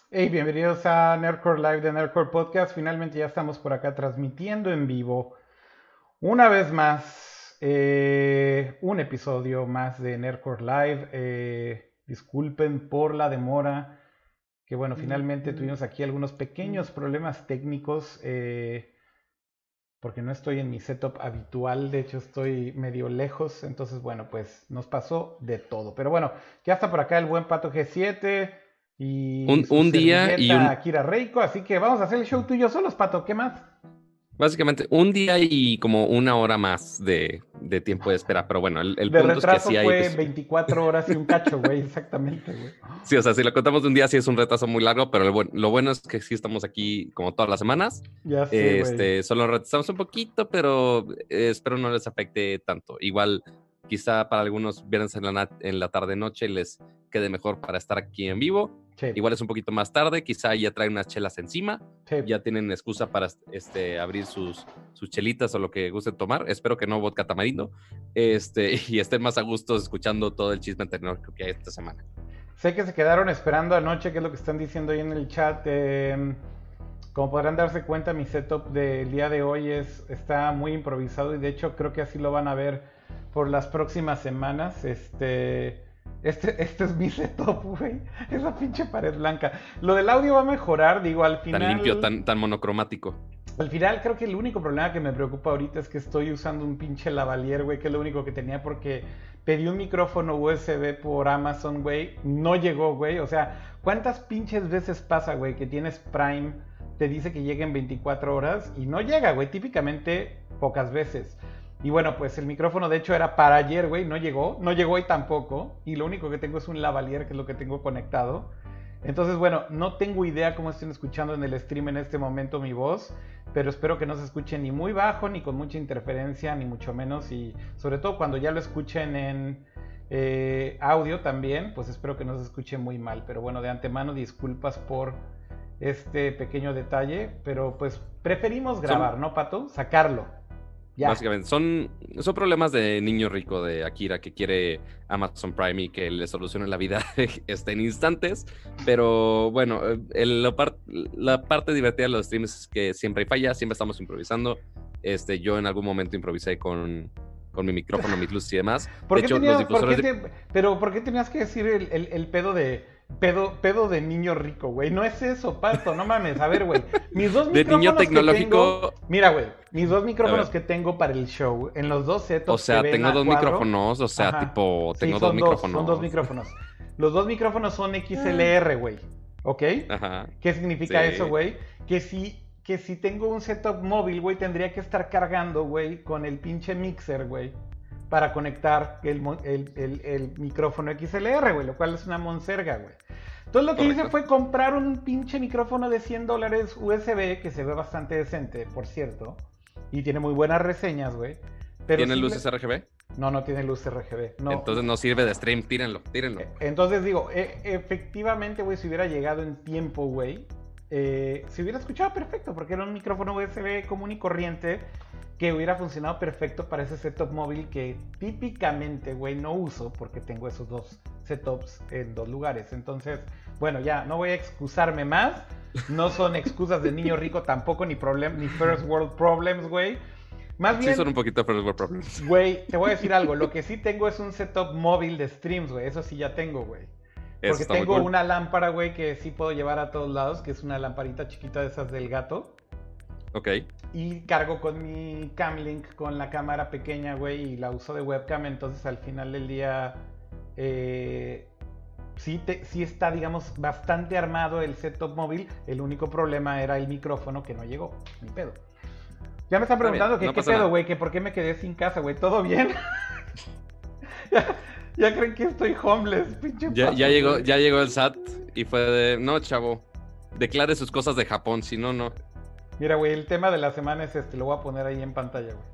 Hey, bienvenidos a Nerdcore Live de Nerdcore Podcast. Finalmente ya estamos por acá transmitiendo en vivo una vez más un episodio más de Nerdcore Live. Disculpen por la demora, que bueno, finalmente tuvimos aquí algunos pequeños problemas técnicos porque no estoy en mi setup habitual, de hecho estoy medio lejos, entonces bueno, pues nos pasó de todo. Pero bueno, ya está por acá el buen Pato G7 y su Un día y servilleta Akira Reiko, así que vamos a hacer el show tuyo solos, Pato, ¿qué más? básicamente un día y como una hora más de tiempo de espera. Pero bueno, el De punto es que retraso sí hay, fue pues, 24 horas y un cacho, güey, exactamente, güey. sí, o sea, si lo contamos de un día, sí es un retraso muy largo, pero lo bueno es que sí estamos aquí como todas las semanas. Ya sé, güey. Solo retrasamos un poquito, pero espero no les afecte tanto. Igual, quizá para algunos viernes en la tarde-noche les quede mejor para estar aquí en vivo. Sí, Igual es un poquito más tarde, quizá ya traen unas chelas encima, sí. ya tienen excusa para abrir sus chelitas o lo que gusten tomar. Espero que no vodka tamarindo, y estén más a gusto escuchando todo el chisme tecnológico que hay esta semana. Sé que se quedaron esperando anoche, que es lo que están diciendo ahí en el chat. Como podrán darse cuenta, mi setup del día de hoy está muy improvisado y de hecho creo que así lo van a ver por las próximas semanas. Este es mi setup, güey. Esa pinche pared blanca. Lo del audio va a mejorar, digo, Tan limpio, tan monocromático. al final creo que el único problema que me preocupa ahorita es que estoy usando un pinche lavalier, güey, que es lo único que tenía porque pedí un micrófono USB por Amazon, güey. No llegó, güey. O sea, ¿cuántas pinches veces pasa, güey, que tienes Prime, te dice que llega en 24 horas y no llega, güey? Típicamente pocas veces. Y bueno, pues el micrófono de hecho era para ayer, güey, no llegó hoy tampoco. Y lo único que tengo es un lavalier, que es lo que tengo conectado. Entonces, bueno, no tengo idea cómo estén escuchando en el stream en este momento mi voz, pero espero que no se escuche ni muy bajo, ni con mucha interferencia, ni mucho menos. Y sobre todo cuando ya lo escuchen en audio también, pues espero que no se escuche muy mal. Pero bueno, de antemano disculpas por este pequeño detalle, pero pues preferimos Son, grabar, ¿no, Pato? Sacarlo. Ya. Básicamente, son problemas de niño rico de Akira que quiere Amazon Prime y que le solucione la vida en instantes. Pero bueno, la parte divertida de los streams es que siempre hay fallas, siempre estamos improvisando. Yo en algún momento improvisé con mi micrófono, mis luces y demás. ¿Por De qué hecho, los tenías, por difusores qué de, te, pero por qué tenías que decir el pedo de pedo de niño rico, güey? No es eso, Pato, no mames. A ver, güey, mis dos de niño micrófonos que tengo, tecnológico. mira, güey, mis dos A micrófonos ver, que tengo para el show, en los dos o setups que sea, ven tengo a dos cuadro, micrófonos, o sea, ajá, tipo, sí, tengo dos son dos micrófonos. micrófonos. Los dos micrófonos son XLR, güey, ¿ok? Ajá, ¿Qué significa eso, sí, güey? Que si tengo un setup móvil, güey, tendría que estar cargando, güey, con el pinche mixer, güey, para conectar el micrófono XLR, güey, lo cual es una monserga, güey. Entonces lo que hice correcto. fue comprar un pinche micrófono de $100 USB, que se ve bastante decente, por cierto, y tiene muy buenas reseñas, güey. Pero ¿Tiene simple... luces RGB? No, no tiene luz RGB. No, Entonces no sirve de stream, tírenlo, tírenlo. entonces digo, efectivamente, güey, si hubiera llegado en tiempo, güey, se hubiera escuchado perfecto, porque era un micrófono USB común y corriente que hubiera funcionado perfecto para ese setup móvil que típicamente, güey, no uso porque tengo esos dos setups en dos lugares. Entonces, bueno, ya, no voy a excusarme más. No son excusas de niño rico tampoco, ni first world problems, güey. Más Sí, son bien, un poquito first world problems. güey, te voy a decir algo. Lo que sí tengo es un setup móvil de streams, güey. Eso sí ya tengo, güey. Eso Porque está muy tengo cool. una lámpara, güey, que sí puedo llevar a todos lados, que es una lamparita chiquita de esas del gato. Ok. Y cargo con mi Camlink con la cámara pequeña, güey, y la uso de webcam. Entonces al final del día eh, sí está, digamos, bastante armado el setup móvil. El único problema era el micrófono que no llegó. Ni pedo. Ya me están Está bien, preguntando que no qué pasa pedo, nada. güey, que por qué me quedé sin casa, güey. ¿Todo bien? ya, ya creen que estoy homeless, pinche pato, güey. Ya llegó el SAT y fue de, no, chavo, declare sus cosas de Japón, si no, no. Mira, güey, el tema de la semana es este, lo voy a poner ahí en pantalla, güey.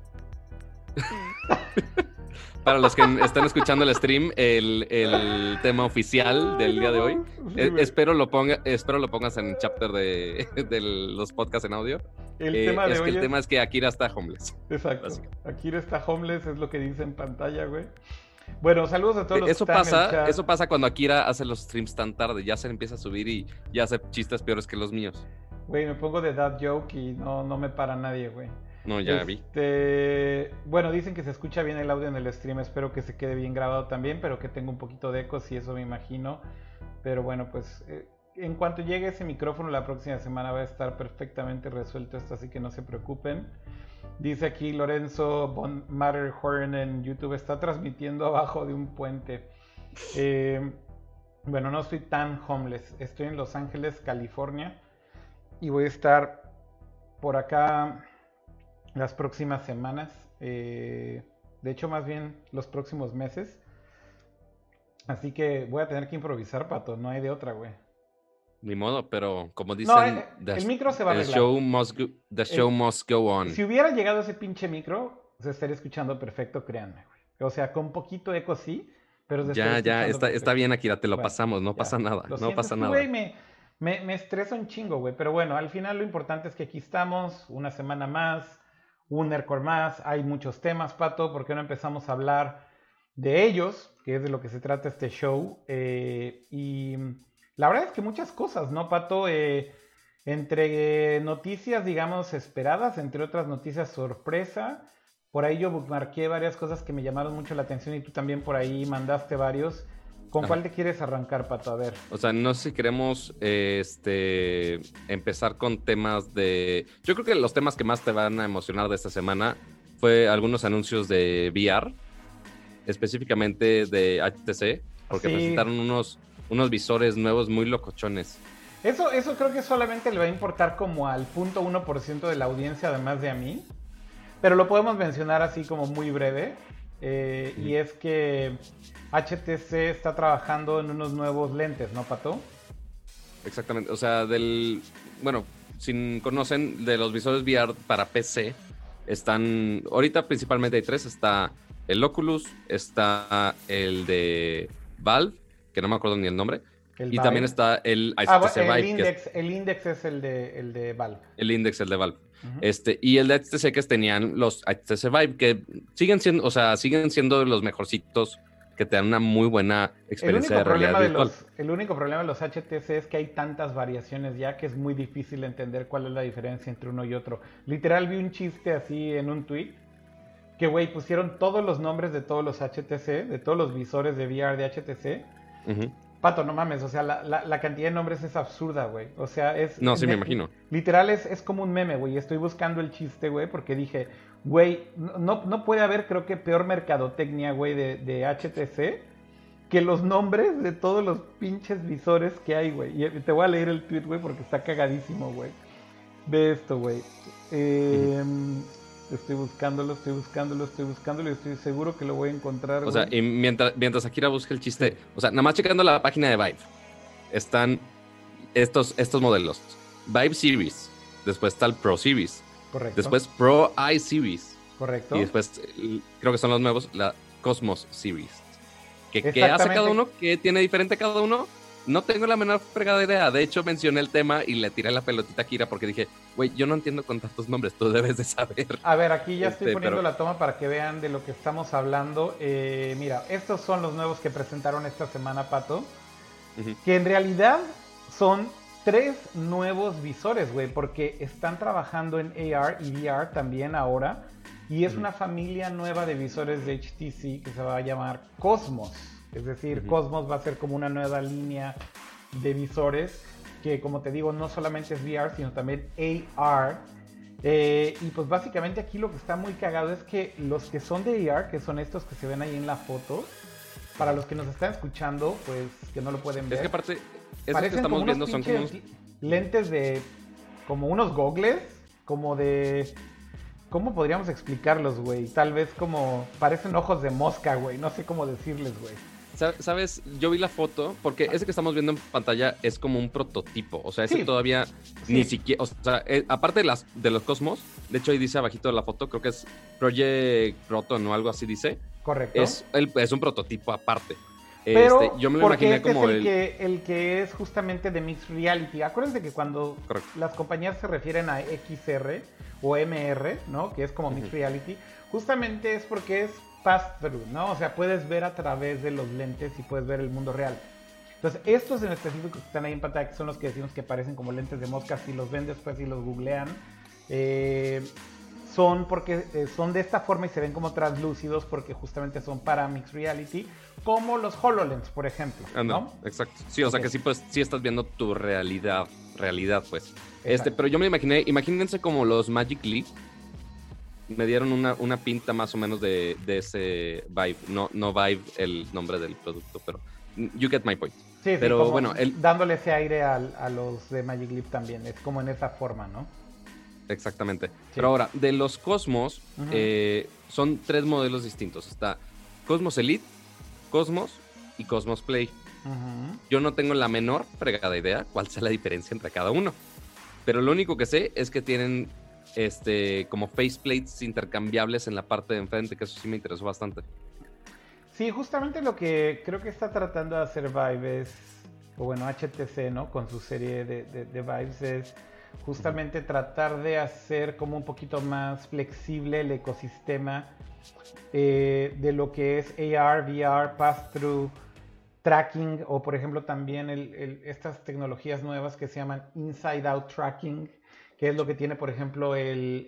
Para los que están escuchando el stream, el tema oficial Ay, del no día de hoy, mames. Sí, güey. espero lo pongas en el chapter de los podcasts en audio. El tema de Es que hoy el es. tema es que Akira está homeless, Exacto. básicamente. Akira está homeless, es lo que dice en pantalla, güey. Bueno, saludos a todos los que están en el chat. Eso pasa cuando Akira hace los streams tan tarde, ya se empieza a subir y ya hace chistes peores que los míos. Güey, me pongo de dad joke y no me para nadie, güey. No, ya vi. Bueno, dicen que se escucha bien el audio en el stream, espero que se quede bien grabado también, pero que tenga un poquito de ecos y eso me imagino. Pero bueno, pues en cuanto llegue ese micrófono la próxima semana va a estar perfectamente resuelto esto, así que no se preocupen. Dice aquí Lorenzo von Matterhorn en YouTube, está transmitiendo abajo de un puente. Bueno, no estoy tan homeless, estoy en Los Ángeles, California, y voy a estar por acá las próximas semanas, de hecho más bien los próximos meses. Así que voy a tener que improvisar, Pato, no hay de otra, güey. Ni modo, pero como dicen, el micro se va a arreglar. The show must go on. Si hubiera llegado ese pinche micro, se estaría escuchando perfecto, créanme, güey. O sea, con poquito eco sí, pero ya, está bien, Akira, te lo pasamos, no pasa nada, no pasa nada. Güey, me estresa un chingo, güey, pero bueno, al final lo importante es que aquí estamos, una semana más, un Nerdcore más, hay muchos temas, Pato, ¿por qué no empezamos a hablar de ellos? Que es de lo que se trata este show, y la verdad es que muchas cosas, ¿no, Pato? Entre noticias, digamos, esperadas, entre otras noticias sorpresa, por ahí yo bookmarqué varias cosas que me llamaron mucho la atención y tú también por ahí mandaste varios. ¿Con cuál te quieres arrancar, Pato? A ver. O sea, no sé si queremos empezar con temas de... Yo creo que los temas que más te van a emocionar de esta semana fue algunos anuncios de VR, específicamente de HTC, porque presentaron unos visores nuevos muy locochones. Eso creo que solamente le va a importar como al 0.1% de la audiencia, además de a mí. Pero lo podemos mencionar así como muy breve. Y es que HTC está trabajando en unos nuevos lentes, ¿no, Pato? Exactamente. O sea, bueno, si conocen, de los visores VR para PC, están... Ahorita principalmente hay 3. Está el Oculus, está el de Valve, que no me acuerdo ni el nombre. Y también está el HTC Vive. El Index es el de Valve. El Index, el de Valve. Y el de HTC que tenían los HTC Vive, que siguen siendo los mejorcitos, que te dan una muy buena experiencia de realidad virtual. El único problema de los HTC es que hay tantas variaciones ya que es muy difícil entender cuál es la diferencia entre uno y otro. Literal vi un chiste así en un tweet, que güey, pusieron todos los nombres de todos los HTC, de todos los visores de VR de HTC. Pato, no mames, o sea, la cantidad de nombres es absurda, güey. O sea, es... No, sí me imagino. Literal es como un meme, güey. Estoy buscando el chiste, güey, porque dije, güey, no puede haber, creo que peor mercadotecnia, güey, de HTC que los nombres de todos los pinches visores que hay, güey. Y te voy a leer el tweet, güey, porque está cagadísimo, güey. Ve esto, güey. Estoy buscándolo y estoy seguro que lo voy a encontrar. O sea, y mientras Akira busca el chiste, sí. O sea, nada más checando la página de Vive, están estos modelos. Vive Series, después está el Pro Series. Correcto. Después Pro I Series. Correcto. Y después, creo que son los nuevos, la Cosmos Series. ¿Qué hace cada uno? ¿Qué tiene diferente cada uno? No tengo la menor fregada idea. De hecho, mencioné el tema y le tiré la pelotita a Kira porque dije, güey, yo no entiendo con tantos nombres, tú debes de saber. A ver, aquí ya estoy poniendo la toma para que vean de lo que estamos hablando. Mira, estos son los nuevos que presentaron esta semana, Pato. Que en realidad son 3 nuevos visores, güey, porque están trabajando en AR y VR también ahora. Y es una familia nueva de visores de HTC que se va a llamar Cosmos. Es decir, Cosmos va a ser como una nueva línea de visores que, como te digo, no solamente es VR, sino también AR. Y pues básicamente aquí lo que está muy cagado es que los que son de AR, que son estos que se ven ahí en la foto, para los que nos están escuchando, pues que no lo pueden ver. Es que aparte, esos que estamos viendo son como unos lentes de, como unos gogles, como de... ¿Cómo podríamos explicarlos, güey? Tal vez como parecen ojos de mosca, güey. No sé cómo decirles, güey. ¿Sabes? Yo vi la foto porque ese que estamos viendo en pantalla es como un prototipo. O sea, ese todavía ni siquiera... O sea, aparte de los Cosmos, de hecho ahí dice abajito de la foto, creo que es Project Proton o algo así dice. Correcto. Es un prototipo aparte. Pero yo me lo imaginé como el que es justamente de Mixed Reality. Acuérdense que cuando las compañías se refieren a XR o MR, ¿no? Que es como Mixed Reality, justamente es porque es pass-through, ¿no? O sea, puedes ver a través de los lentes y puedes ver el mundo real. Entonces, estos en específico que están ahí en pantalla, que son los que decimos que parecen como lentes de mosca, si los ven después y los googlean, son porque son de esta forma y se ven como translúcidos porque justamente son para Mixed Reality, como los HoloLens, por ejemplo, ¿no? Exacto. Sí, o sea que sí, pues, sí estás viendo tu realidad, pues. Exacto. Pero yo me imaginé, imagínense como los Magic Leap. Me dieron una pinta más o menos de ese Vive. No Vive el nombre del producto, pero you get my point. Sí, pero sí, bueno, dándole ese aire a los de Magic Leap también, es como en esa forma, ¿no? Exactamente. Sí. Pero ahora, de los Cosmos, son 3 modelos distintos. Está Cosmos Elite, Cosmos y Cosmos Play. Yo no tengo la menor fregada idea cuál sea la diferencia entre cada uno. Pero lo único que sé es que tienen como faceplates intercambiables en la parte de enfrente, que eso sí me interesó bastante. Sí, justamente lo que creo que está tratando de hacer Vive es, o bueno, HTC, ¿no? Con su serie de Vives es justamente tratar de hacer como un poquito más flexible el ecosistema de lo que es AR, VR, pass-through, tracking, o por ejemplo también estas tecnologías nuevas que se llaman inside-out tracking, que es lo que tiene por ejemplo el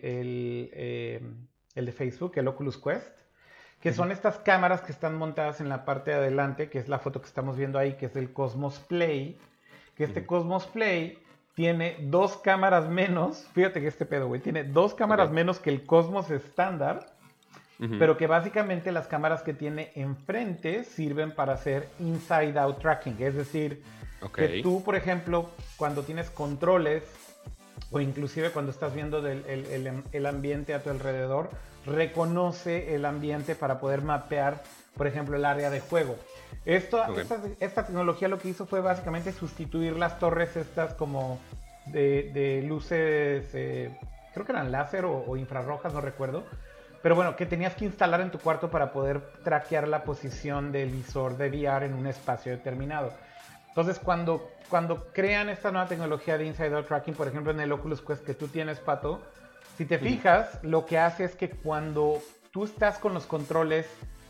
de Facebook, el Oculus Quest, que son estas cámaras que están montadas en la parte de adelante, que es la foto que estamos viendo ahí, que es el Cosmos Play, que este Cosmos Play tiene 2 cámaras menos, fíjate que este pedo, güey, tiene 2 cámaras menos que el Cosmos estándar, pero que básicamente las cámaras que tiene enfrente sirven para hacer inside out tracking, es decir, que tú, por ejemplo, cuando tienes controles o inclusive cuando estás viendo el ambiente a tu alrededor, reconoce el ambiente para poder mapear, por ejemplo, el área de juego. Esta tecnología lo que hizo fue básicamente sustituir las torres estas como de luces, creo que eran láser o infrarrojas, no recuerdo, pero bueno, que tenías que instalar en tu cuarto para poder traquear la posición del visor de VR en un espacio determinado. Entonces, cuando crean esta nueva tecnología de inside-out tracking, por ejemplo, en el Oculus Quest que tú tienes, Pato, si te fijas, lo que hace es que cuando tú estás con los controles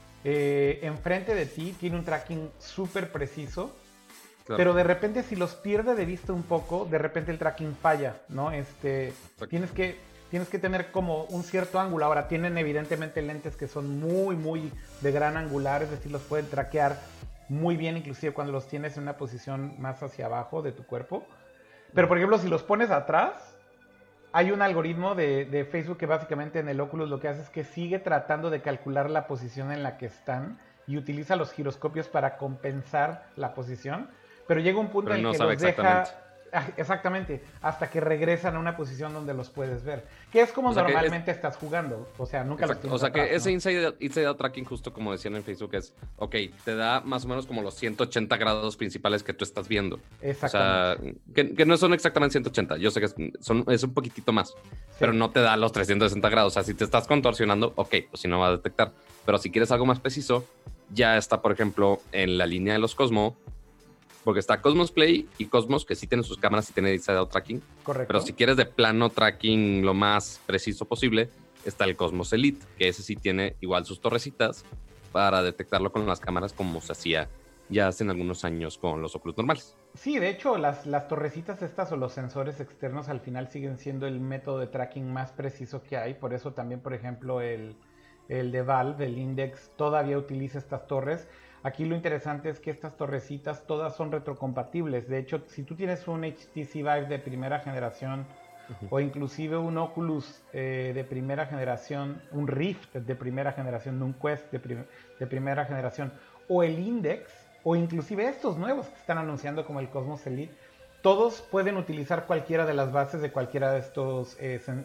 enfrente de ti, tiene un tracking súper preciso, pero de repente si los pierde de vista un poco, de repente el tracking falla, ¿no? Tienes que tener como un cierto ángulo. Ahora, tienen evidentemente lentes que son muy, muy de gran angular, es decir, los pueden traquear muy bien, inclusive cuando los tienes en una posición más hacia abajo de tu cuerpo. Pero, por ejemplo, si los pones atrás, hay un algoritmo de Facebook que básicamente en el Oculus lo que hace es que sigue tratando de calcular la posición en la que están y utiliza los giroscopios para compensar la posición, pero llega un punto en el que los deja... Exactamente, hasta que regresan a una posición donde los puedes ver. Que es como normalmente estás jugando. O sea, nunca los tienes O sea atrás, que ese inside-out tracking, justo como decían en Facebook, es, te da más o menos como los 180 grados principales que tú estás viendo. Exactamente. O sea, que no son exactamente 180. Yo sé que es un poquitito más, pero no te da los 360 grados. O sea, si te estás contorsionando, pues si no va a detectar. Pero si quieres algo más preciso, ya está, por ejemplo, en la línea de los Cosmo, porque está Cosmos Play y Cosmos, que sí tienen sus cámaras y tienen inside-out tracking. Correcto. Pero si quieres de plano tracking lo más preciso posible, está el Cosmos Elite, que ese sí tiene igual sus torrecitas para detectarlo con las cámaras como se hacía ya hace algunos años con los Oculus normales. Sí, de hecho, las torrecitas estas o los sensores externos al final siguen siendo el método de tracking más preciso que hay. Por eso también, por ejemplo, el de Valve, el Index, todavía utiliza estas torres. Aquí lo interesante es que estas torrecitas todas son retrocompatibles. De hecho, si tú tienes un HTC Vive de primera generación o inclusive un Oculus de primera generación, un Rift de primera generación, un Quest de primera generación, o el Index, o inclusive estos nuevos que están anunciando como el Cosmos Elite, todos pueden utilizar cualquiera de las bases de cualquiera de estos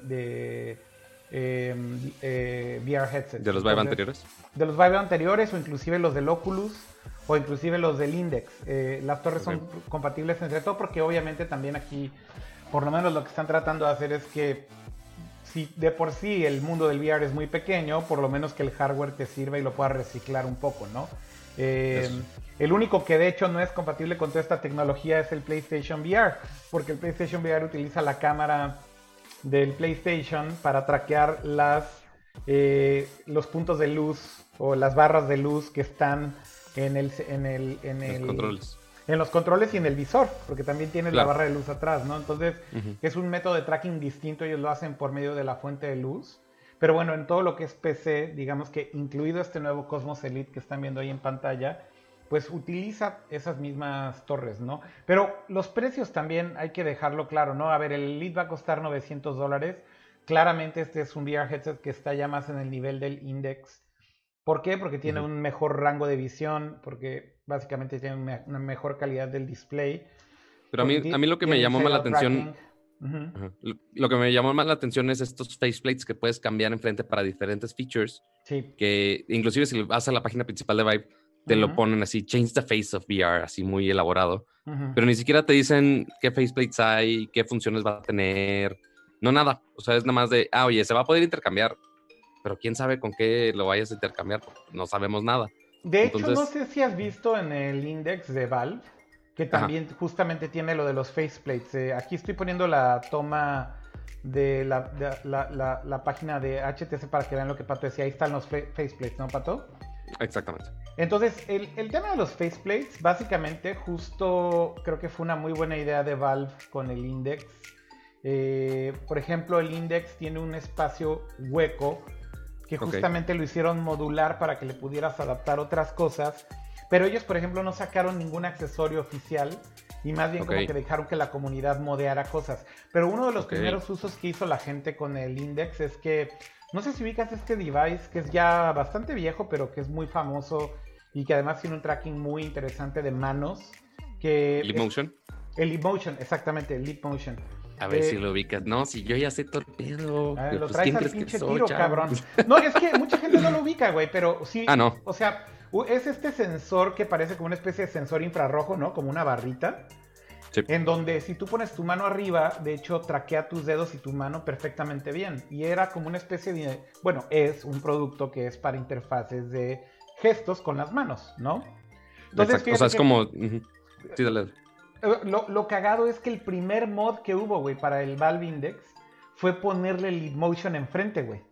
VR headsets. ¿De los Vive anteriores? De los Vive anteriores o inclusive los del Oculus o inclusive los del Index. Las torres son compatibles entre todo porque obviamente también aquí, por lo menos lo que están tratando de hacer es que si de por sí el mundo del VR es muy pequeño, por lo menos que el hardware te sirva y lo puedas reciclar un poco, ¿no? El único que de hecho no es compatible con toda esta tecnología es el PlayStation VR, porque el PlayStation VR utiliza la cámara del PlayStation para traquear las los puntos de luz o las barras de luz que están en Los controles. en los controles y en el visor, porque también tienes Claro. la barra de luz atrás, ¿no? Entonces, Ujú. es un método de tracking distinto, ellos lo hacen por medio de la fuente de luz. Pero bueno, en todo lo que es PC, digamos que incluido este nuevo Cosmos Elite que están viendo ahí en pantalla, pues utiliza esas mismas torres, ¿no? Pero los precios también hay que dejarlo claro, ¿no? A ver, el Elite va a costar $900. Claramente este es un VR headset que está ya más en el nivel del Index. ¿Por qué? Porque tiene Ujú. un mejor rango de visión, porque básicamente tiene una mejor calidad del display, Pero porque a mí lo que me tiene llamó más la inside-out atención, tracking. Ujú. ajá, lo que me llamó más la atención es estos faceplates que puedes cambiar enfrente para diferentes features, Sí. que inclusive si vas a la página principal de Vive, te lo Ujú. ponen así, change the face of VR, así muy elaborado. Ujú. Pero ni siquiera te dicen qué faceplates hay, qué funciones va a tener, no nada. O sea, es nada más de, oye, se va a poder intercambiar, pero quién sabe con qué lo vayas a intercambiar, porque no sabemos nada. De hecho, no Entonces, sé si has visto en el Index de Valve, que ajá, también justamente tiene lo de los faceplates. Aquí estoy poniendo la toma de la página de HTC para que vean lo que Pato decía. Ahí están los faceplates, ¿no, Pato? exactamente. Entonces, el tema de los faceplates, básicamente, justo creo que fue una muy buena idea de Valve con el Index. Por ejemplo, el Index tiene un espacio hueco que Ok. justamente lo hicieron modular para que le pudieras adaptar otras cosas. Pero ellos, por ejemplo, no sacaron ningún accesorio oficial y más bien Ok. como que dejaron que la comunidad modeara cosas. Pero uno de los Ok. primeros usos que hizo la gente con el Index es que, no sé si ubicas este device que es ya bastante viejo, pero que es muy famoso y que además tiene un tracking muy interesante de manos. Que Leap es Motion. el Leap Motion, exactamente, el Leap Motion. A ver si lo ubicas. No, si yo ya sé todo el pedo. Lo Pues, traes ¿quién al crees que pinche soy, tiro, chavo? cabrón. No, es que mucha gente no lo ubica, güey, pero sí, No. o sea, es este sensor que parece como una especie de sensor infrarrojo, ¿no? Como una barrita, Sí. en donde si tú pones tu mano arriba, de hecho, traquea tus dedos y tu mano perfectamente bien. Y era como una especie de, bueno, es un producto que es para interfaces de gestos con las manos, ¿no? Entonces, Exacto. O sea, fíjate es que como. Ujú. Sí, dale. lo cagado es que el primer mod que hubo, güey, para el Valve Index fue ponerle el Leap Motion enfrente, güey.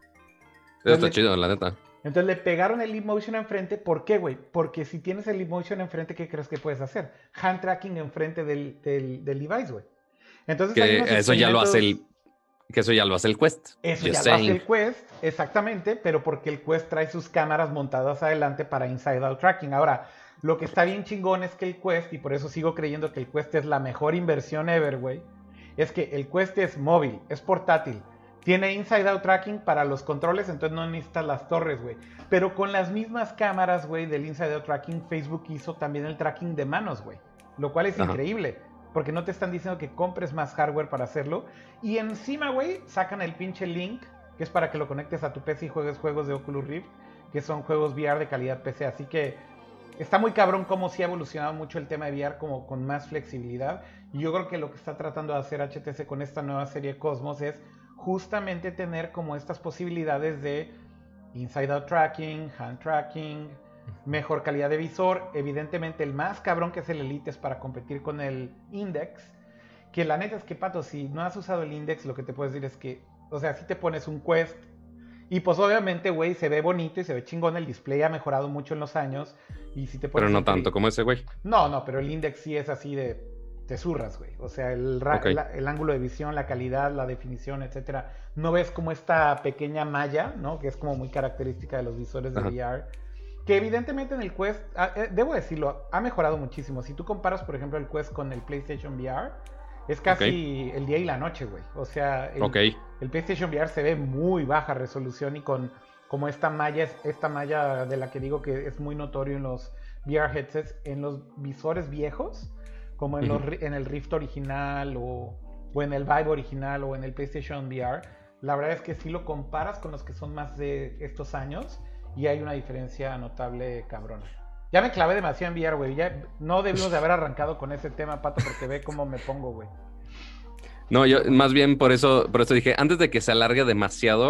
Eso Entonces está le, chido, la neta. entonces le pegaron el Leap Motion enfrente. ¿Por qué, güey? Porque si tienes el Leap Motion enfrente, ¿qué crees que puedes hacer? Hand tracking enfrente del device, güey. Entonces hay unos Que eso ya lo hace experimentos. el. Que eso ya lo hace el Quest. Eso Just ya lo hace saying. el Quest, exactamente, pero porque el Quest trae sus cámaras montadas adelante para inside out tracking. Ahora, lo que está bien chingón es que el Quest, y por eso sigo creyendo que el Quest es la mejor inversión ever, güey, es que el Quest es móvil, es portátil, tiene inside out tracking para los controles, entonces no necesitas las torres, güey. Pero con las mismas cámaras, güey, del inside out tracking, Facebook hizo también el tracking de manos, güey, lo cual es Ajá. increíble. Porque no te están diciendo que compres más hardware para hacerlo. Y encima, güey, sacan el pinche link, que es para que lo conectes a tu PC y juegues juegos de Oculus Rift, que son juegos VR de calidad PC. Así que está muy cabrón cómo sí ha evolucionado mucho el tema de VR como con más flexibilidad. Y yo creo que lo que está tratando de hacer HTC con esta nueva serie Cosmos es justamente tener como estas posibilidades de inside out tracking, hand tracking, mejor calidad de visor. Evidentemente el más cabrón que es el Elite es para competir con el Index. Que la neta es que, Pato, si no has usado el Index, lo que te puedo decir es que, o sea, si te pones un Quest y pues obviamente, güey, se ve bonito y se ve chingón, el display ha mejorado mucho en los años y si te Pero pones no tanto como ese güey. No, pero el Index sí es así de te zurras, güey. O sea, Ok. el ángulo de visión, la calidad, la definición, etcétera. No ves como esta pequeña malla, ¿no? Que es como muy característica de los visores de Ajá. VR. Que evidentemente en el Quest, debo decirlo, ha mejorado muchísimo. Si tú comparas, por ejemplo, el Quest con el PlayStation VR, es casi el día y la noche, güey. O sea, Ok. el PlayStation VR se ve muy baja resolución y con como esta malla de la que digo que es muy notorio en los VR headsets, en los visores viejos, como en, en el Rift original o en el Vive original o en el PlayStation VR. La verdad es que si lo comparas con los que son más de estos años y hay una diferencia notable, cabrona. Ya me clavé demasiado en VR, güey. Ya no debimos de haber arrancado con ese tema, Pato, porque ve cómo me pongo, güey. No, yo más bien por eso dije, antes de que se alargue demasiado,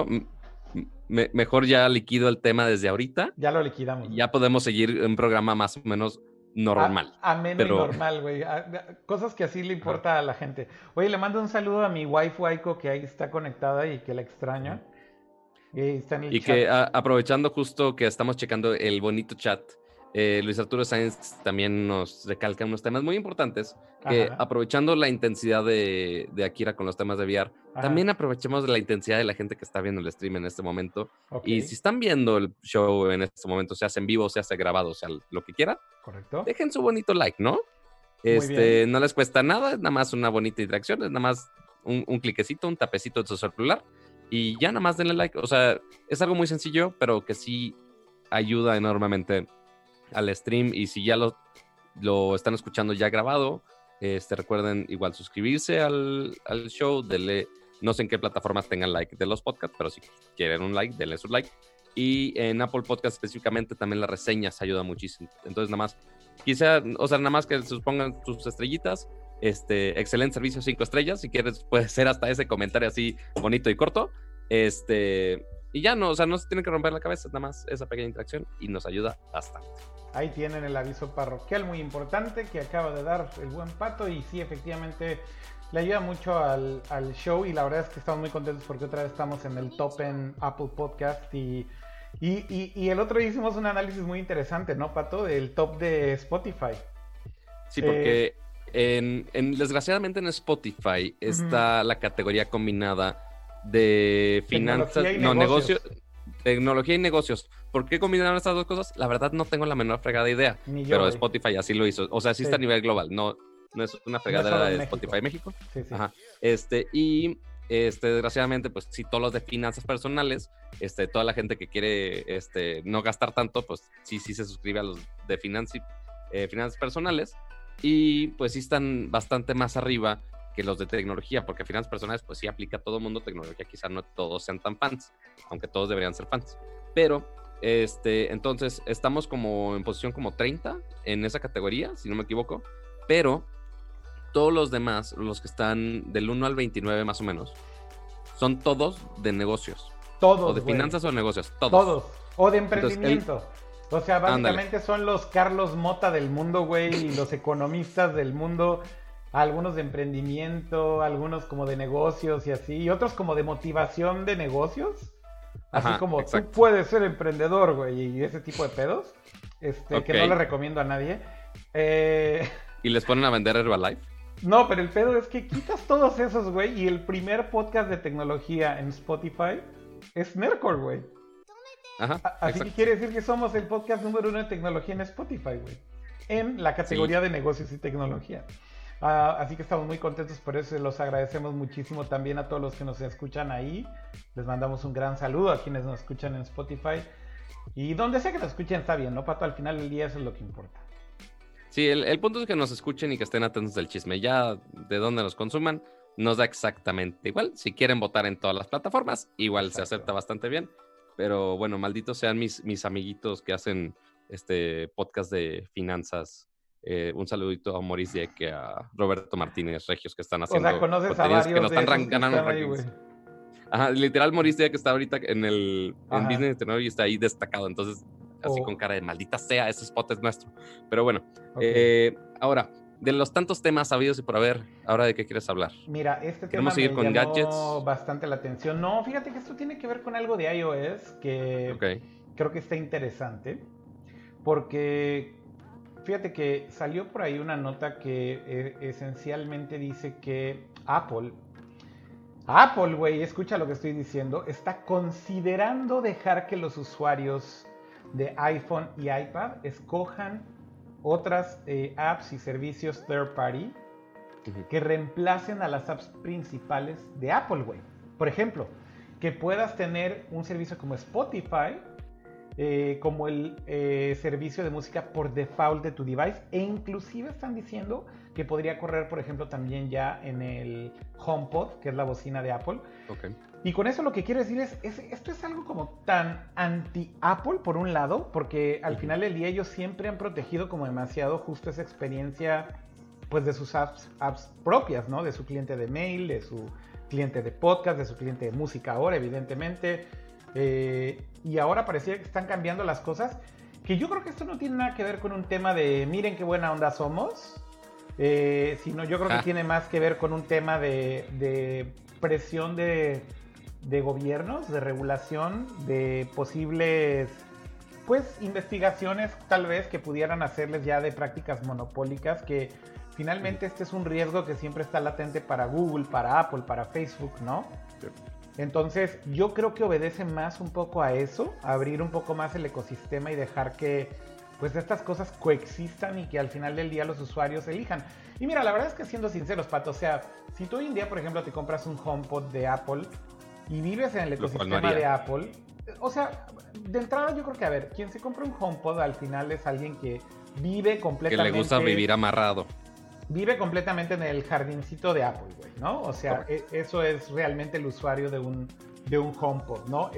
mejor ya liquido el tema desde ahorita. Ya lo liquidamos. Y ya podemos seguir un programa más o menos normal. Ameno pero... y normal, güey. Cosas que así le importa a la gente. Oye, le mando un saludo a mi wife Waiko que ahí está conectada y que la extraña. Está en el Y chat. que aprovechando justo que estamos checando el bonito chat, Luis Arturo Sáenz también nos recalca unos temas muy importantes, que Ajá. aprovechando la intensidad de Akira con los temas de VR, Ajá. también aprovechemos la intensidad de la gente que está viendo el stream en este momento. Ok. Y si están viendo el show en este momento, se hace en vivo, se hace grabado, o sea, lo que quiera, Correcto. dejen su bonito like, ¿no? Muy bien. No les cuesta nada, es nada más una bonita interacción, es nada más un cliquecito, un tapecito de su celular y ya nada más denle like. O sea, es algo muy sencillo, pero que sí ayuda enormemente al stream. Y si ya lo están escuchando ya grabado, recuerden igual suscribirse al show, denle, no sé en qué plataformas tengan like de los podcasts, pero si quieren un like, denle su like. Y en Apple Podcast específicamente también las reseñas ayudan muchísimo. Entonces nada más, quizá, o sea, nada más que sus pongan sus estrellitas, excelente servicio 5 estrellas, si quieres puede ser hasta ese comentario así bonito y corto, y ya no, o sea, no se tienen que romper la cabeza, nada más esa pequeña interacción y nos ayuda bastante. Ahí tienen el aviso parroquial muy importante que acaba de dar el buen Pato y sí, efectivamente le ayuda mucho al show y la verdad es que estamos muy contentos porque otra vez estamos en el top en Apple Podcast y el otro día hicimos un análisis muy interesante, ¿no, Pato? Del top de Spotify. Sí, porque desgraciadamente en Spotify está la categoría combinada de finanzas, negocios, tecnología y negocios. ¿Por qué combinaron estas dos cosas? La verdad no tengo la menor fregada idea, pero Spotify así lo hizo. O sea, sí está a nivel global, no es una fregadera de Spotify México. Sí, sí. Ajá. Desgraciadamente, pues sí, todos los de finanzas personales, toda la gente que quiere no gastar tanto, pues sí se suscribe a los de finanzas personales y pues sí están bastante más arriba que los de tecnología, porque finanzas personales pues sí aplica a todo el mundo, tecnología quizá no todos sean tan fans, aunque todos deberían ser fans, pero entonces estamos como en posición como 30 en esa categoría, si no me equivoco, pero todos los demás, los que están del 1 al 29 más o menos, son todos de negocios. Todos, o de finanzas o de negocios, todos. Todos, o de emprendimiento. O sea, básicamente son los Carlos Mota del mundo, güey, y los economistas del mundo, algunos de emprendimiento, algunos como de negocios y así, y otros como de motivación de negocios. Así como exacto. Tú puedes ser emprendedor, güey, y ese tipo de pedos, que no le recomiendo a nadie. ¿Y les ponen a vender Herbalife? No, pero el pedo es que quitas todos esos, güey, y el primer podcast de tecnología en Spotify es Nerdcore, güey. Ajá, así exacto. que quiere decir que somos el podcast número 1 de tecnología en Spotify, güey. En la categoría de negocios y tecnología. Así que estamos muy contentos por eso y los agradecemos muchísimo también a todos los que nos escuchan ahí. Les mandamos un gran saludo a quienes nos escuchan en Spotify. Y donde sea que nos escuchen está bien, ¿no, Pato? Al final del día eso es lo que importa. Sí, el punto es que nos escuchen y que estén atentos del chisme. Ya de donde nos consuman, nos da exactamente igual. Si quieren votar en todas las plataformas, igual exacto. Se acepta bastante bien. Pero bueno, malditos sean mis amiguitos que hacen podcast de finanzas. Un saludito a Maurice Dieck, a Roberto Martínez Regios, que están haciendo. O sea, conoces a varios que nos están ganando rankings. Ajá, literal, Maurice Dieck está ahorita en Business Technology y está ahí destacado. Entonces, así con cara de maldita sea, ese spot es nuestro. Pero bueno, ahora, de los tantos temas sabidos y por haber, ¿ahora de qué quieres hablar? Mira, tema seguir con llamó gadgets? Bastante la atención. No, fíjate que esto tiene que ver con algo de iOS que creo que está interesante. Porque fíjate que salió por ahí una nota que esencialmente dice que Apple, güey, escucha lo que estoy diciendo, está considerando dejar que los usuarios de iPhone y iPad escojan otras apps y servicios third party que reemplacen a las apps principales de Apple, güey. Por ejemplo, que puedas tener un servicio como Spotify como el servicio de música por default de tu device, e inclusive están diciendo que podría correr, por ejemplo, también ya en el HomePod, que es la bocina de Apple. Y con eso lo que quiero decir es esto es algo como tan anti-Apple por un lado, porque al final del día ellos siempre han protegido como demasiado justo esa experiencia pues de sus apps propias, ¿no? De su cliente de mail, de su cliente de podcast, de su cliente de música ahora, evidentemente. Y ahora parecía que están cambiando las cosas, que yo creo que esto no tiene nada que ver con un tema de miren qué buena onda somos, sino yo creo que tiene más que ver con un tema de presión de de gobiernos, de regulación, de posibles, pues, investigaciones tal vez que pudieran hacerles ya de prácticas monopólicas, que finalmente este es un riesgo que siempre está latente para Google, para Apple, para Facebook, ¿no? Sí. Entonces, yo creo que obedece más un poco a eso, a abrir un poco más el ecosistema y dejar que, pues, estas cosas coexistan y que al final del día los usuarios elijan. Y mira, la verdad es que siendo sinceros, Pato, o sea, si tú hoy en día, por ejemplo, te compras un HomePod de Apple y vives en el ecosistema de Apple, o sea, de entrada yo creo que, a ver, quien se compra un HomePod al final es alguien que vive completamente... Que le gusta vivir amarrado. Vive completamente en el jardincito de Apple, güey, ¿no? O sea, eso es realmente el usuario de un HomePod, ¿no?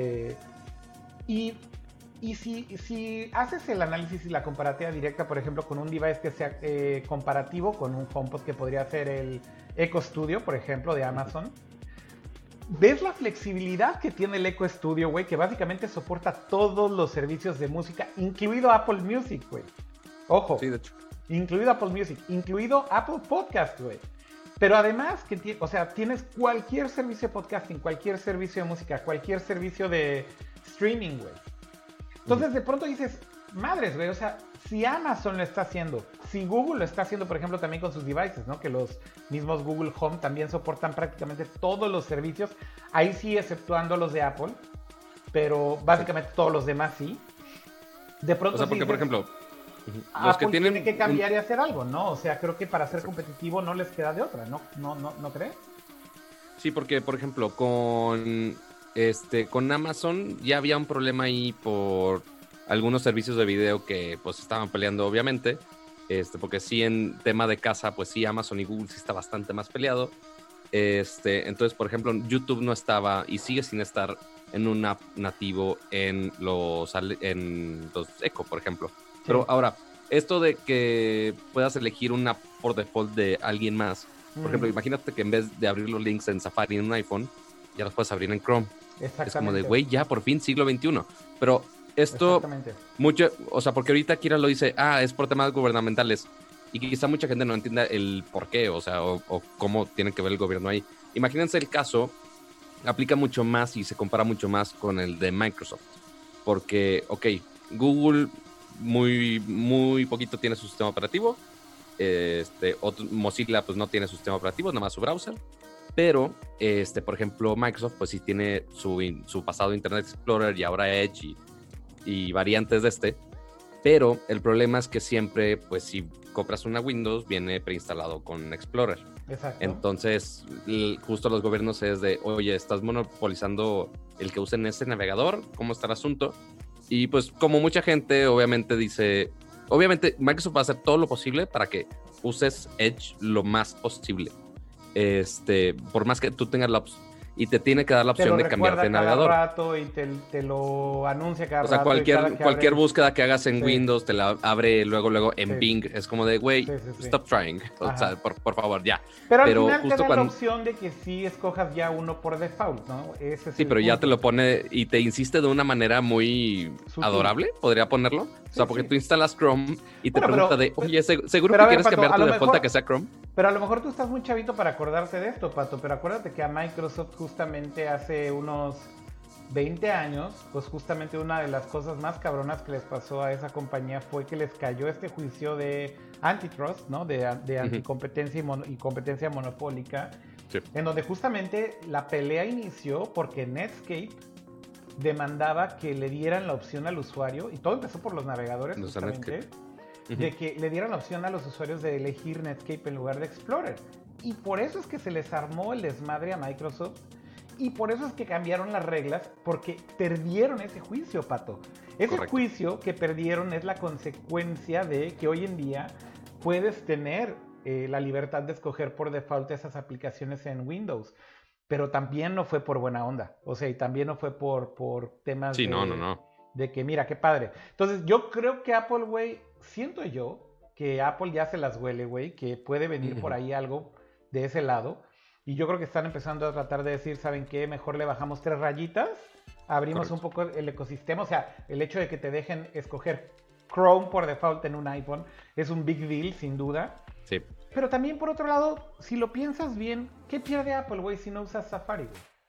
Y si haces el análisis y la comparativa directa, por ejemplo, con un device que sea comparativo con un HomePod que podría ser el Echo Studio, por ejemplo, de Amazon, ¿ves la flexibilidad que tiene el Echo Studio, güey? Que básicamente soporta todos los servicios de música, incluido Apple Music, güey. Ojo. Sí, de hecho. Incluido Apple Music, incluido Apple Podcast, güey. Pero además, o sea, tienes cualquier servicio de podcasting, cualquier servicio de música, cualquier servicio de streaming, güey. Entonces, de pronto dices, madres, güey, o sea, si Amazon lo está haciendo, si Google lo está haciendo, por ejemplo, también con sus devices, ¿no? Que los mismos Google Home también soportan prácticamente todos los servicios, ahí sí, exceptuando los de Apple, pero básicamente todos los demás sí. De pronto, o sea, porque, sí, por ejemplo... Los Apple que tiene que cambiar y hacer algo, ¿no? O sea, creo que para ser competitivo no les queda de otra, ¿no crees? Sí, porque, por ejemplo, con Amazon ya había un problema ahí por algunos servicios de video que pues estaban peleando, obviamente. Porque sí, en tema de casa, pues sí, Amazon y Google sí está bastante más peleado. Entonces, por ejemplo, YouTube no estaba y sigue sin estar en un app nativo en los Echo, por ejemplo. Pero ahora, esto de que puedas elegir una app por default de alguien más, por ejemplo, imagínate que en vez de abrir los links en Safari en un iPhone, ya los puedes abrir en Chrome. Es como de, güey, ya por fin siglo XXI. Pero esto, mucho, o sea, porque ahorita Kira lo dice, es por temas gubernamentales. Y quizá mucha gente no entienda el por qué, o sea, o cómo tiene que ver el gobierno ahí. Imagínense el caso, aplica mucho más y se compara mucho más con el de Microsoft. Porque, ok, Google... muy, muy poquito tiene su sistema operativo. Mozilla pues no tiene su sistema operativo, nada más su browser. Pero, por ejemplo, Microsoft pues sí tiene su pasado Internet Explorer y ahora Edge y variantes de Pero el problema es que siempre, pues si compras una Windows, viene preinstalado con Explorer. Exacto. Entonces, justo los gobiernos es de, oye, estás monopolizando el que usen ese navegador, ¿cómo está el asunto? Y pues como mucha gente obviamente dice, obviamente Microsoft va a hacer todo lo posible para que uses Edge lo más posible. Por más que tú tengas la opción, y te tiene que dar la opción de cambiar de navegador. Cada rato y te lo anuncia cada rato. O sea, cualquier búsqueda que hagas en Windows te la abre luego en Bing. Es como de, güey, stop trying. O sea, por favor, ya. Pero al final justo te da la opción de que sí escojas ya uno por default, ¿no? Ese es pero ya te lo pone y te insiste de una manera muy adorable, podría ponerlo. O sea, porque tú instalas Chrome y te pregunta oye, ¿seguro que quieres cambiar tu default a que sea Chrome? Pero a lo mejor tú estás muy chavito para acordarte de esto, Pato. Pero acuérdate que a Microsoft justamente hace unos 20 años, pues justamente una de las cosas más cabronas que les pasó a esa compañía fue que les cayó este juicio de antitrust, ¿no? De anticompetencia y competencia monopólica. Sí. En donde justamente la pelea inició porque Netscape demandaba que le dieran la opción al usuario, y todo empezó por los navegadores justamente, de que le dieran la opción a los usuarios de elegir Netscape en lugar de Explorer. Y por eso es que se les armó el desmadre a Microsoft, y por eso es que cambiaron las reglas, porque perdieron ese juicio, Pato. Ese juicio que perdieron es la consecuencia de que hoy en día puedes tener la libertad de escoger por default esas aplicaciones en Windows. Pero también no fue por buena onda. O sea, y también no fue por temas de que, mira, qué padre. Entonces, yo creo que Apple, güey, siento yo que Apple ya se las huele, güey, que puede venir por ahí algo de ese lado. Y yo creo que están empezando a tratar de decir, ¿saben qué? Mejor le bajamos 3 rayitas, abrimos un poco el ecosistema. O sea, el hecho de que te dejen escoger Chrome por default en un iPhone es un big deal, sin duda. Sí. Pero también, por otro lado, si lo piensas bien, ¿qué pierde Apple, güey, si no usas Safari, güey?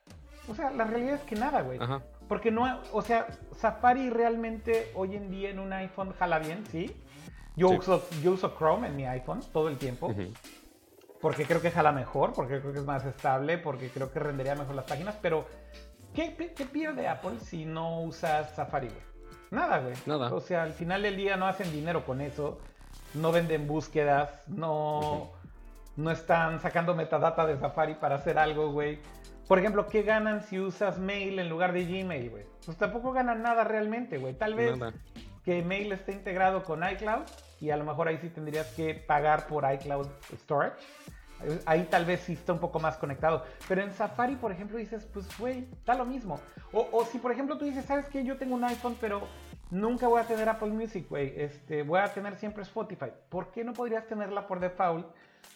O sea, la realidad es que nada, güey. Ajá. Porque no, o sea, Safari realmente hoy en día en un iPhone jala bien, ¿sí? Yo uso Chrome en mi iPhone todo el tiempo. Uh-huh. Porque creo que jala mejor, porque creo que es más estable, porque creo que rendería mejor las páginas. Pero, ¿qué pierde Apple si no usas Safari, güey? Nada, güey. Nada. O sea, al final del día no hacen dinero con eso. No venden búsquedas. No están sacando metadata de Safari para hacer algo, güey. Por ejemplo, ¿qué ganan si usas Mail en lugar de Gmail, güey? Pues tampoco ganan nada realmente, güey. Tal vez que Mail esté integrado con iCloud y a lo mejor ahí sí tendrías que pagar por iCloud Storage. Ahí tal vez sí está un poco más conectado. Pero en Safari, por ejemplo, dices, pues, güey, da lo mismo. O si, por ejemplo, tú dices, ¿sabes qué? Yo tengo un iPhone, pero nunca voy a tener Apple Music, güey. Voy a tener siempre Spotify. ¿Por qué no podrías tenerla por default?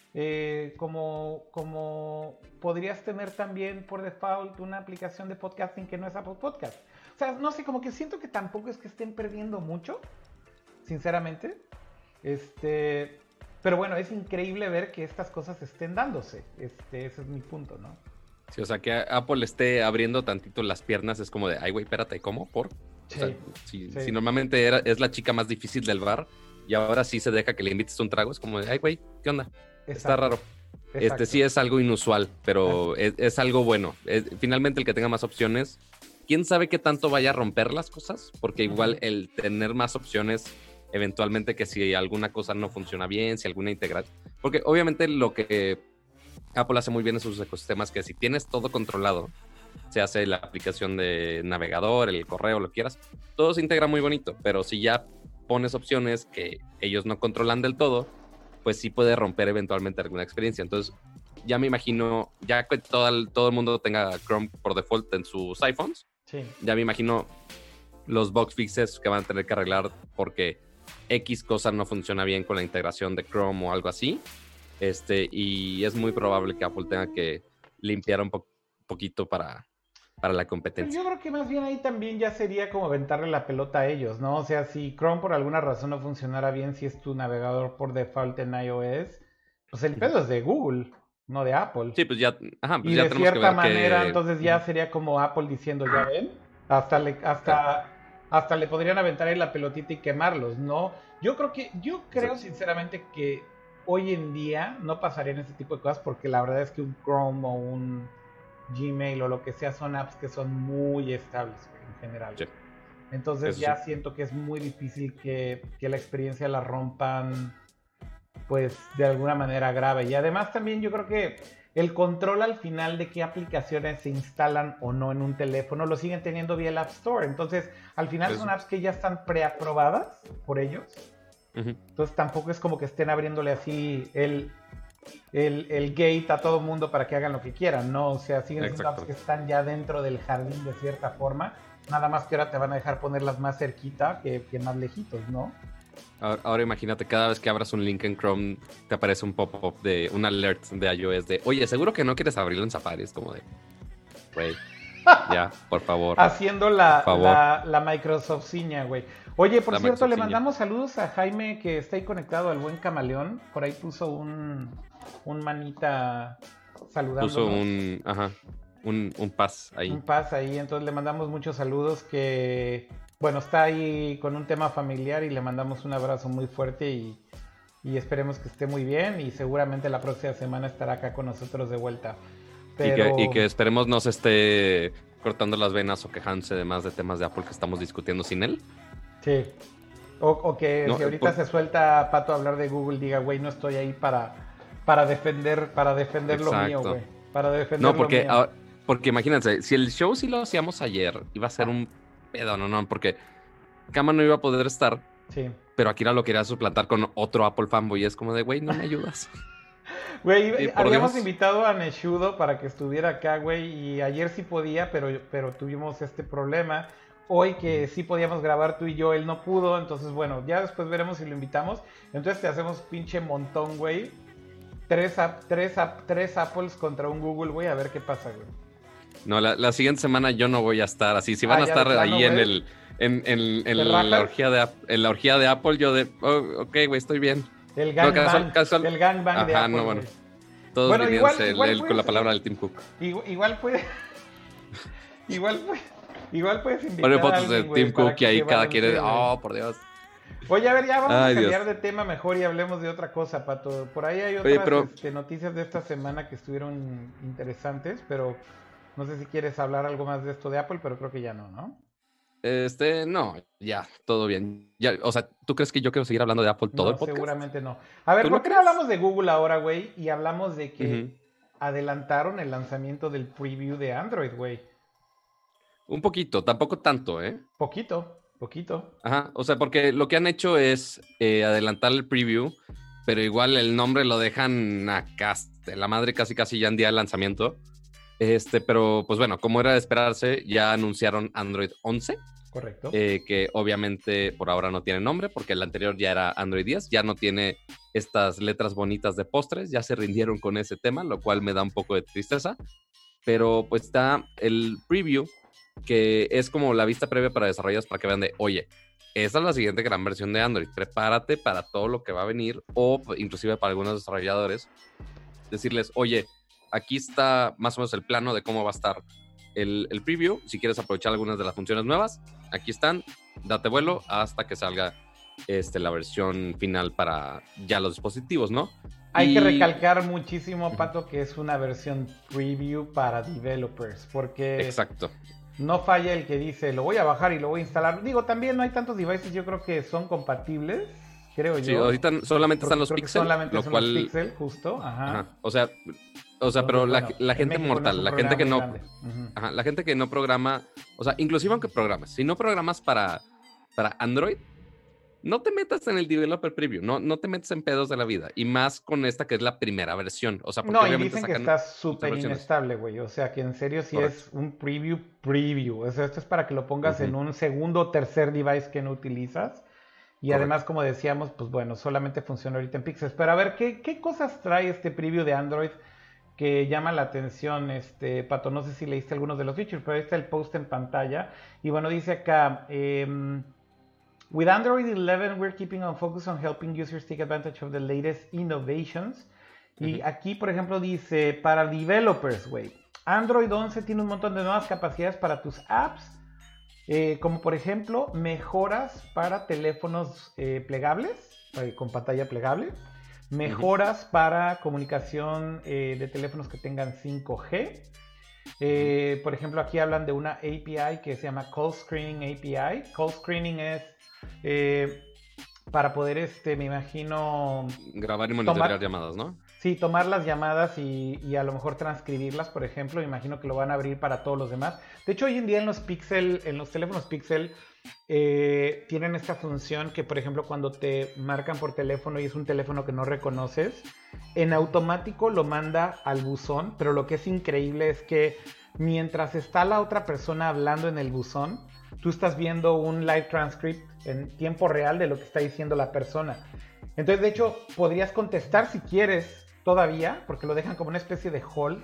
Como podrías tener también por default una aplicación de podcasting que no es Apple Podcast. O sea, no sé, como que siento que tampoco es que estén perdiendo mucho, sinceramente. Pero bueno, es increíble ver que estas cosas estén dándose. Ese es mi punto, ¿no? Sí, o sea, que Apple esté abriendo tantito las piernas es como de, ay, güey, espérate, ¿cómo? ¿Por? Sí, o sea, si normalmente es la chica más difícil del bar y ahora sí se deja que le invites un trago, es como de, ay, güey, ¿qué onda? Exacto. Está raro. Exacto. Sí es algo inusual, pero es algo bueno. Finalmente el que tenga más opciones, quién sabe qué tanto vaya a romper las cosas, porque igual el tener más opciones, eventualmente que si alguna cosa no funciona bien, si alguna integral, porque obviamente lo que Apple hace muy bien en sus ecosistemas, que si tienes todo controlado, se hace la aplicación de navegador, el correo, lo que quieras, todo se integra muy bonito, pero si ya pones opciones que ellos no controlan del todo, pues sí puede romper eventualmente alguna experiencia. Entonces, ya me imagino, ya que todo el mundo tenga Chrome por default en sus iPhones, ya me imagino los bug fixes que van a tener que arreglar porque X cosa no funciona bien con la integración de Chrome o algo así. Y es muy probable que Apple tenga que limpiar un poquito para la competencia. Pero yo creo que más bien ahí también ya sería como aventarle la pelota a ellos, ¿no? O sea, si Chrome por alguna razón no funcionara bien, si es tu navegador por default en iOS, pues el pedo es de Google, no de Apple. Sí, pues ya, pues y ya de tenemos cierta que ver manera, entonces ya sería como Apple diciendo, ya ven, hasta le podrían aventar ahí la pelotita y quemarlos, ¿no? Yo creo sinceramente que hoy en día no pasarían ese tipo de cosas porque la verdad es que un Chrome o un Gmail o lo que sea son apps que son muy estables en general. Sí. Entonces eso ya siento que es muy difícil que la experiencia la rompan pues de alguna manera grave. Y además también yo creo que el control al final de qué aplicaciones se instalan o no en un teléfono lo siguen teniendo vía el App Store. Entonces al final son apps que ya están preaprobadas por ellos. Entonces tampoco es como que estén abriéndole así el gate a todo mundo para que hagan lo que quieran, ¿no? O sea, siguen siendo apps que están ya dentro del jardín de cierta forma, nada más que ahora te van a dejar ponerlas más cerquita que más lejitos, ¿no? Ahora imagínate, cada vez que abras un link en Chrome te aparece un pop-up de un alert de iOS de, oye, seguro que no quieres abrirlo en Safari, es como de, güey, ya, por favor. Haciendo la Microsoft ciña, güey. Oye, por cierto, le mandamos saludos a Jaime que está ahí conectado, al buen camaleón. Por ahí puso un manita saludándonos. Puso un paz ahí. Un paz ahí, entonces le mandamos muchos saludos que, bueno, está ahí con un tema familiar y le mandamos un abrazo muy fuerte y esperemos que esté muy bien y seguramente la próxima semana estará acá con nosotros de vuelta. Pero... Y que esperemos no se esté cortando las venas o quejándose de más de temas de Apple que estamos discutiendo sin él. Sí. O que no, si ahorita se suelta Pato a hablar de Google, diga, güey, no estoy ahí para defender lo mío, güey. Para defender lo mío. Porque imagínense, si el show sí lo hacíamos ayer, iba a ser un pedo, no, porque Kama no iba a poder estar. Sí. Pero Akira lo quería suplantar con otro Apple fanboy y es como de, güey, no me ayudas. Güey, habíamos invitado a Neshudo para que estuviera acá, güey, y ayer sí podía, pero tuvimos este problema. Hoy que sí podíamos grabar tú y yo, él no pudo, entonces bueno, ya después veremos si lo invitamos. Entonces te hacemos pinche montón, güey. Tres Apples contra un Google, güey, a ver qué pasa, güey. No, la siguiente semana yo no voy a estar así. Si van a estar ahí en la orgía de Apple, yo de, ok, güey, estoy bien. El gangbang de Apple. No, bueno. Todos vinieron con la palabra del Tim Cook. Igual puede... Igual, igual puedes invitar Pone a fotos de alguien, güey, Tim para Cook y que ahí se cada quien... balancee, güey. Oh, por Dios. Oye, a ver, ya vamos a Ay, cambiar Dios. de tema mejor y hablemos de otra cosa, Pato. Por ahí hay Oye, otras pero noticias de esta semana que estuvieron interesantes, pero no sé si quieres hablar algo más de esto de Apple, pero creo que ya no, ¿no? no, ya, todo bien. Ya, o sea, ¿tú crees que yo quiero seguir hablando de Apple todo el No, podcast? seguramente no. A ver, ¿Tú ¿por no qué no crees? hablamos de Google ahora, güey? Y hablamos de Ujú. que adelantaron el lanzamiento del preview de Android, güey. Un poquito, tampoco tanto, ¿eh? Poquito, poquito. Ajá, o sea, porque lo que han hecho es adelantar el preview, pero igual el nombre lo dejan acá, la madre casi casi ya en día de lanzamiento. Pero pues bueno, como era de esperarse, ya anunciaron Android 11, Correcto. que obviamente por ahora no tiene nombre, porque el anterior ya era Android 10, ya no tiene estas letras bonitas de postres, ya se rindieron con ese tema, lo cual me da un poco de tristeza, pero pues está el preview, que es como la vista previa para desarrolladores para que vean de, oye, esta es la siguiente gran versión de Android, prepárate para todo lo que va a venir, o inclusive para algunos desarrolladores, decirles, oye, aquí está más o menos el plano de cómo va a estar el preview. Si quieres aprovechar algunas de las funciones nuevas, aquí están, date vuelo hasta que salga la versión final para ya los dispositivos, ¿no? Hay que recalcar muchísimo, Pato, que es una versión preview para developers, porque exacto. No falla el que dice, lo voy a bajar y lo voy a instalar. Digo, también no hay tantos devices, yo creo que son compatibles, creo yo. Sí, ahorita solamente están los Creo que Pixel, solamente lo son cual... los Pixel, justo, ajá. Ajá. O sea, Entonces, pero bueno, la en gente México no es mortal, un la gente que programa no... muy grande. Ujú. Ajá, la gente que no programa, o sea, inclusive aunque programas, si no programas para Android, no te metas en el developer preview, no te metas en pedos de la vida, y más con esta que es la primera versión, o sea, porque No, y obviamente dicen que sacan está muchas súper versiones. inestable, güey. O sea, que en serio sí Correcto. es un preview. O sea, esto es para que lo pongas en un segundo o tercer device que no utilizas. Y Correcto. además, como decíamos, pues bueno, solamente funciona ahorita en Pixels. Pero a ver, ¿qué cosas trae este preview de Android que llama la atención, Pato? No sé si leíste algunos de los features, pero ahí está el post en pantalla. Y bueno, dice acá, with Android 11, we're keeping on focus on helping users take advantage of the latest innovations. Y aquí, por ejemplo, dice, para developers, güey, Android 11 tiene un montón de nuevas capacidades para tus apps, como por ejemplo, mejoras para teléfonos plegables, con pantalla plegable, mejoras para comunicación de teléfonos que tengan 5G. Por ejemplo, aquí hablan de una API que se llama Call Screening API. Call Screening es para poder, me imagino... Grabar y monitorear llamadas, ¿no? Sí, tomar las llamadas y a lo mejor transcribirlas, por ejemplo. Me imagino que lo van a abrir para todos los demás. De hecho, hoy en día en los teléfonos Pixel, tienen esta función que, por ejemplo, cuando te marcan por teléfono y es un teléfono que no reconoces, en automático lo manda al buzón, pero lo que es increíble es que mientras está la otra persona hablando en el buzón, tú estás viendo un live transcript en tiempo real de lo que está diciendo la persona. Entonces, de hecho, podrías contestar si quieres todavía, porque lo dejan como una especie de hold,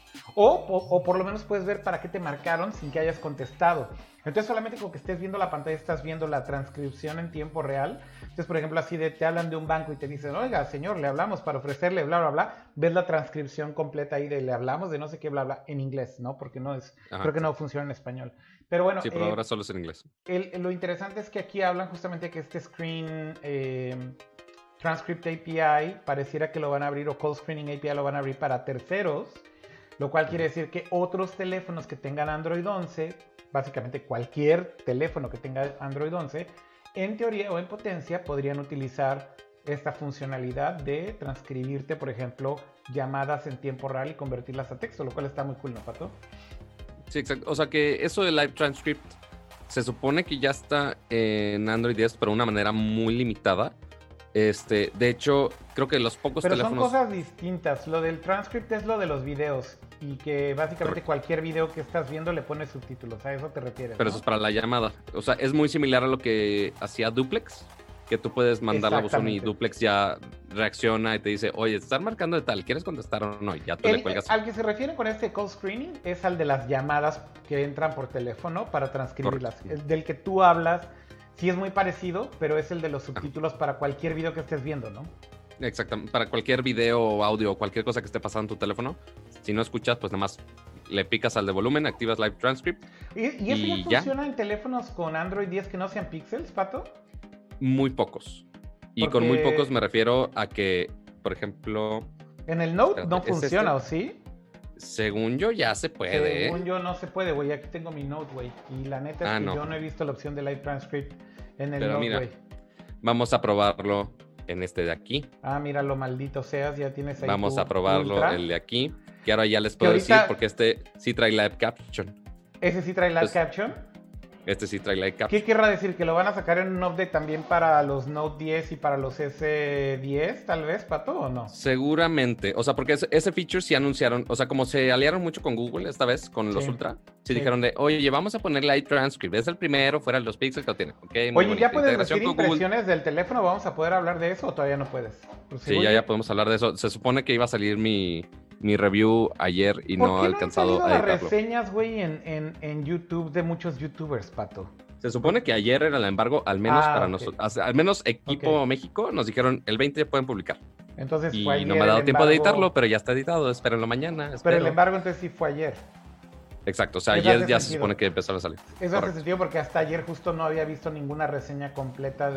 o por lo menos puedes ver para qué te marcaron sin que hayas contestado. Entonces solamente como que estés viendo la pantalla, estás viendo la transcripción en tiempo real. Entonces, por ejemplo, así te hablan de un banco y te dicen, oiga, señor, le hablamos para ofrecerle bla, bla, bla. Ves la transcripción completa ahí de le hablamos de no sé qué, bla, bla, en inglés, ¿no? Porque no es, creo que no funciona en español. Pero bueno. Sí, pero ahora solo es en inglés. Lo interesante es que aquí hablan justamente que este Screen Transcript API pareciera que lo van a abrir, o Call Screening API lo van a abrir para terceros, lo cual quiere decir que otros teléfonos que tengan Android 11, básicamente cualquier teléfono que tenga Android 11, en teoría o en potencia podrían utilizar esta funcionalidad de transcribirte, por ejemplo, llamadas en tiempo real y convertirlas a texto, lo cual está muy cool, ¿no, Pato? Sí, exacto. O sea que eso de Live Transcript se supone que ya está en Android 10, pero de una manera muy limitada. De hecho, creo que los pocos teléfonos... Pero son cosas distintas. Lo del transcript es lo de los videos. Y que básicamente cualquier video que estás viendo le pones subtítulos. A eso te refieres, Pero ¿no? eso es para la llamada. O sea, es muy similar a lo que hacía Duplex. Que tú puedes mandar la buzón y Duplex ya reacciona y te dice, oye, te están marcando de tal, ¿quieres contestar o no? Y ya tú le cuelgas. Al que se refiere con este call screening es al de las llamadas que entran por teléfono para transcribirlas. El del que tú hablas sí es muy parecido, pero es el de los subtítulos para cualquier video que estés viendo, ¿no? Exactamente. Para cualquier video o audio o cualquier cosa que esté pasando en tu teléfono, si no escuchas, pues nada más le picas al de volumen, activas Live Transcript. ¿Y eso ya funciona en teléfonos con Android 10 que no sean Pixels, Pato? Muy pocos. Y Porque... con muy pocos me refiero a que, por ejemplo... En el Note no funciona, ¿o sí? Según yo ya se puede. Según yo no se puede, güey. Aquí tengo mi Note, güey. Y la neta es que yo no he visto la opción de Live Transcript en el Note, güey. Vamos a probarlo en este de aquí. Ah, mira, lo maldito seas, ya tienes ahí. Vamos a probarlo el de aquí. Que ahora ya les puedo decir porque este sí trae Live Caption. ¿Ese sí trae Live Caption? Este sí trae Live Caption. ¿Qué querrá decir? ¿Que lo van a sacar en un update también para los Note 10 y para los S10, tal vez, Pato, o no? Seguramente. O sea, porque ese feature sí anunciaron. O sea, como se aliaron mucho con Google esta vez, con los Ultra, sí dijeron de, oye, vamos a poner Live Transcript. Es el primero, fuera de los pixels que lo tiene. Okay, oye, ¿ya puedes decir impresiones del teléfono? ¿Vamos a poder hablar de eso o todavía no puedes? Pues, sí, ya podemos hablar de eso. Se supone que iba a salir mi review ayer y no he alcanzado a editarlo. Las reseñas, güey, en YouTube de muchos YouTubers, Pato. Se supone que ayer era el embargo, al menos para nosotros, al menos Equipo México, nos dijeron el 20 ya pueden publicar. Entonces y fue ayer. No me ha dado tiempo de editarlo, pero ya está editado, espérenlo mañana. Pero el embargo entonces sí fue ayer. Exacto, o sea, ayer ya se supone que empezó a salir. Eso hace sentido porque hasta ayer justo no había visto ninguna reseña completa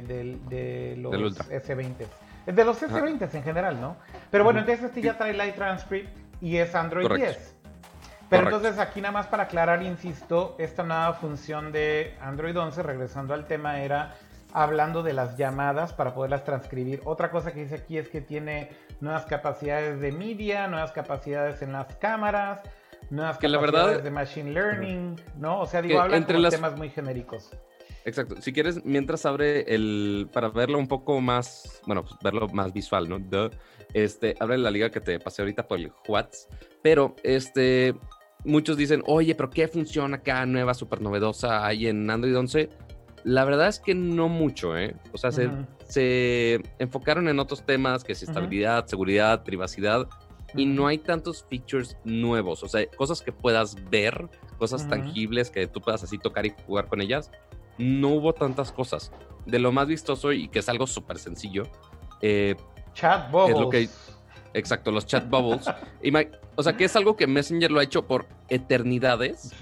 de los S20. De los S20 en general, ¿no? Pero bueno, entonces este ya trae Live Transcript y es Android 10. Pero entonces aquí nada más para aclarar, insisto, esta nueva función de Android 11, regresando al tema, era hablando de las llamadas para poderlas transcribir. Otra cosa que dice aquí es que tiene nuevas capacidades de media, nuevas capacidades en las cámaras, nuevas capacidades de machine learning, ¿no? O sea, digo, hablan como temas muy genéricos. Exacto. Si quieres, mientras abre para verlo un poco más, bueno, pues verlo más visual, ¿no? Abre la liga que te pasé ahorita por el WhatsApp, pero muchos dicen, oye, pero ¿qué función acá nueva, súper novedosa hay en Android 11? La verdad es que no mucho, ¿eh? O sea, se enfocaron en otros temas, que es estabilidad, seguridad, privacidad, y no hay tantos features nuevos. O sea, cosas que puedas ver, cosas tangibles que tú puedas así tocar y jugar con ellas. No hubo tantas cosas. De lo más vistoso y que es algo súper sencillo. Chat bubbles. Es lo que... Exacto, los chat bubbles. O sea, que es algo que Messenger lo ha hecho por eternidades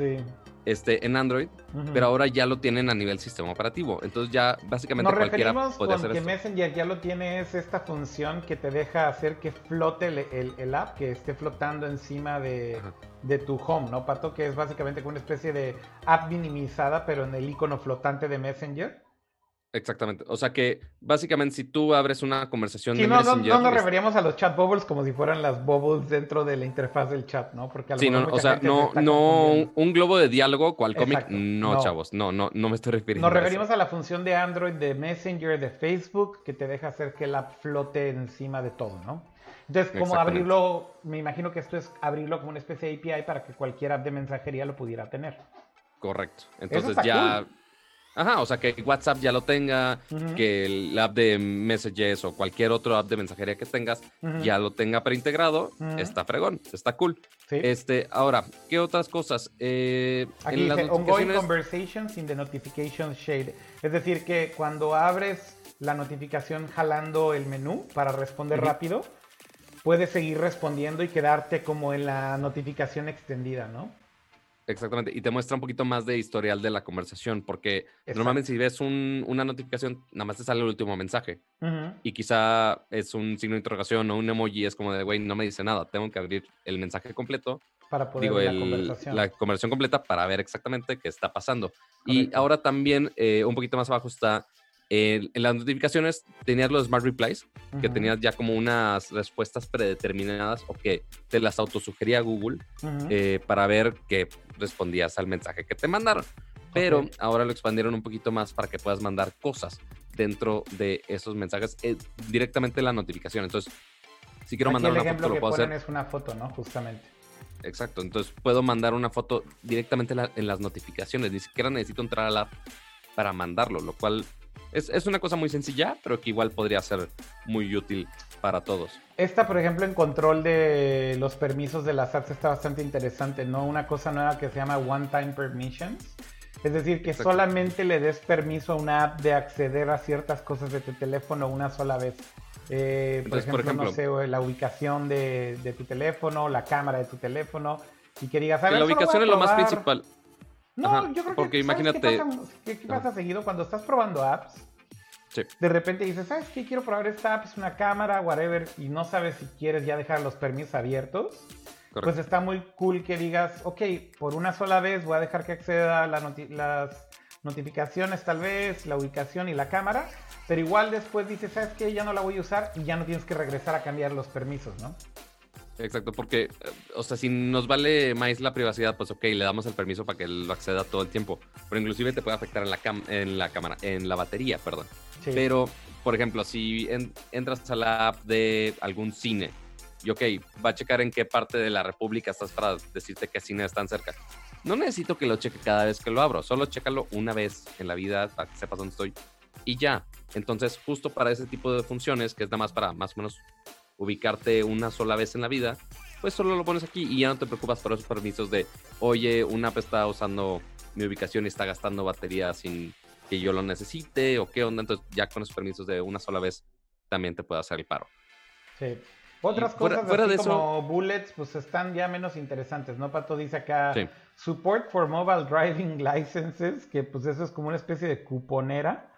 en Android, pero ahora ya lo tienen a nivel sistema operativo. Entonces ya básicamente cualquiera puede hacer eso. Messenger ya lo tiene, es esta función que te deja hacer que flote el app, que esté flotando encima de tu home, ¿no, Pato? Que es básicamente como una especie de app minimizada, pero en el icono flotante de Messenger. Exactamente. O sea que básicamente si tú abres una conversación de Messenger... No nos referíamos a los chat bubbles como si fueran las bubbles dentro de la interfaz del chat, ¿no? Porque un globo de diálogo cual cómic, chavos, no me estoy refiriendo a eso. Nos referimos a la función de Android de Messenger de Facebook que te deja hacer que el app flote encima de todo, ¿no? Entonces, como abrirlo, me imagino que esto es abrirlo como una especie de API para que cualquier app de mensajería lo pudiera tener. Correcto. Entonces ya... Cool. Ajá, o sea, que WhatsApp ya lo tenga, que el app de Messages o cualquier otro app de mensajería que tengas ya lo tenga preintegrado, está fregón, está cool. ¿Sí? Ahora, ¿qué otras cosas? Aquí en las dice, ongoing conversations in the notification shade. Es decir, que cuando abres la notificación jalando el menú para responder rápido, puedes seguir respondiendo y quedarte como en la notificación extendida, ¿no? Exactamente, y te muestra un poquito más de historial de la conversación, porque normalmente si ves una notificación, nada más te sale el último mensaje, y quizá es un signo de interrogación o un emoji, es como de, güey, no me dice nada, tengo que abrir el mensaje completo, para poder ver la conversación completa para ver exactamente qué está pasando. Correcto. Y ahora también, un poquito más abajo está, en las notificaciones tenías los Smart Replies, que tenías ya como unas respuestas predeterminadas o que te las autosugería Google para ver que respondías al mensaje que te mandaron. Pero ahora lo expandieron un poquito más para que puedas mandar cosas dentro de esos mensajes directamente en la notificación. Entonces, si quiero mandar una foto, lo puedo hacer. Es una foto, ¿no? Justamente. Exacto. Entonces, puedo mandar una foto directamente en las notificaciones. Ni siquiera necesito entrar a la app para mandarlo, lo cual... Es una cosa muy sencilla, pero que igual podría ser muy útil para todos. Esta, por ejemplo, en control de los permisos de las apps está bastante interesante, ¿no? Una cosa nueva que se llama One Time Permissions, Es decir, que Exacto. solamente le des permiso a una app de acceder a ciertas cosas de tu teléfono una sola vez. Por Entonces, por ejemplo, no ejemplo, sé, la ubicación de tu teléfono, la cámara de tu teléfono, y que digas, a que ver, la solo voy ubicación a es lo más probar. principal. Ajá, No, yo creo porque que, ¿sabes qué pasa? imagínate. ¿Qué Ajá, pasa seguido? Cuando estás probando apps, sí, de repente dices, ¿sabes qué? Quiero probar esta app, es una cámara, whatever, y no sabes si quieres ya dejar los permisos abiertos. Pues correcto. está muy cool que digas, ok, por una sola vez voy a dejar que acceda a las notificaciones tal vez, la ubicación y la cámara, pero igual después dices, ¿sabes qué? Ya no la voy a usar y ya no tienes que regresar a cambiar los permisos, ¿no? Exacto, porque, o sea, si nos vale más la privacidad, pues ok, le damos el permiso para que lo acceda todo el tiempo. Pero inclusive te puede afectar en la cámara, en la batería, perdón. Sí. Pero, por ejemplo, si entras a la app de algún cine, y ok, va a checar en qué parte de la República estás para decirte qué cine están cerca. No necesito que lo cheque cada vez que lo abro, solo chécalo una vez en la vida para que sepas dónde estoy y ya. Entonces, justo para ese tipo de funciones, que es nada más para más o menos ubicarte una sola vez en la vida, pues solo lo pones aquí y ya no te preocupas por esos permisos de, oye, una app está usando mi ubicación y está gastando batería sin que yo lo necesite o qué onda. Entonces, ya con esos permisos de una sola vez también te puede hacer el paro. Sí. Y Otras cosas fuera así de eso, como bullets, pues están ya menos interesantes, ¿no? Pato dice acá, sí. support for mobile driving licenses, que pues eso es como una especie de cuponera,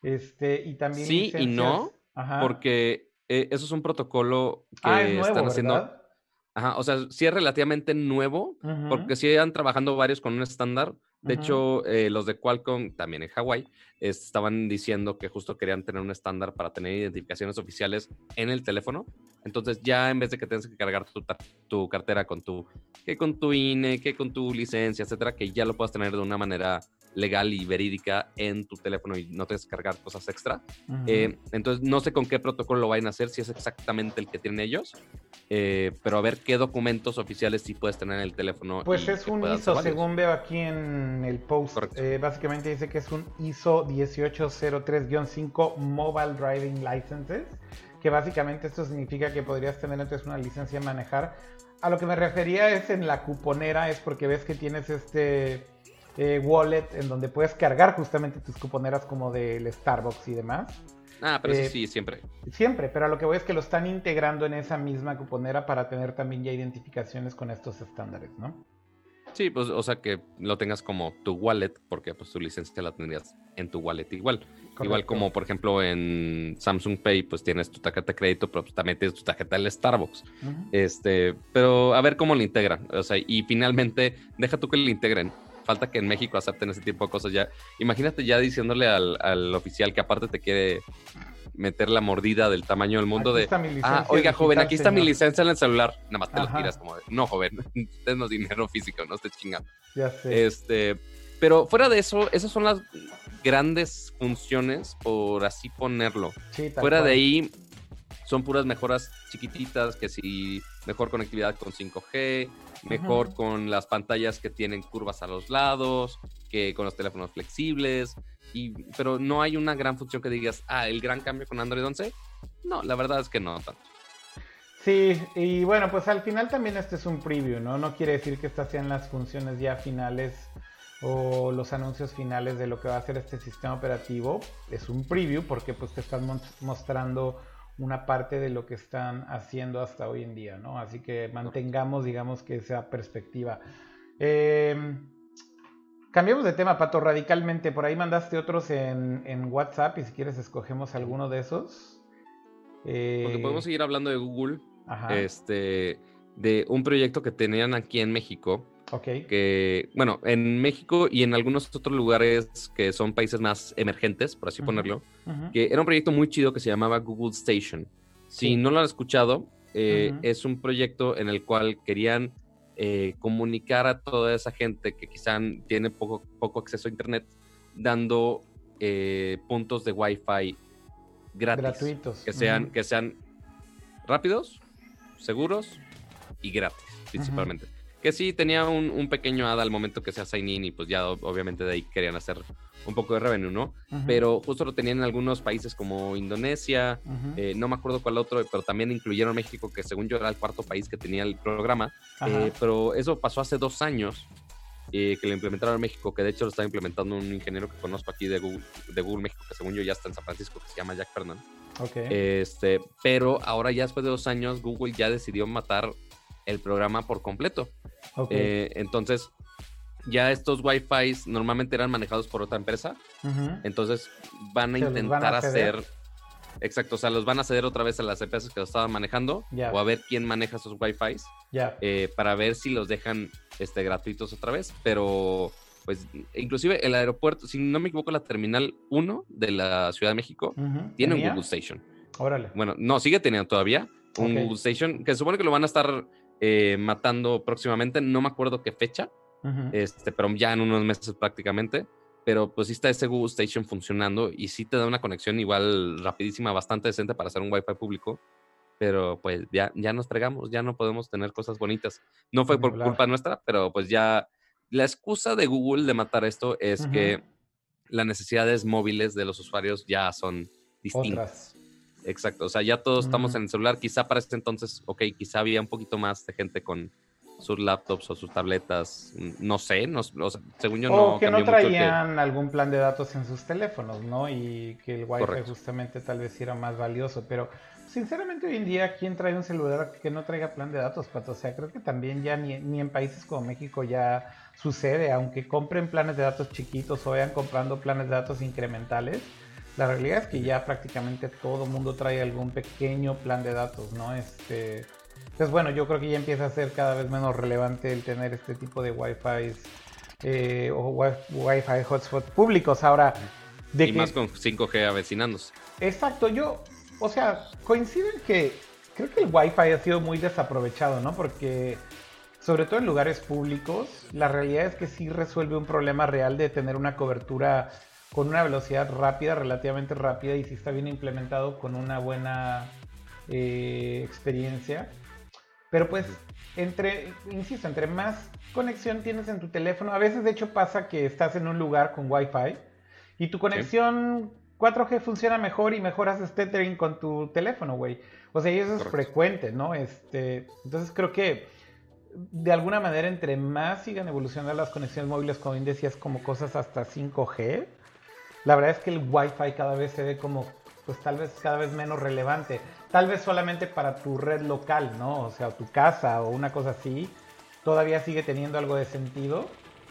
y también Sí y licencias, no, ajá. porque eso es un protocolo Ah, es que nuevo, están haciendo. ¿verdad? Ajá, o sea, sí es relativamente nuevo, Ujú, porque sí están trabajando varios con un estándar. De ujú. hecho, los de Qualcomm, también en Hawái, estaban diciendo que justo querían tener un estándar para tener identificaciones oficiales en el teléfono. Entonces, ya en vez de que tengas que cargar tu cartera que con tu INE, que con tu licencia, etcétera, que ya lo puedas tener de una manera legal y verídica en tu teléfono y no tengas que cargar cosas extra. Ujú. Entonces, no sé con qué protocolo lo vayan a hacer, si es exactamente el que tienen ellos. Pero a ver qué documentos oficiales sí puedes tener en el teléfono Pues y es que un puedan ser ISO, válidos. según veo aquí en el post. Correcto. Básicamente dice que es un ISO 1803-5 Mobile Driving Licenses, que básicamente esto significa que podrías tener entonces una licencia de manejar. A lo que me refería es en la cuponera, es porque ves que tienes wallet en donde puedes cargar justamente tus cuponeras como del Starbucks y demás. Ah, pero eso Eh, sí, siempre. Siempre, pero a lo que voy es que lo están integrando en esa misma cuponera para tener también ya identificaciones con estos estándares, ¿no? Sí, pues, o sea, que lo tengas como tu wallet, porque pues tu licencia la tendrías en tu wallet igual. Igual Correcto. como, por ejemplo, en Samsung Pay, pues tienes tu tarjeta de crédito, pero pues, también tienes tu tarjeta del Starbucks. Ujú. Pero a ver cómo lo integran. O sea, y finalmente, deja tú que lo integren. Falta que en México acepten ese tipo de cosas ya. Imagínate ya diciéndole al oficial que aparte te quiere meter la mordida del tamaño del mundo Aquí de, está mi licencia oiga, joven, digital, aquí está mi señor. licencia en el celular. Nada más te lo tiras Ajá, como de, no, joven, denos dinero físico, no estés chingando. ya sé. Este, pero fuera de eso, esas son las grandes funciones, por así ponerlo. Sí, tal Fuera de cual. ahí, son puras mejoras chiquititas, que si mejor conectividad con 5G, mejor Ujú. con las pantallas que tienen curvas a los lados, que con los teléfonos flexibles, pero no hay una gran función que digas, el gran cambio con Android 11. No, la verdad es que no tanto. Sí, y bueno, pues al final también este es un preview, ¿no? No quiere decir que estas sean las funciones ya finales o los anuncios finales de lo que va a ser este sistema operativo. Es un preview porque pues te están mostrando una parte de lo que están haciendo hasta hoy en día, ¿no? Así que Correcto. mantengamos, digamos, que esa perspectiva. Eh, Cambiamos de tema, Pato, radicalmente. Por ahí mandaste otros en WhatsApp y si quieres escogemos Ujú. alguno de esos. Porque podemos Eh, seguir hablando de Google, ajá, este, de un proyecto que tenían aquí en México, ok. que, bueno, en México y en algunos otros lugares que son países más emergentes, por así Ujú, ponerlo, ujú. que era un proyecto muy chido que se llamaba Google Station. Si Sí. no lo han escuchado, Ujú, es un proyecto en el cual querían comunicar a toda esa gente que quizá tiene poco acceso a Internet, dando puntos de Wi-Fi gratis, gratuitos. que sean rápidos, seguros y gratis, Ujú, principalmente. Que sí tenía un pequeño ad al momento que sea sign in y pues ya obviamente de ahí querían hacer un poco de revenue, ¿no? ujú, Pero justo lo tenían en algunos países como Indonesia, ujú. no me acuerdo cuál otro, pero también incluyeron México, que según yo era el cuarto país que tenía el programa, Ajá. pero eso pasó hace 2 años que lo implementaron en México, que de hecho lo está implementando un ingeniero que conozco aquí de Google México, que según yo ya está en San Francisco, que se llama Jack Fernand. Okay. Pero ahora ya después de 2 años, Google ya decidió matar el programa por completo. Okay. Entonces, ya estos Wi-Fi normalmente eran manejados por otra empresa. Entonces, van a intentar hacer... Exacto, o sea, los van a ceder otra vez a las empresas que los estaban manejando, o a ver quién maneja esos Wi-Fi, para ver si los dejan gratuitos otra vez. Pero, pues, inclusive el aeropuerto, si no me equivoco, la Terminal 1 de la Ciudad de México tiene un Google Station. Órale. Bueno, no, sigue teniendo todavía un Google Station, que se supone que lo van a estar matando próximamente, no me acuerdo qué fecha, pero ya en unos meses prácticamente. Pero pues sí está ese Google Station funcionando y sí te da una conexión igual rapidísima, bastante decente para hacer un Wi-Fi público. Pero pues ya nos fregamos, ya no podemos tener cosas bonitas. No fue por culpa nuestra, pero pues ya la excusa de Google de matar esto es que las necesidades móviles de los usuarios ya son distintas. Exacto, o sea, ya todos estamos en el celular. Quizá para ese entonces, quizá había un poquito más de gente con sus laptops o sus tabletas, no sé, o sea, según yo no. O que no traían algún plan de datos en sus teléfonos, ¿no? Y que el Wi-Fi justamente tal vez era más valioso, pero sinceramente hoy en día, ¿quién trae un celular que no traiga plan de datos, Pato? O sea, creo que también ya ni en países como México ya sucede, aunque compren planes de datos chiquitos o vayan comprando planes de datos incrementales, la realidad es que ya prácticamente todo mundo trae algún pequeño plan de datos, ¿no? Entonces, bueno, yo creo que ya empieza a ser cada vez menos relevante el tener este tipo de Wi-Fi o Wi-Fi hotspots públicos. Ahora, más con 5G avecinándose. Exacto, o sea, coincido en que creo que el Wi-Fi ha sido muy desaprovechado, ¿no? Porque, sobre todo en lugares públicos, la realidad es que sí resuelve un problema real de tener una cobertura con una velocidad rápida, relativamente rápida, y sí está bien implementado con una buena experiencia. Pero pues, insisto, entre más conexión tienes en tu teléfono, a veces de hecho pasa que estás en un lugar con Wi-Fi y tu conexión 4G funciona mejor y mejoras tethering con tu teléfono, güey. O sea, y eso es frecuente, ¿no? Entonces creo que de alguna manera entre más sigan evolucionando las conexiones móviles, como bien decías, como cosas hasta 5G, la verdad es que el Wi-Fi cada vez se ve como, pues tal vez cada vez menos relevante. Tal vez solamente para tu red local, ¿no? O sea, tu casa o una cosa así, todavía sigue teniendo algo de sentido.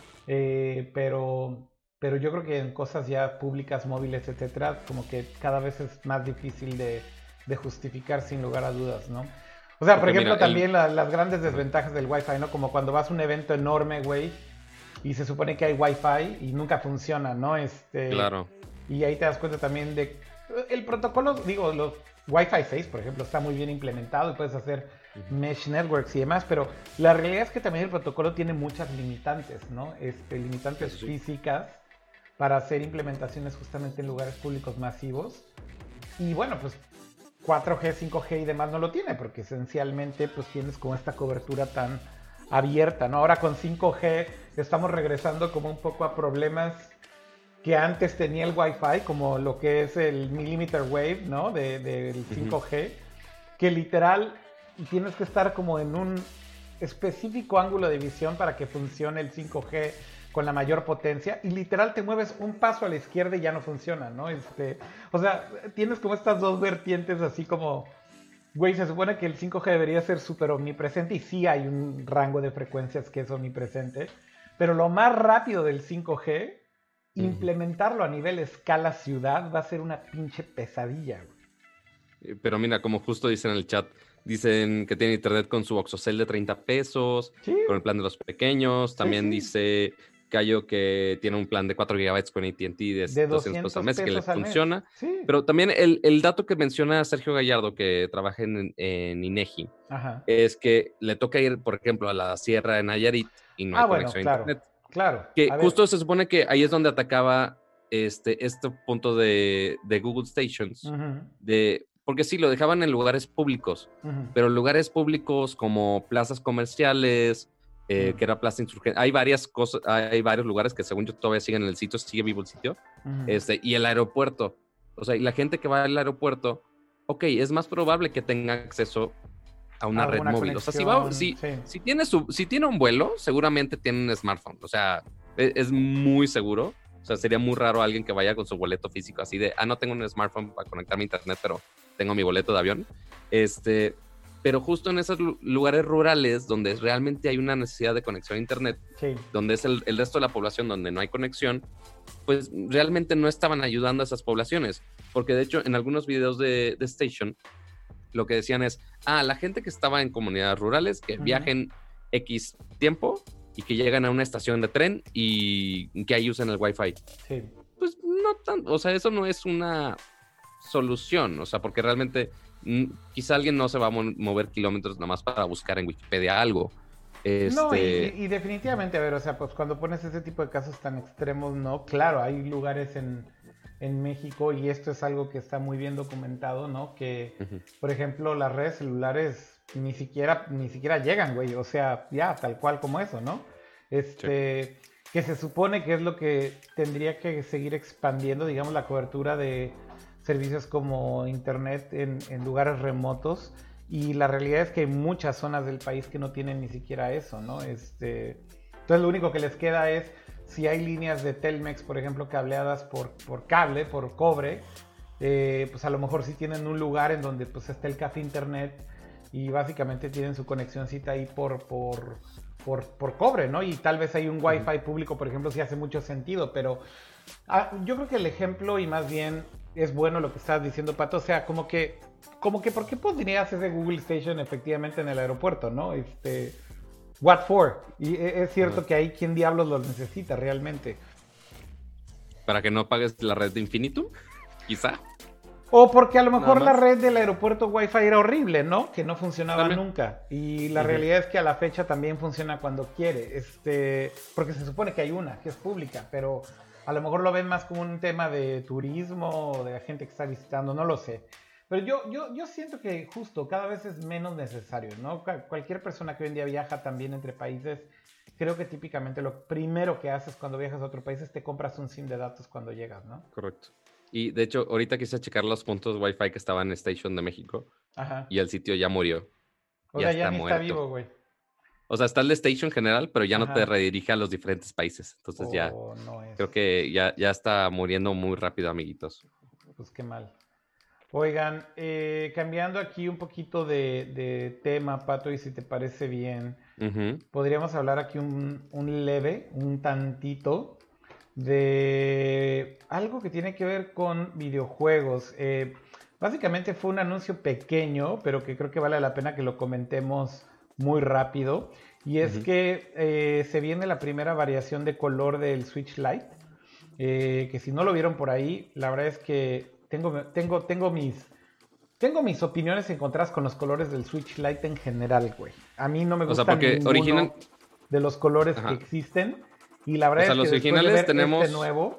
Pero yo creo que en cosas ya públicas, móviles, etcétera, como que cada vez es más difícil de justificar sin lugar a dudas, ¿no? O sea, por ejemplo, también las grandes desventajas del Wi-Fi, ¿no? Como cuando vas a un evento enorme, güey, y se supone que hay Wi-Fi y nunca funciona, ¿no? Claro. Y ahí te das cuenta también de... El protocolo, digo, los Wi-Fi 6, por ejemplo, está muy bien implementado y puedes hacer mesh networks y demás, pero la realidad es que también el protocolo tiene muchas limitantes, ¿no? Limitantes físicas para hacer implementaciones justamente en lugares públicos masivos. Y bueno, pues 4G, 5G y demás no lo tiene, porque esencialmente pues tienes como esta cobertura tan abierta, ¿no? Ahora con 5G estamos regresando como un poco a problemas que antes tenía el Wi-Fi, como lo que es el millimeter wave, ¿no? Del 5G, que literal tienes que estar como en un específico ángulo de visión para que funcione el 5G con la mayor potencia, y literal te mueves un paso a la izquierda y ya no funciona, ¿no? O sea, tienes como estas dos vertientes así como, güey, se supone que el 5G debería ser súper omnipresente, y sí hay un rango de frecuencias que es omnipresente, pero lo más rápido del 5G, implementarlo a nivel escala ciudad va a ser una pinche pesadilla, güey. Pero mira, como justo dicen en el chat, dicen que tiene internet con su Oxocell de 30 pesos, con el plan de los pequeños. También dice Cayo que tiene un plan de 4 GB con AT&T de 200 pesos al mes, que le funciona. Sí. Pero también el dato que menciona Sergio Gallardo, que trabaja en INEGI, es que le toca ir, por ejemplo, a la Sierra de Nayarit y no hay conexión a internet. Claro. Que justo se supone que ahí es donde atacaba este punto de Google Stations. Porque sí, lo dejaban en lugares públicos, pero lugares públicos como plazas comerciales, que era Plaza Insurgente. Hay varias cosas, hay varios lugares que según yo todavía siguen en el sitio, sigue vivo el sitio. Y el aeropuerto. O sea, y la gente que va al aeropuerto, es más probable que tenga acceso a una red alguna móvil. O sea, conexión, si sí. si tiene un vuelo, seguramente tiene un smartphone. O sea, es muy seguro. O sea, sería muy raro alguien que vaya con su boleto físico así de, no tengo un smartphone para conectarme a internet, pero tengo mi boleto de avión. Pero justo en esos lugares rurales donde realmente hay una necesidad de conexión a internet, Sí. donde es el resto de la población donde no hay conexión, pues realmente no estaban ayudando a esas poblaciones. Porque de hecho, en algunos videos de Station, lo que decían es, la gente que estaba en comunidades rurales, que viajen X tiempo y que llegan a una estación de tren y que ahí usen el Wi-Fi. Sí. Pues no tanto, o sea, eso no es una solución, o sea, porque realmente quizá alguien no se va a mover kilómetros nada más para buscar en Wikipedia algo. No, y definitivamente, a ver, o sea, pues cuando pones ese tipo de casos tan extremos, no, claro, hay lugares en México y esto es algo que está muy bien documentado, ¿no? Que, por ejemplo, las redes celulares ni siquiera llegan, güey, o sea, ya, tal cual como eso, ¿no? Sí. Que se supone que es lo que tendría que seguir expandiendo, digamos, la cobertura de servicios como internet en lugares remotos. Y la realidad es que hay muchas zonas del país que no tienen ni siquiera eso, ¿no? Entonces lo único que les queda es, si hay líneas de Telmex, por ejemplo, cableadas por cable, por cobre, pues a lo mejor sí tienen un lugar en donde pues está el café internet y básicamente tienen su conexioncita ahí por cobre, ¿no? Y tal vez hay un Wi-Fi público, por ejemplo, sí hace mucho sentido, pero yo creo que el ejemplo, y más bien es bueno lo que estás diciendo, Pato, o sea, como que, ¿por qué pondrías ese Google Station efectivamente en el aeropuerto, no? What for? Y es cierto que ahí quién diablos lo necesita realmente. Para que no pagues la red de Infinitum, quizá. O porque a lo mejor la red del aeropuerto Wi-Fi era horrible, ¿no? Que no funcionaba También. nunca. Y la realidad es que a la fecha también funciona cuando quiere. Porque se supone que hay una, que es pública, pero a lo mejor lo ven más como un tema de turismo o de la gente que está visitando, no lo sé. Pero yo siento que justo cada vez es menos necesario, ¿no? Cualquier persona que hoy en día viaja también entre países, creo que típicamente lo primero que haces cuando viajas a otro país es te compras un SIM de datos cuando llegas, ¿no? Correcto. Y de hecho, ahorita quise checar los puntos Wi-Fi que estaban en Station de México. Ajá. Y el sitio ya murió. O sea, ya ni está vivo, güey. O sea, está el de Station general, pero ya no te Ajá. redirige a los diferentes países. Entonces ya No es. creo que ya está muriendo muy rápido, amiguitos. Pues qué mal. Oigan, cambiando aquí un poquito de tema, Pato, y si te parece bien, podríamos hablar aquí un leve, un tantito, de algo que tiene que ver con videojuegos. Básicamente fue un anuncio pequeño, pero que creo que vale la pena que lo comentemos muy rápido. Y es que se viene la primera variación de color del Switch Lite. Que si no lo vieron por ahí, la verdad es que tengo mis opiniones encontradas con los colores del Switch Lite en general, güey. A mí no me gusta ninguno de los colores que existen. Y la verdad es que los después originales de ver tenemos este nuevo...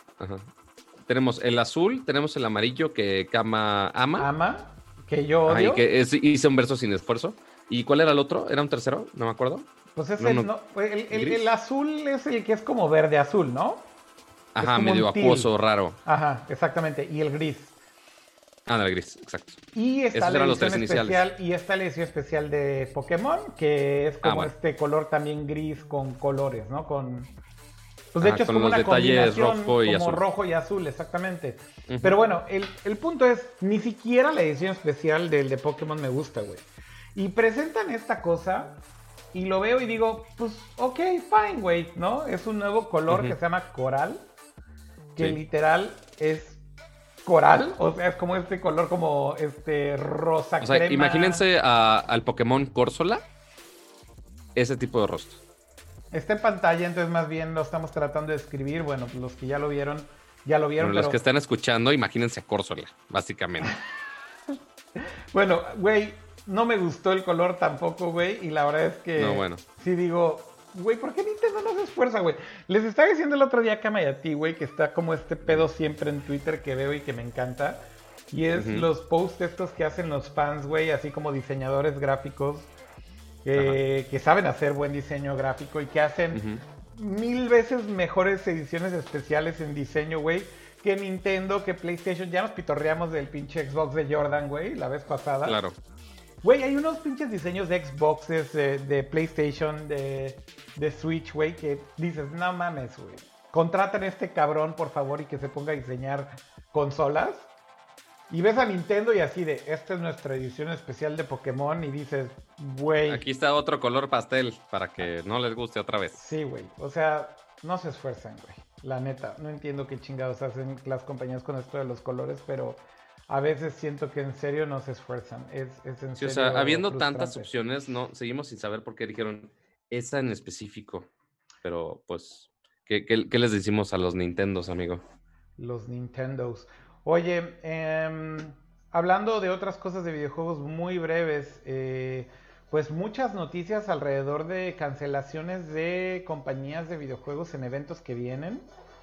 Tenemos el azul, tenemos el amarillo que Kama ama. Que yo odio. Y que hice un verso sin esfuerzo. ¿Y cuál era el otro? ¿Era un tercero? No me acuerdo. Pues es el azul es el que es como verde azul, ¿no? Ajá, medio acuoso, raro. Ajá, exactamente. Y el gris. El gris, exacto. Y está la edición especial, y está la edición especial de Pokémon, que es como este color también gris con colores, ¿no? Pues de hecho es como una combinación como rojo y azul, exactamente. Pero bueno, el punto es, ni siquiera la edición especial del de Pokémon me gusta, güey. Y presentan esta cosa y lo veo y digo, pues ok, fine, güey, ¿no? Es un nuevo color que se llama coral, que literal es coral, o sea, es como este color como rosa crema. O sea, imagínense al Pokémon Corsola, ese tipo de rostro. Está en pantalla, entonces más bien lo estamos tratando de describir. Bueno, pues los que ya lo vieron, Bueno, pero... los que están escuchando, imagínense a Corsola, básicamente. Bueno, güey, no me gustó el color tampoco, güey, y la verdad es que sí digo, güey, ¿por qué Nintendo no se esfuerza, güey? Les estaba diciendo el otro día a Kama y a ti, güey, que está como este pedo siempre en Twitter que veo y que me encanta. Y es los posts estos que hacen los fans, güey, así como diseñadores gráficos que saben hacer buen diseño gráfico y que hacen 1000 veces mejores ediciones especiales en diseño, güey, que Nintendo, que PlayStation. Ya nos pitorreamos del pinche Xbox de Jordan, güey, la vez pasada. Claro. Güey, hay unos pinches diseños de Xboxes, de PlayStation, de Switch, güey, que dices, no mames, güey. Contraten a este cabrón, por favor, y que se ponga a diseñar consolas. Y ves a Nintendo y así de, esta es nuestra edición especial de Pokémon, y dices, güey. Aquí está otro color pastel para que no les guste otra vez. Sí, güey. O sea, no se esfuerzan, güey. La neta, no entiendo qué chingados hacen las compañías con esto de los colores, pero a veces siento que en serio no se esfuerzan. Es en Sí, o serio sea, habiendo frustrante. tantas opciones, no, seguimos sin saber por qué dijeron esa en específico. Pero, pues, ¿qué les decimos a los Nintendos, amigo? Los Nintendos. Oye, hablando de otras cosas de videojuegos muy breves, pues muchas noticias alrededor de cancelaciones de compañías de videojuegos en eventos que vienen.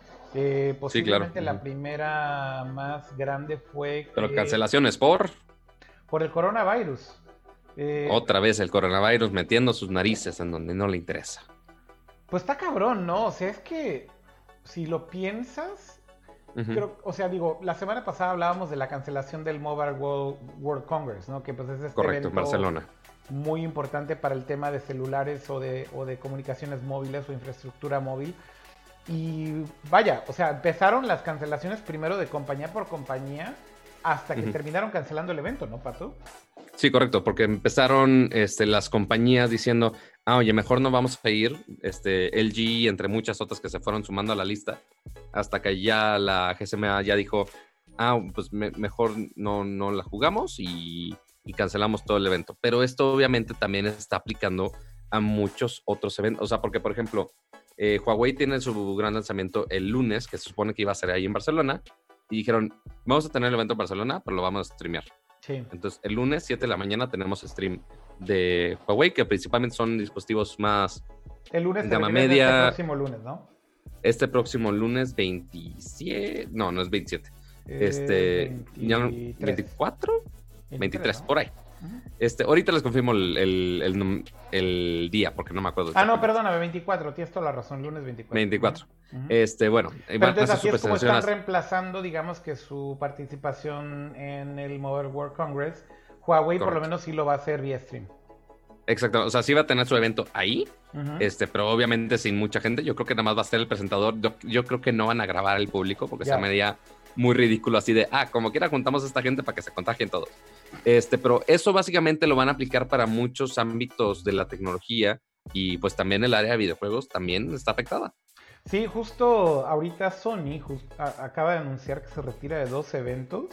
Sí, claro. Posiblemente la primera más grande fue Pero que cancelaciones por el coronavirus. Eh, otra vez el coronavirus metiendo sus narices en donde no le interesa. pues está cabrón, ¿no? O sea, es que si lo piensas, creo, o sea, digo, la semana pasada hablábamos de la cancelación del Mobile World Congress, ¿no? Que pues es este Correcto, evento Barcelona. muy importante para el tema de celulares o de comunicaciones móviles o infraestructura móvil. Y vaya, o sea, empezaron las cancelaciones primero de compañía por compañía hasta que terminaron cancelando el evento, ¿no, Pato? Sí, correcto, porque empezaron las compañías diciendo, oye, mejor no vamos a ir, LG, entre muchas otras que se fueron sumando a la lista, hasta que ya la GSMA ya dijo, pues mejor no la jugamos y cancelamos todo el evento. Pero esto obviamente también está aplicando a muchos otros eventos, o sea, porque por ejemplo, Huawei tiene su gran lanzamiento el lunes, que se supone que iba a ser ahí en Barcelona, y dijeron, vamos a tener el evento en Barcelona, pero lo vamos a streamear. Sí. Entonces, el lunes, 7 de la mañana, tenemos stream de Huawei, que principalmente son dispositivos más El lunes gama refieres media. este próximo lunes, ¿no? Este próximo lunes 27, no es 27. 23. 24, 23, ¿no? por ahí. Ahorita les confirmo el día, porque no me acuerdo. No, perdóname, 24, tienes toda la razón, lunes 24. 24. Bueno. Pero entonces así es como están reemplazando, digamos, que su participación en el Mobile World Congress. Huawei por lo menos sí lo va a hacer vía stream. Exacto, o sea, sí va a tener su evento ahí, pero obviamente sin mucha gente. Yo creo que nada más va a ser el presentador. Yo creo que no van a grabar al público porque se me haría muy ridículo así de, como quiera juntamos a esta gente para que se contagien todos. Pero eso básicamente lo van a aplicar para muchos ámbitos de la tecnología y pues también el área de videojuegos también está afectada. Sí, justo ahorita Sony acaba de anunciar que se retira de 2 eventos.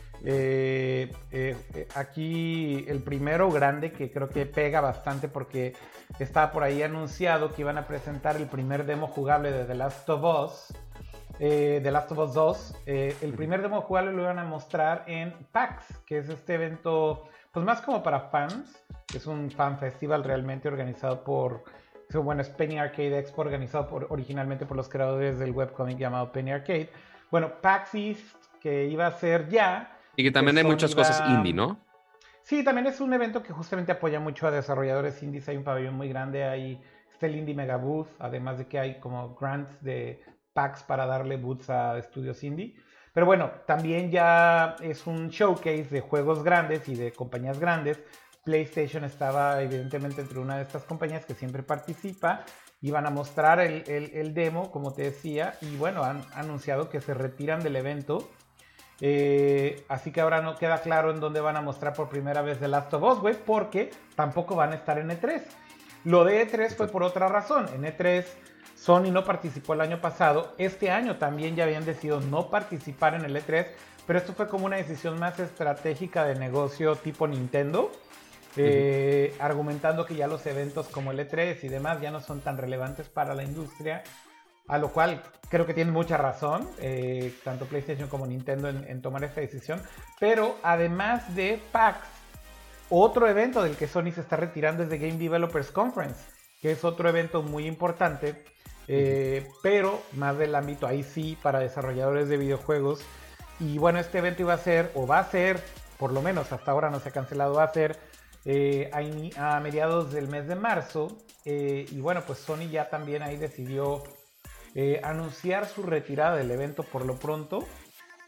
Aquí el primero grande que creo que pega bastante porque estaba por ahí anunciado que iban a presentar el primer demo jugable de The Last of Us. The Last of Us 2. El primer demo jugable lo iban a mostrar en PAX, que es este evento, pues más como para fans. Es un fan festival realmente organizado por, bueno, es Penny Arcade Expo, organizado originalmente por los creadores del webcomic llamado Penny Arcade. Bueno, PAX East, que iba a ser ya. Y que también hay muchas cosas indie, ¿no? Sí, también es un evento que justamente apoya mucho a desarrolladores indies. Hay un pabellón muy grande, ahí está el Indie Mega Booth, además de que hay como grants de packs para darle boots a estudios indie. Pero bueno, también ya es un showcase de juegos grandes y de compañías grandes. PlayStation estaba evidentemente entre una de estas compañías que siempre participa. Iban a mostrar el demo, como te decía, y bueno, han anunciado que se retiran del evento. Así que ahora no queda claro en dónde van a mostrar por primera vez The Last of Us, güey, porque tampoco van a estar en E3. Lo de E3 fue por otra razón. En E3 Sony no participó el año pasado. Este año también ya habían decidido no participar en el E3, pero esto fue como una decisión más estratégica de negocio tipo Nintendo, argumentando que ya los eventos como el E3 y demás ya no son tan relevantes para la industria, a lo cual creo que tienen mucha razón, tanto PlayStation como Nintendo en tomar esta decisión. Pero además de PAX, otro evento del que Sony se está retirando es The Game Developers Conference, que es otro evento muy importante, pero más del ámbito ahí sí para desarrolladores de videojuegos. Y bueno, este evento iba a ser, o va a ser, por lo menos hasta ahora no se ha cancelado, va a ser a mediados del mes de marzo. Y bueno, pues Sony ya también ahí decidió anunciar su retirada del evento por lo pronto.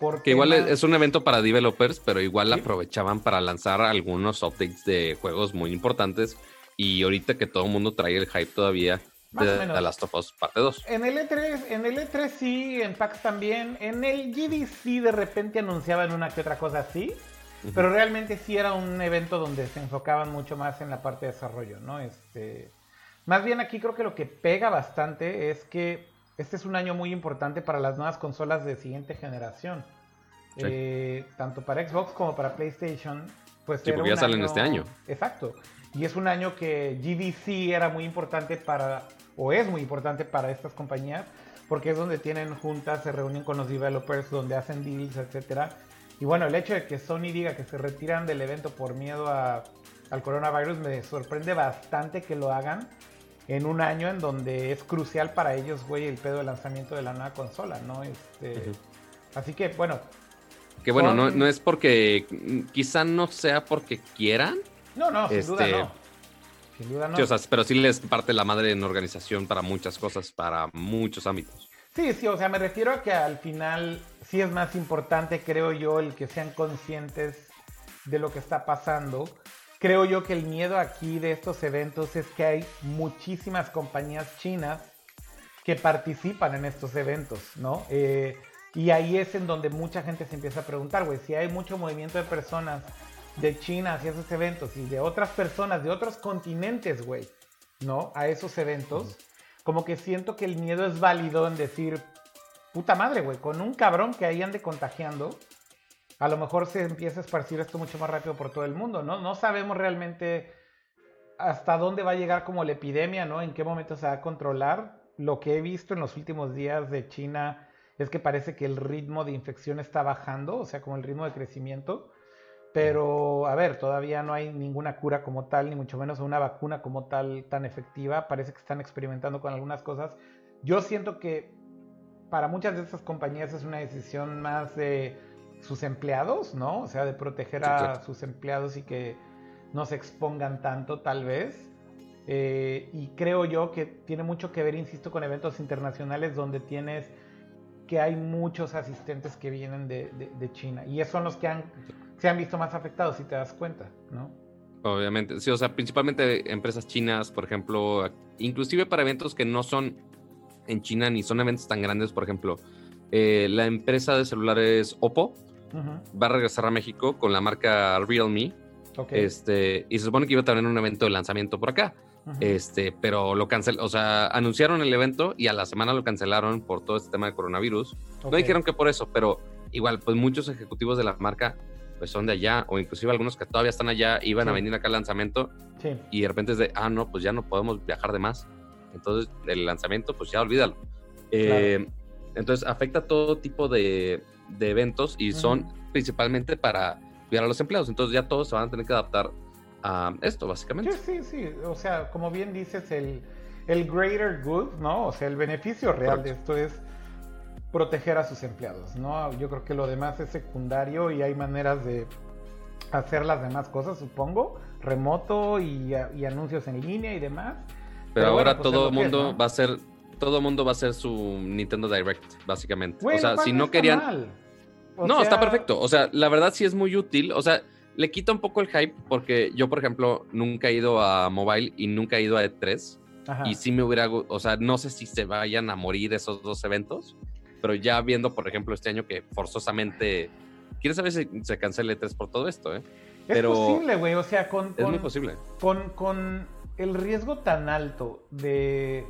por Que igual temas... es un evento para developers, pero igual Sí. aprovechaban para lanzar algunos updates de juegos muy importantes. Y ahorita que todo el mundo trae el hype todavía Más o de menos. The Last of Us parte 2. En el E3 sí, en PAX también. En el GDC de repente anunciaban una que otra cosa así. Ujú. Pero realmente sí era un evento donde se enfocaban mucho más en la parte de desarrollo, ¿no? Más bien aquí creo que lo que pega bastante es que este es un año muy importante para las nuevas consolas de siguiente generación. Sí. Tanto para Xbox como para PlayStation. Pues Sí, era porque ya un salen año... este año. Exacto. Y es un año que GDC era muy importante para, o es muy importante para estas compañías, porque es donde tienen juntas, se reúnen con los developers, donde hacen deals, etcétera. Y bueno, el hecho de que Sony diga que se retiran del evento por miedo al coronavirus me sorprende bastante que lo hagan en un año en donde es crucial para ellos, güey, el pedo del lanzamiento de la nueva consola, ¿no? Ujú. Así que, bueno. Que bueno, son- no es porque, quizá no sea porque quieran. No, sin duda no. Sin duda no. Sí, o sea, pero sí les parte la madre en organización para muchas cosas, para muchos ámbitos. Sí, o sea, me refiero a que al final sí es más importante, creo yo, el que sean conscientes de lo que está pasando. Creo yo que el miedo aquí de estos eventos es que hay muchísimas compañías chinas que participan en estos eventos, ¿no? Y ahí es en donde mucha gente se empieza a preguntar, güey, si hay mucho movimiento de personas de China hacia esos eventos y de otras personas de otros continentes, güey, ¿no? A esos eventos, como que siento que el miedo es válido en decir, puta madre, güey, con un cabrón que ahí ande contagiando, a lo mejor se empieza a esparcir esto mucho más rápido por todo el mundo, ¿no? No sabemos realmente hasta dónde va a llegar como la epidemia, ¿no? En qué momento se va a controlar. Lo que he visto en los últimos días de China es que parece que el ritmo de infección está bajando, o sea, como el ritmo de crecimiento. Pero, a ver, todavía no hay ninguna cura como tal, ni mucho menos una vacuna como tal tan efectiva. Parece que están experimentando con algunas cosas. Yo siento que para muchas de estas compañías es una decisión más de sus empleados, ¿no? O sea, de proteger Sí, a exacto. sus empleados y que no se expongan tanto, tal vez. Y creo yo que tiene mucho que ver, insisto, con eventos internacionales donde tienes que hay muchos asistentes que vienen de China. Y esos son los que se han visto más afectados, si te das cuenta, ¿no? Obviamente, sí, o sea, principalmente empresas chinas, por ejemplo, inclusive para eventos que no son en China ni son eventos tan grandes, por ejemplo, la empresa de celulares Oppo va a regresar a México con la marca Realme, Ok. y se supone que iba a tener un evento de lanzamiento por acá, pero lo cancelaron, o sea, anunciaron el evento y a la semana lo cancelaron por todo este tema de coronavirus. Ok. No dijeron que por eso, pero igual, pues muchos ejecutivos de la marca pues son de allá, o inclusive algunos que todavía están allá iban a Sí. venir acá al lanzamiento Sí. y de repente es de, no, pues ya no podemos viajar de más. Entonces, el lanzamiento, pues ya olvídalo. Claro. Entonces, afecta todo tipo de eventos y son principalmente para cuidar a los empleados. Entonces, ya todos se van a tener que adaptar a esto, básicamente. Sí. O sea, como bien dices, el greater good, ¿no? O sea, el beneficio real Correcto. de esto es proteger a sus empleados, ¿no? Yo creo que lo demás es secundario y hay maneras de hacer las demás cosas, supongo, remoto y anuncios en línea y demás. Pero ahora bueno, pues todo es lo que es, mundo ¿no? va a ser, todo mundo va a hacer su Nintendo Direct, básicamente. Güey, o sea, lo cual si no no está querían, mal. O no, sea, está perfecto. O sea, la verdad sí es muy útil. O sea, le quita un poco el hype porque yo, por ejemplo, nunca he ido a Mobile y nunca he ido a E3. Ajá. Y sí me hubiera, o sea, no sé si se vayan a morir esos dos eventos, pero ya viendo, por ejemplo, este año que forzosamente, quién sabe si se cancele E3 por todo esto, ¿eh? Pero es posible, güey, o sea, es muy posible. Con el riesgo tan alto de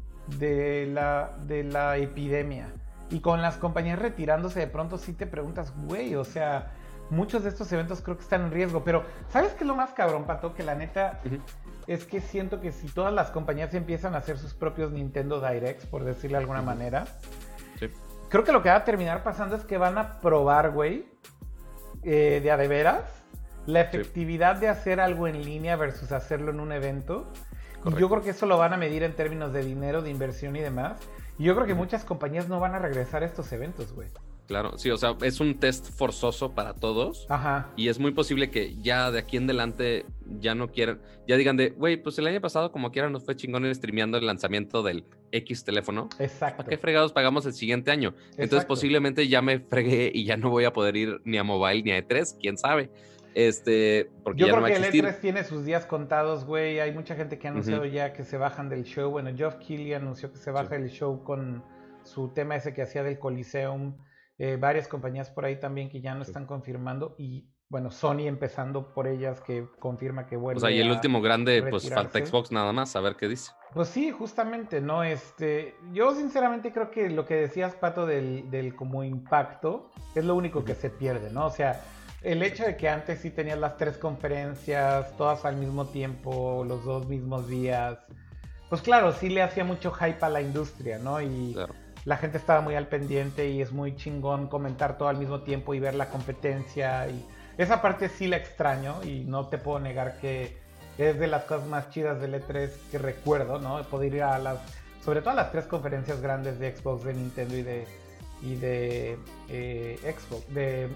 la epidemia y con las compañías retirándose, de pronto sí te preguntas, güey, o sea, muchos de estos eventos creo que están en riesgo, pero ¿sabes qué es lo más cabrón, Pato? Que la neta es que siento que si todas las compañías empiezan a hacer sus propios Nintendo Directs, por decirle de alguna manera, Sí. creo que lo que va a terminar pasando es que van a probar, güey, de a de veras, la efectividad de hacer algo en línea versus hacerlo en un evento. Correcto. Y yo creo que eso lo van a medir en términos de dinero, de inversión y demás. Y yo creo que muchas compañías no van a regresar a estos eventos, güey. Claro, sí, o sea, es un test forzoso para todos. Ajá. Y es muy posible que ya de aquí en adelante ya no quieran, ya digan de, güey, pues el año pasado como quiera nos fue chingón streameando el lanzamiento del X teléfono. Exacto. ¿Para qué fregados pagamos el siguiente año? Entonces Exacto. posiblemente ya me fregué y ya no voy a poder ir ni a Mobile ni a E3, quién sabe. Porque Yo ya creo no va a que el existir. E3 tiene sus días contados, güey. Hay mucha gente que ha anunciado ya que se bajan del show. Bueno, Geoff Keighley anunció que se baja del show con su tema ese que hacía del Coliseum. Varias compañías por ahí también que ya no están confirmando. Y bueno, Sony empezando por ellas que confirma que vuelve a O sea, y el último grande, retirarse. pues falta Xbox nada más, a ver qué dice. Pues sí, justamente, ¿no? Yo sinceramente creo que lo que decías, Pato, del como impacto, es lo único que se pierde, ¿no? O sea, el hecho de que antes sí tenías las 3 conferencias, todas al mismo tiempo, los 2 mismos días, pues claro, sí le hacía mucho hype a la industria, ¿no? Y Claro. la gente estaba muy al pendiente y es muy chingón comentar todo al mismo tiempo y ver la competencia. Y esa parte sí la extraño y no te puedo negar que es de las cosas más chidas del E3 que recuerdo, ¿no? Poder ir sobre todo a las 3 conferencias grandes de Xbox, de Nintendo y de Xbox,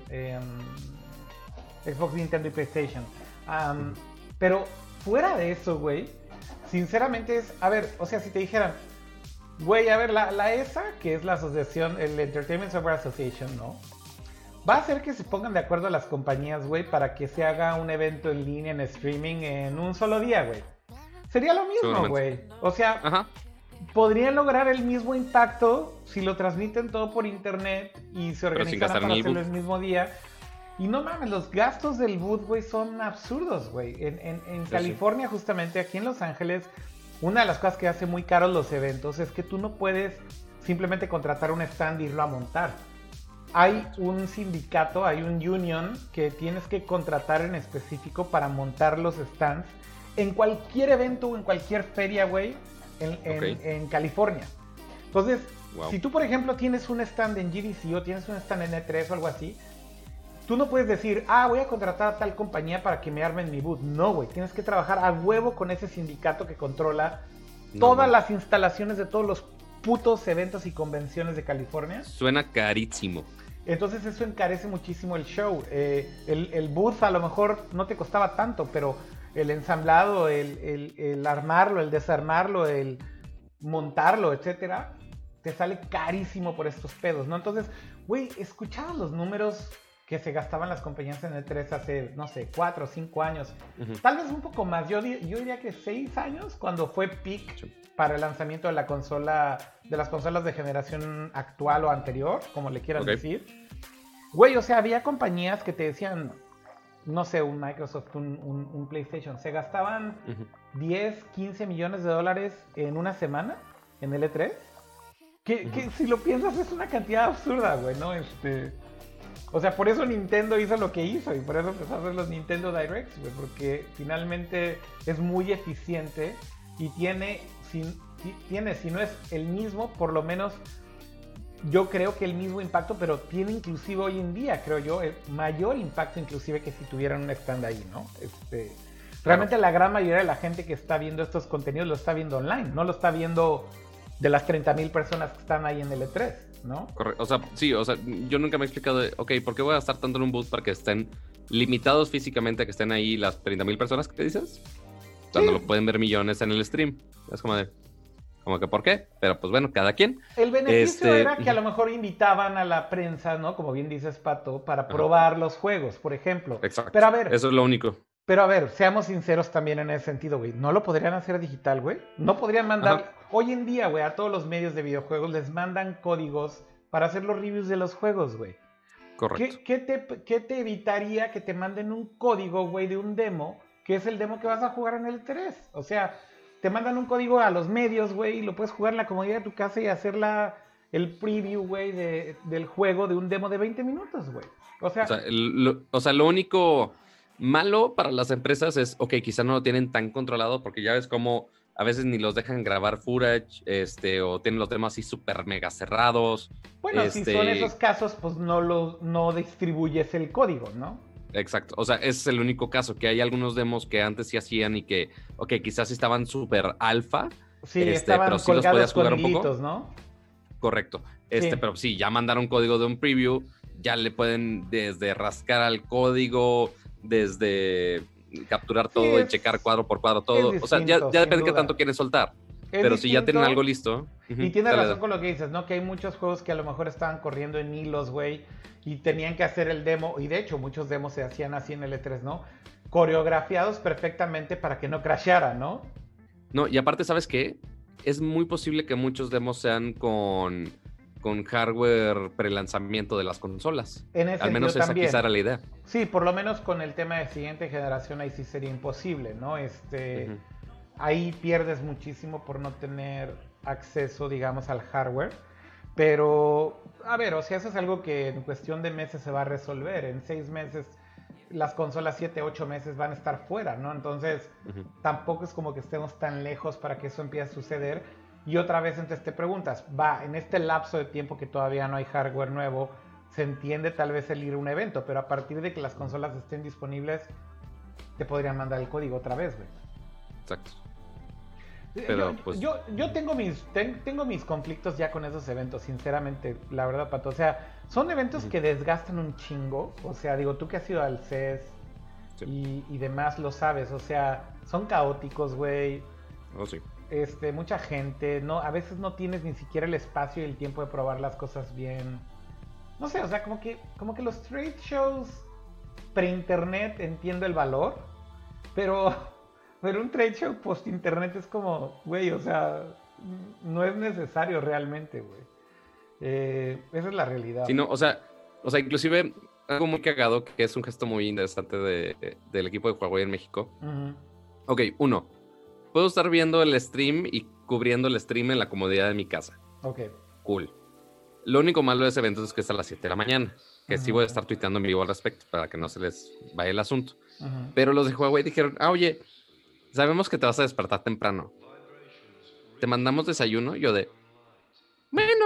Xbox, Nintendo y PlayStation. Pero fuera de eso, güey, sinceramente a ver, o sea, si te dijeran, güey, a ver, la ESA, que es la asociación, el Entertainment Software Association, ¿no? Va a hacer que se pongan de acuerdo las compañías, güey, para que se haga un evento en línea, en streaming, en un solo día, güey. Sería lo mismo, güey. O sea, podrían lograr el mismo impacto si lo transmiten todo por internet y se organizan para hacerlo el mismo día. Y no mames, los gastos del booth, güey, son absurdos, güey. En California, justamente, aquí en Los Ángeles, una de las cosas que hace muy caros los eventos es que tú no puedes simplemente contratar un stand e irlo a montar. Hay un sindicato, hay un union que tienes que contratar en específico para montar los stands en cualquier evento o en cualquier feria, güey, en California. Entonces, si tú, por ejemplo, tienes un stand en GDC o tienes un stand en E3 o algo así, tú no puedes decir, voy a contratar a tal compañía para que me armen mi booth. No, güey, tienes que trabajar a huevo con ese sindicato que controla todas las instalaciones de todos los putos eventos y convenciones de California. Suena carísimo. Entonces eso encarece muchísimo el show. El booth a lo mejor no te costaba tanto, pero el ensamblado, el armarlo, el desarmarlo, el montarlo, etcétera, te sale carísimo por estos pedos, ¿no? Entonces, güey, escuchabas los números que se gastaban las compañías en E3 hace, no sé, 4 o 5 años. Tal vez un poco más. Yo diría que 6 años, cuando fue peak para el lanzamiento de la consola, de las consolas de generación actual o anterior, como le quieran decir. Güey, o sea, había compañías que te decían, no sé, un Microsoft, un PlayStation, se gastaban 10, 15 millones de dólares en una semana en el E3. Que si lo piensas es una cantidad absurda, güey, ¿no? O sea, por eso Nintendo hizo lo que hizo y por eso empezó a hacer los Nintendo Directs, güey, porque finalmente es muy eficiente y tiene, si no es el mismo, por lo menos yo creo que el mismo impacto, pero tiene inclusive hoy en día, creo yo, el mayor impacto inclusive que si tuvieran un stand ahí, ¿no? Realmente la gran mayoría de la gente que está viendo estos contenidos lo está viendo online, no lo está viendo de las 30,000 personas que están ahí en el E3, ¿no? Correcto. O sea, sí, o sea, yo nunca me he explicado ¿por qué voy a estar tanto en un booth para que estén limitados físicamente, que estén ahí las 30,000 personas que dices? Cuando lo pueden ver millones en el stream. Es como que ¿por qué? Pero pues bueno, cada quien. El beneficio era que a lo mejor invitaban a la prensa, ¿no? Como bien dices, Pato, para probar los juegos, por ejemplo. Exacto. Pero a ver, eso es lo único. Pero a ver, seamos sinceros también en ese sentido, güey. ¿No lo podrían hacer digital, güey? No podrían mandar... Hoy en día, güey, a todos los medios de videojuegos les mandan códigos para hacer los reviews de los juegos, güey. Correcto. ¿Qué te evitaría que te manden un código, güey, de un demo, que es el demo que vas a jugar en el E3? O sea, te mandan un código a los medios, güey, y lo puedes jugar en la comodidad de tu casa y hacer el preview, güey, del juego de un demo de 20 minutos, güey. O sea, lo único malo para las empresas es, quizá no lo tienen tan controlado porque ya ves cómo a veces ni los dejan grabar footage, o tienen los temas así súper mega cerrados. Bueno, si son esos casos, pues no distribuyes el código, ¿no? Exacto, o sea, ese es el único caso, que hay algunos demos que antes sí hacían y que, quizás estaban súper alfa, sí, estaban pero sí colgados los podías jugar con un poco, ¿no? Correcto. Sí. Pero sí, ya mandaron código de un preview, ya le pueden desde rascar al código, desde capturar todo y checar cuadro por cuadro todo. Distinto, o sea, ya depende de qué tanto quieren soltar. Pero si ya tienen algo listo. Y tienes razón con lo que dices, ¿no? Que hay muchos juegos que a lo mejor estaban corriendo en hilos, güey, y tenían que hacer el demo. Y de hecho, muchos demos se hacían así en el E3, ¿no? Coreografiados perfectamente para que no crashara, ¿no? No, y aparte, ¿sabes qué? Es muy posible que muchos demos sean con hardware prelanzamiento de las consolas. En ese Al menos esa también. quizá era la idea. Sí, por lo menos con el tema de siguiente generación ahí sí sería imposible, ¿no? Ahí pierdes muchísimo por no tener acceso, digamos, al hardware. Pero, a ver, o sea, eso es algo que en cuestión de meses se va a resolver. En 6 meses, las consolas 7, 8 meses van a estar fuera, ¿no? Entonces, tampoco es como que estemos tan lejos para que eso empiece a suceder. Y otra vez entonces te preguntas, en este lapso de tiempo que todavía no hay hardware nuevo, se entiende tal vez el ir a un evento, pero a partir de que las consolas estén disponibles, te podrían mandar el código otra vez, güey. Exacto. Pero, yo tengo mis conflictos ya con esos eventos, sinceramente, la verdad, Pato. O sea, son eventos que desgastan un chingo. O sea, digo, tú que has ido al CES y demás lo sabes. O sea, son caóticos, güey. Oh, sí. Mucha gente, no, a veces no tienes ni siquiera el espacio y el tiempo de probar las cosas bien. No sé, o sea, como que los trade shows pre-internet entiendo el valor, pero un trade show post-internet es como, güey, o sea, no es necesario realmente, güey. Esa es la realidad. Sí, no, o sea, inclusive algo muy cagado, que es un gesto muy interesante del equipo de Huawei en México. Ok, puedo estar viendo el stream y cubriendo el stream en la comodidad de mi casa. Ok. Cool. Lo único malo de ese evento es que es a las 7 de la mañana, que sí voy a estar tuiteando en vivo al respecto para que no se les vaya el asunto. Pero los de Huawei dijeron, oye, sabemos que te vas a despertar temprano. ¿Te mandamos desayuno? Yo bueno.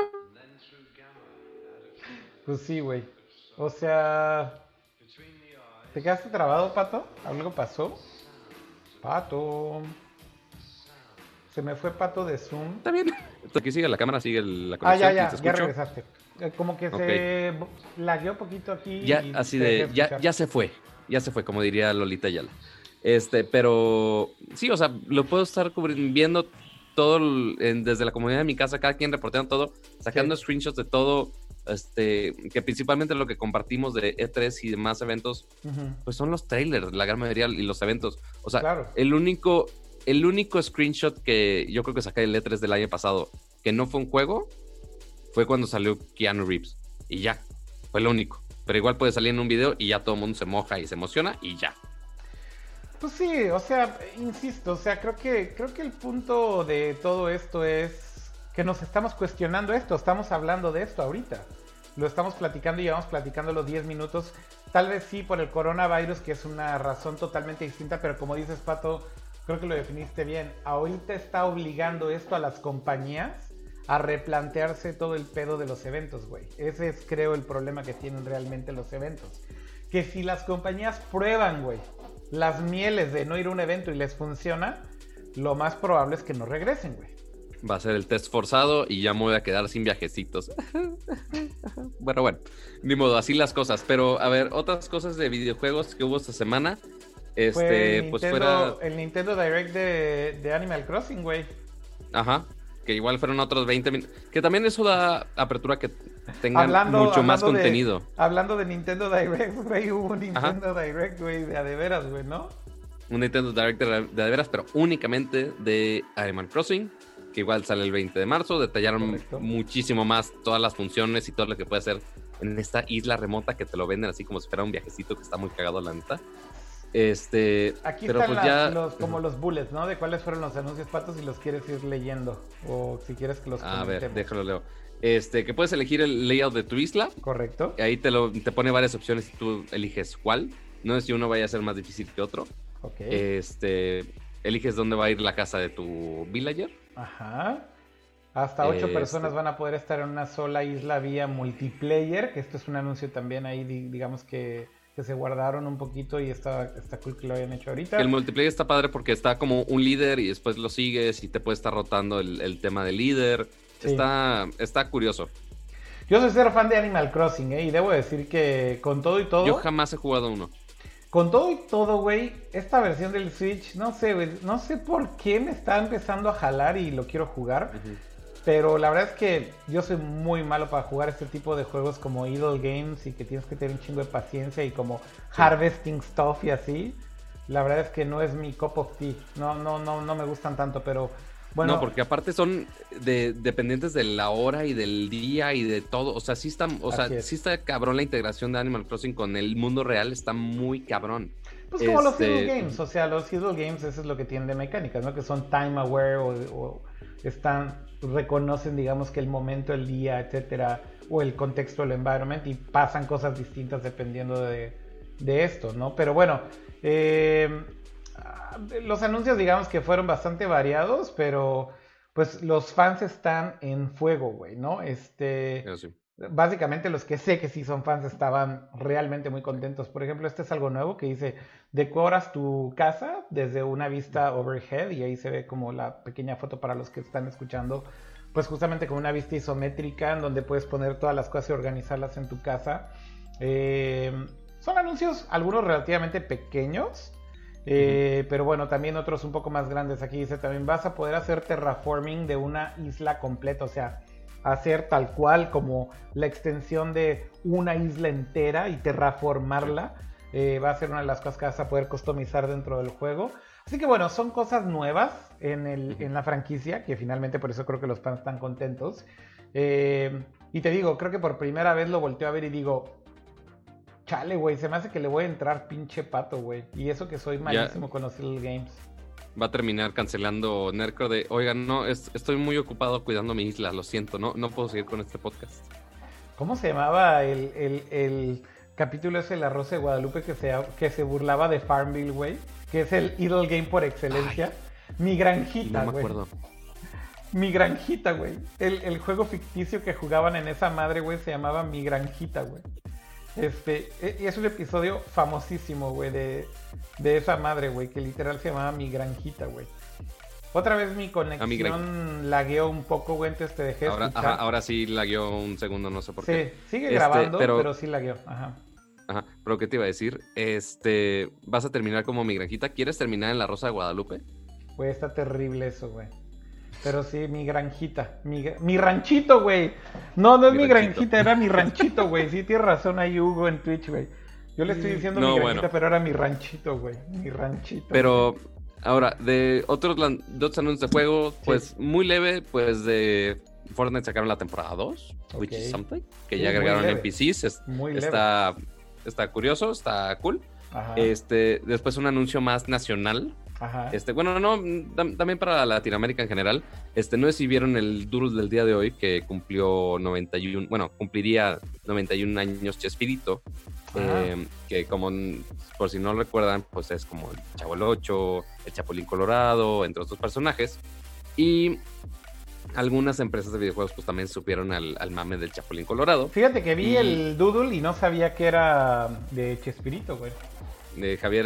Pues sí, güey. O sea, ¿te quedaste trabado, Pato? ¿Algo pasó? Pato. Se me fue Pato de Zoom. Está bien. Aquí sigue la cámara, sigue la conexión. Ya regresaste. Como que se lagueó un poquito aquí. Ya, así ya se fue. Ya se fue, como diría Lolita Ayala. Pero sí, o sea, lo puedo estar viendo todo desde la comunidad de mi casa, cada quien reporteando todo, sacando screenshots de todo, que principalmente lo que compartimos de E3 y demás eventos, pues son los trailers, la gran mayoría, y los eventos. O sea, claro. El único screenshot que yo creo que saqué del E3 del año pasado, que no fue un juego, fue cuando salió Keanu Reeves. Y ya, fue lo único. Pero igual puede salir en un video y ya todo el mundo se moja y se emociona y ya. Pues sí, o sea, insisto, o sea, creo que el punto de todo esto es que nos estamos cuestionando esto, estamos hablando de esto ahorita. Lo estamos platicando y llevamos platicando los 10 minutos. Tal vez sí por el coronavirus, que es una razón totalmente distinta, pero como dices, Pato, creo que lo definiste bien. Ahorita está obligando esto a las compañías a replantearse todo el pedo de los eventos, güey. Ese es, creo, el problema que tienen realmente los eventos. Que si las compañías prueban, güey, las mieles de no ir a un evento y les funciona, lo más probable es que no regresen, güey. Va a ser el test forzado y ya me voy a quedar sin viajecitos. Bueno, ni modo, así las cosas. Pero, a ver, otras cosas de videojuegos que hubo esta semana. El Nintendo Direct de Animal Crossing, güey. Ajá, que igual fueron otros 20 minutos. Que también eso da apertura a que tengan mucho más contenido. Hablando de Nintendo Direct, güey, hubo un Nintendo Direct, güey, de a de veras, güey, ¿no? Un Nintendo Direct de a de veras, pero únicamente de Animal Crossing, que igual sale el 20 de marzo. Detallaron muchísimo más todas las funciones y todo lo que puede hacer en esta isla remota, que te lo venden así como si fuera un viajecito, que está muy cagado, la neta. Aquí pero están pues como los bullets, ¿no? De cuáles fueron los anuncios, Pato, si los quieres ir leyendo o si quieres que los comentemos. A ver, déjalo leo. Que puedes elegir el layout de tu isla. Correcto. Ahí te pone varias opciones y tú eliges cuál. No es si uno vaya a ser más difícil que otro. Ok. Eliges dónde va a ir la casa de tu villager. Ajá. Hasta 8 personas van a poder estar en una sola isla vía multiplayer, que esto es un anuncio también ahí, digamos que se guardaron un poquito y está cool que lo hayan hecho ahorita. El multiplayer está padre porque está como un líder y después lo sigues y te puede estar rotando el tema del líder. Sí. Está curioso. Yo soy cero fan de Animal Crossing, y debo decir que con todo y todo... Yo jamás he jugado uno. Con todo y todo, güey, esta versión del Switch, no sé, güey, no sé por qué me está empezando a jalar y lo quiero jugar. Ujú. Pero la verdad es que yo soy muy malo para jugar este tipo de juegos como Idle Games y que tienes que tener un chingo de paciencia y como Harvesting Stuff y así. La verdad es que no es mi cup of tea. No me gustan tanto, pero bueno. No, porque aparte son dependientes de la hora y del día y de todo. O sea, sí está cabrón la integración de Animal Crossing con el mundo real, está muy cabrón. Pues como los Idle Games, o sea, los Idle Games eso es lo que tienen de mecánicas, ¿no? Que son time aware o reconocen, digamos, que el momento, el día, etcétera, o el contexto, el environment, y pasan cosas distintas dependiendo de esto, ¿no? Pero bueno, los anuncios, digamos, que fueron bastante variados, pero pues los fans están en fuego, güey, ¿no? Eso sí. Básicamente los que sé que sí son fans estaban realmente muy contentos. Por ejemplo, este es algo nuevo que dice, decoras tu casa desde una vista overhead y ahí se ve como la pequeña foto para los que están escuchando, pues justamente con una vista isométrica en donde puedes poner todas las cosas y organizarlas en tu casa. Son anuncios, algunos relativamente pequeños, pero bueno, también otros un poco más grandes. Aquí dice también vas a poder hacer terraforming de una isla completa, o sea, hacer tal cual como la extensión de una isla entera y terraformarla. Va a ser una de las cosas que vas a poder customizar dentro del juego. Así que bueno, son cosas nuevas en la franquicia, que finalmente por eso creo que los fans están contentos. Y te digo, creo que por primera vez lo volteo a ver y digo, chale, güey, se me hace que le voy a entrar pinche pato, güey. Y eso que soy malísimo con los Little Games. Va a terminar cancelando Nerco de, oigan, no, estoy muy ocupado cuidando mi isla, lo siento, no puedo seguir con este podcast. ¿Cómo se llamaba el capítulo ese de La Rosa de Guadalupe que se burlaba de Farmville, güey? Que es el Idle Game por excelencia. Ay, Mi Granjita, güey. No me acuerdo. Mi Granjita, güey. El juego ficticio que jugaban en esa madre, güey, se llamaba Mi Granjita, güey. Y es un episodio famosísimo, güey, de esa madre, güey, que literal se llamaba Mi Granjita, güey. Otra vez mi conexión lagueó un poco, güey, entonces te dejé escuchar. Ajá, ahora sí lagueó un segundo, no sé por qué. Sí, sigue grabando, pero sí lagueó, ajá. Ajá, pero ¿qué te iba a decir? ¿Vas a terminar como Mi Granjita? ¿Quieres terminar en La Rosa de Guadalupe? Güey, está terrible eso, güey. Pero sí, Mi Granjita. Mi ranchito, güey. No es Mi Granjita, era Mi Ranchito, güey. Sí, tienes razón ahí, Hugo, en Twitch, güey. Yo le estoy diciendo Mi Granjita, pero era Mi Ranchito, güey. Mi Ranchito. Pero, güey. Ahora, de otros anuncios de juego, pues sí, muy leve, pues de Fortnite sacaron la temporada 2, which is something, que ya agregaron NPCs. Está curioso, está cool. Ajá. Después un anuncio más nacional. Ajá. Bueno, no, también para Latinoamérica en general. No sé si vieron el Doodle del día de hoy, que cumpliría 91 años Chespirito. Que como, por si no recuerdan, pues es como el Chavo el Ocho, el Chapulín Colorado, entre otros personajes. Y algunas empresas de videojuegos pues también supieron al mame del Chapulín Colorado. Fíjate que vi el Doodle y no sabía que era de Chespirito, güey. De Javier...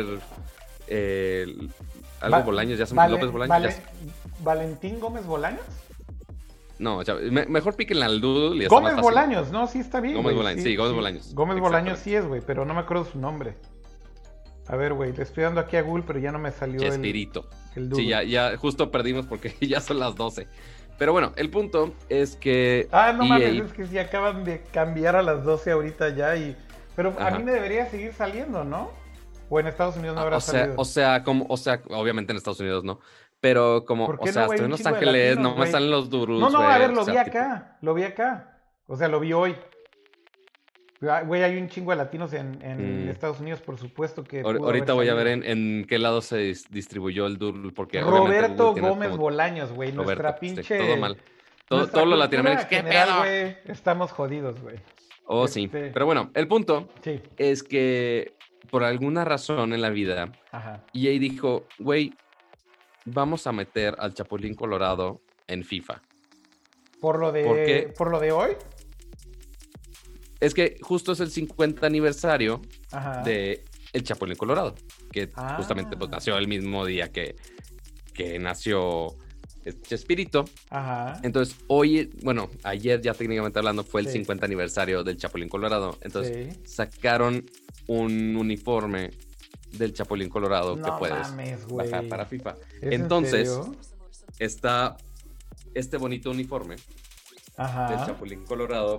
Bolaños, ya son López Bolaños. ¿Valentín Gómez Bolaños? No, mejor píquenle al Doodle y Gómez Bolaños, no, sí está bien. Gómez Bolaños, sí, Gómez Bolaños. Gómez Bolaños sí es, güey, pero no me acuerdo su nombre. A ver, güey, le estoy dando aquí a Google, pero ya no me salió Chespirito. el Doodle. Sí, ya justo perdimos porque ya son las 12. Pero bueno, el punto es que... no mames, es que sí acaban de cambiar a las 12 ahorita ya Pero a mí me debería seguir saliendo, ¿no? O en Estados Unidos no habrá salido. O sea, obviamente en Estados Unidos no. Pero como, o sea, estoy en Los Ángeles, no me salen los Doodles. No, a ver, lo vi acá. O sea, lo vi hoy. Güey, hay un chingo de latinos en Estados Unidos, por supuesto que... Ahorita voy a ver en qué lado se distribuyó el Doodle, porque... Roberto Gómez Bolaños, güey, nuestra pinche... Todo mal. Todo lo latinoamericano. ¿Qué pedo? Güey, estamos jodidos, güey. Sí. Pero bueno, el punto es que por alguna razón en la vida, EA dijo, güey, vamos a meter al Chapulín Colorado en FIFA. ¿Por lo de hoy? Es que justo es el 50 aniversario de el Chapulín Colorado, que justamente pues, nació el mismo día que nació Chespirito. Ajá. Entonces, ayer ya técnicamente hablando fue el 50 aniversario del Chapulín Colorado. Entonces, sacaron un uniforme del Chapulín Colorado que puedes bajar para FIFA. Entonces, está este bonito uniforme del Chapulín Colorado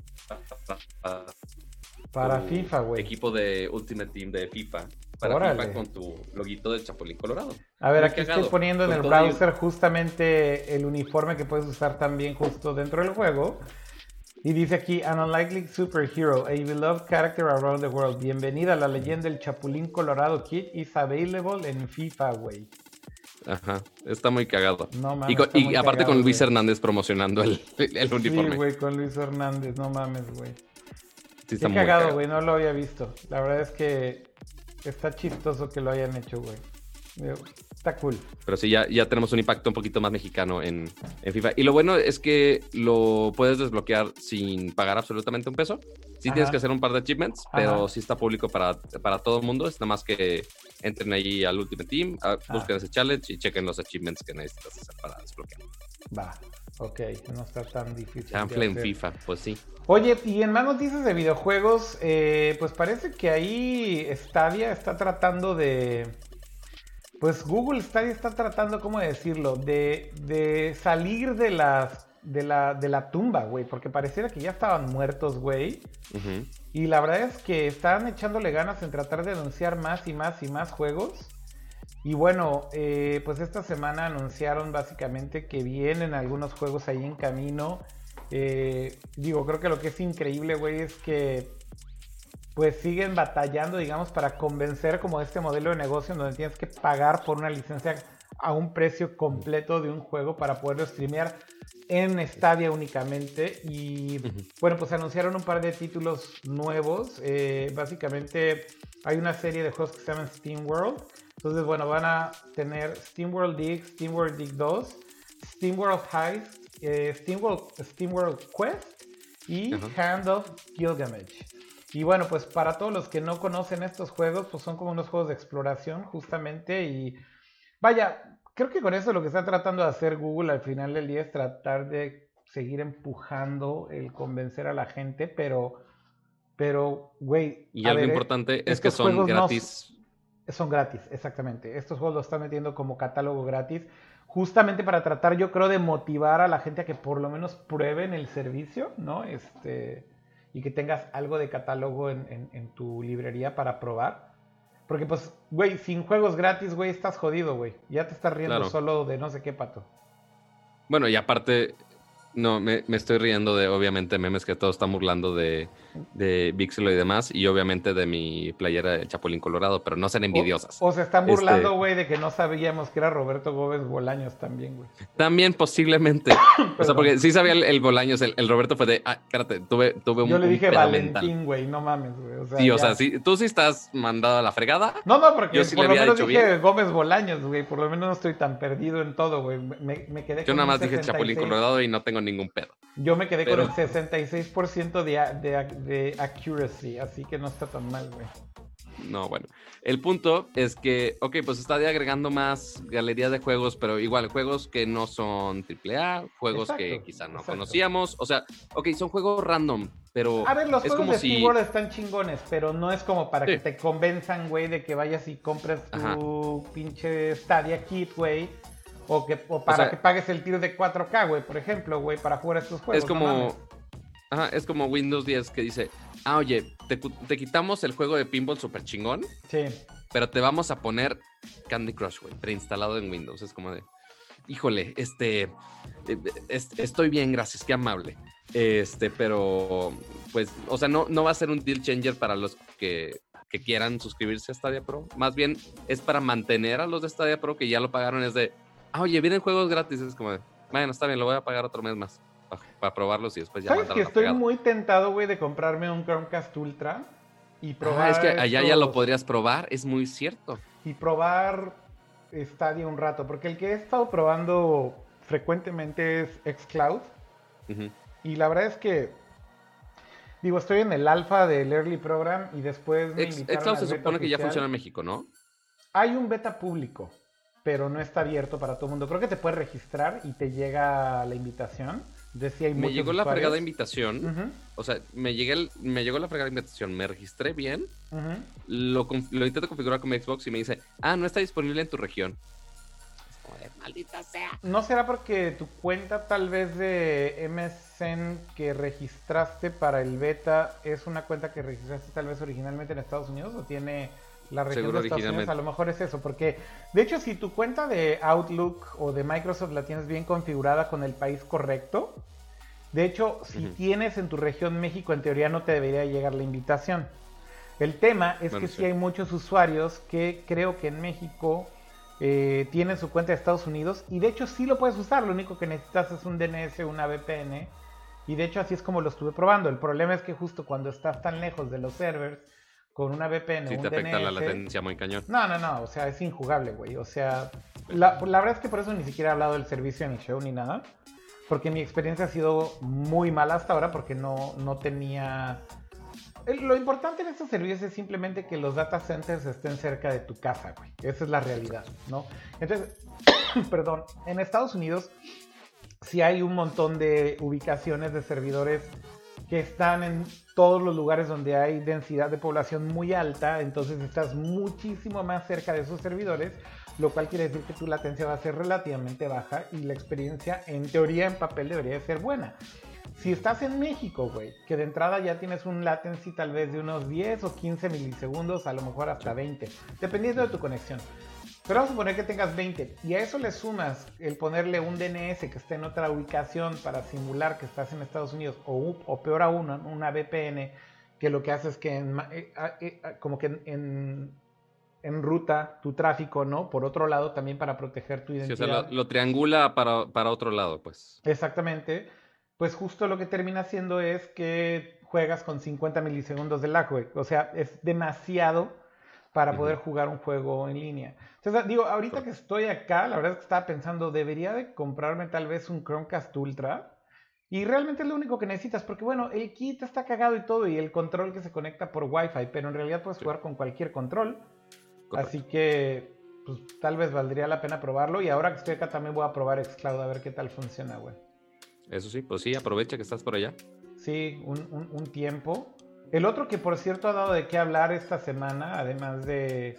para FIFA, güey. Equipo de Ultimate Team de FIFA. Para FIFA con tu loguito del Chapulín Colorado. A ver, aquí estoy poniendo en el browser justamente el uniforme que puedes usar también justo dentro del juego. Y dice aquí, an unlikely superhero, a beloved character around the world. Bienvenida a la leyenda del Chapulín Colorado. Kit is available en FIFA, güey. Ajá, está muy cagado. No mames, y aparte cagado, con Luis Hernández promocionando el uniforme. Sí, güey, con Luis Hernández, no mames, güey. Sí, qué cagado, güey, no lo había visto. La verdad es que está chistoso que lo hayan hecho, güey. Está cool. Pero sí, ya tenemos un impacto un poquito más mexicano en FIFA. Y lo bueno es que lo puedes desbloquear sin pagar absolutamente un peso. Sí tienes que hacer un par de achievements, pero sí está público para todo el mundo. Es nada más que entren ahí al Ultimate Team, busquen ese challenge y chequen los achievements que necesitas hacer para desbloquear. Va, ok, no está tan difícil. Chanfle en FIFA, pues sí. Oye, y en más noticias de videojuegos, pues parece que ahí Stadia está tratando de... Pues Google Stadia está tratando, ¿cómo decirlo? De salir de la tumba, güey. Porque pareciera que ya estaban muertos, güey. Uh-huh. Y la verdad es que están echándole ganas en tratar de anunciar más y más y más juegos. Y bueno, pues esta semana anunciaron básicamente que vienen algunos juegos ahí en camino. Creo que lo que es increíble, güey, es que pues siguen batallando, digamos, para convencer como este modelo de negocio en donde tienes que pagar por una licencia a un precio completo de un juego para poderlo streamear en Stadia únicamente. Y bueno, pues anunciaron un par de títulos nuevos. Básicamente hay una serie de juegos que se llaman Steam World. Entonces, bueno, van a tener Steam World Dig 2, Steam World Heist, Steam World Quest y Hand of Gilgamesh. Y bueno, pues para todos los que no conocen estos juegos, pues son como unos juegos de exploración justamente. Y vaya, creo que con eso lo que está tratando de hacer Google al final del día es tratar de seguir empujando el convencer a la gente, pero güey. Y algo importante es que son gratis. Son gratis, exactamente. Estos juegos los están metiendo como catálogo gratis, justamente para tratar, yo creo, de motivar a la gente a que por lo menos prueben el servicio, ¿no? Y que tengas algo de catálogo en tu librería para probar. Porque pues, güey, sin juegos gratis, güey, estás jodido, güey. Ya te estás riendo solo de no sé qué, pato. Bueno, y aparte, no, me estoy riendo de, obviamente, memes que todos están burlando de Vixelo y demás, y obviamente de mi playera de Chapulín Colorado, pero no sean envidiosas. O se están burlando, güey, de que no sabíamos que era Roberto Gómez Bolaños también, güey. También posiblemente. O sea, porque sí sabía el Bolaños, el Roberto fue de, espérate, tuve un Yo le dije Valentín, güey, no mames, güey. O sea, sí, o sea, sí, tú sí estás mandado a la fregada. No, porque yo sí por lo menos dije bien. Gómez Bolaños, güey, por lo menos no estoy tan perdido en todo, güey. Me quedé yo nada más dije Chapulín Colorado y no tengo ningún pedo. Yo me quedé con el 66% de accuracy, así que no está tan mal, güey. No, bueno. El punto es que, pues está agregando más galerías de juegos, pero igual, juegos que no son AAA, juegos que quizá no conocíamos. O sea, son juegos random, pero a ver, los es juegos como de Steam World están chingones, pero no es como para que te convenzan, güey, de que vayas y compres tu pinche Stadia Kit, güey. O para que pagues el tiro de 4K, güey, por ejemplo, güey, para jugar estos juegos. Es como... es como Windows 10 que dice, oye, te quitamos el juego de pinball super chingón. Sí. Pero te vamos a poner Candy Crush, güey, preinstalado en Windows. Es como de, híjole, estoy bien, gracias, qué amable. Pero, pues, o sea, no va a ser un deal changer para los que quieran suscribirse a Stadia Pro. Más bien, es para mantener a los de Stadia Pro que ya lo pagaron. Es de, oye, vienen juegos gratis. Es como de, bueno, está bien, lo voy a pagar otro mes más. Para probarlos y después ya ¿sabes que estoy muy tentado, güey, de comprarme un Chromecast Ultra y probar es que allá ya lo podrías probar, es muy cierto. Y probar Stadia un rato, porque el que he estado probando frecuentemente es xCloud. Y la verdad es que, estoy en el alfa del Early Program y después me invitaron xCloud al se beta supone que ya oficial. funciona en México, ¿no? Hay un beta público. pero no está abierto para todo el mundo. Creo que te puedes registrar y te llega la invitación. De si hay Me llegó la usuarios. fregada invitación. Uh-huh. O sea, me llegó la fregada invitación. Me registré bien. Uh-huh. Lo intento configurar con mi Xbox y me dice, no está disponible en tu región. Joder, maldita sea. ¿No será porque tu cuenta tal vez de MSN que registraste para el beta es una cuenta que registraste tal vez originalmente en Estados Unidos o tiene la región Seguro de Estados Unidos? A lo mejor es eso, porque de hecho si tu cuenta de Outlook o de Microsoft la tienes bien configurada con el país correcto, de hecho si tienes en tu región México, en teoría no te debería llegar la invitación. El tema es que sí hay muchos usuarios que creo que en México tienen su cuenta de Estados Unidos y de hecho sí lo puedes usar, lo único que necesitas es un DNS, una VPN, y de hecho así es como lo estuve probando. El problema es que justo cuando estás tan lejos de los servers con una VPN o un te afecta DNS, la latencia muy cañón. No, o sea, es injugable, güey. O sea, la verdad es que por eso ni siquiera he hablado del servicio en el show ni nada, porque mi experiencia ha sido muy mala hasta ahora porque no tenía... Lo importante en estos servicios es simplemente que los data centers estén cerca de tu casa, güey. Esa es la realidad, ¿no? Entonces, perdón, en Estados Unidos sí hay un montón de ubicaciones de servidores que están en todos los lugares donde hay densidad de población muy alta, entonces estás muchísimo más cerca de esos servidores, lo cual quiere decir que tu latencia va a ser relativamente baja y la experiencia, en teoría, en papel debería de ser buena. Si estás en México, güey, que de entrada ya tienes un latency tal vez de unos 10 o 15 milisegundos, a lo mejor hasta 20, dependiendo de tu conexión. Pero vamos a suponer que tengas 20 y a eso le sumas el ponerle un DNS que esté en otra ubicación para simular que estás en Estados Unidos o peor aún, una VPN que lo que hace es que como que en ruta tu tráfico, ¿no? Por otro lado también para proteger tu identidad. Sí, o sea, lo triangula para otro lado, pues. Exactamente. Pues justo lo que termina haciendo es que juegas con 50 milisegundos de lag, güey. O sea, es demasiado para poder jugar un juego en línea. Entonces, digo, ahorita que estoy acá, la verdad es que estaba pensando, debería de comprarme tal vez un Chromecast Ultra. Y realmente es lo único que necesitas, porque bueno, el kit está cagado y todo, y el control que se conecta por Wi-Fi, pero en realidad puedes jugar con cualquier control. Correcto. Así que, pues tal vez valdría la pena probarlo. Y ahora que estoy acá también voy a probar Xcloud a ver qué tal funciona, güey. Eso sí, pues sí, aprovecha que estás por allá. Sí, un tiempo. El otro que por cierto ha dado de qué hablar esta semana, además de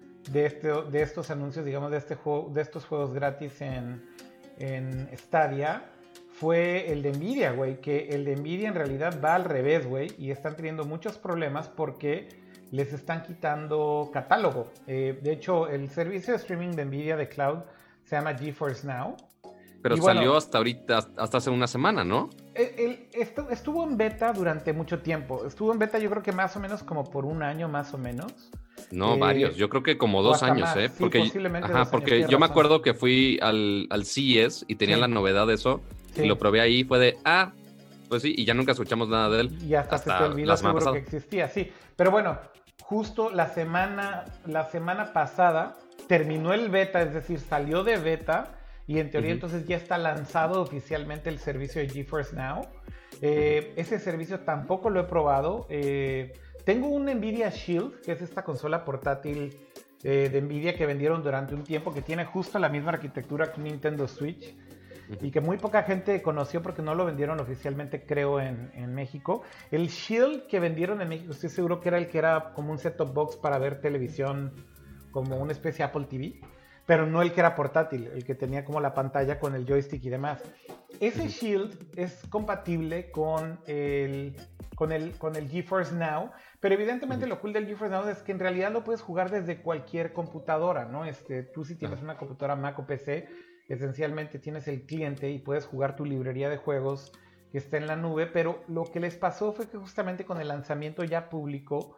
estos anuncios, digamos, de estos juegos gratis en Stadia, fue el de Nvidia, güey. Que el de Nvidia en realidad va al revés, güey. Y están teniendo muchos problemas porque les están quitando catálogo. De hecho, el servicio de streaming de Nvidia de cloud se llama GeForce Now. Pero salió hasta ahorita, hasta hace una semana, ¿no? Estuvo en beta durante mucho tiempo. Estuvo en beta yo creo que más o menos como por un año más o menos. No, varios. Yo creo que como 2 años, más. ¿eh? Sí, porque, posiblemente porque yo me acuerdo que fui al CES y tenía la novedad de eso. Sí. Y lo probé ahí, fue de, pues sí, y ya nunca escuchamos nada de él. Y hasta se te olvidó seguro que existía, sí. Pero bueno, justo la semana pasada terminó el beta, es decir, salió de beta. Y en teoría entonces ya está lanzado oficialmente el servicio de GeForce Now. Ese servicio tampoco lo he probado. Tengo un Nvidia Shield, que es esta consola portátil de Nvidia que vendieron durante un tiempo, que tiene justo la misma arquitectura que un Nintendo Switch. Y que muy poca gente conoció porque no lo vendieron oficialmente, creo, en México. El Shield que vendieron en México, estoy seguro que era como un set-top box para ver televisión, como una especie de Apple TV. Pero no el que era portátil, el que tenía como la pantalla con el joystick y demás. Ese Shield es compatible con el GeForce Now, pero evidentemente lo cool del GeForce Now es que en realidad lo puedes jugar desde cualquier computadora, ¿no? Tú si tienes una computadora Mac o PC, esencialmente tienes el cliente y puedes jugar tu librería de juegos que está en la nube, pero lo que les pasó fue que justamente con el lanzamiento ya público,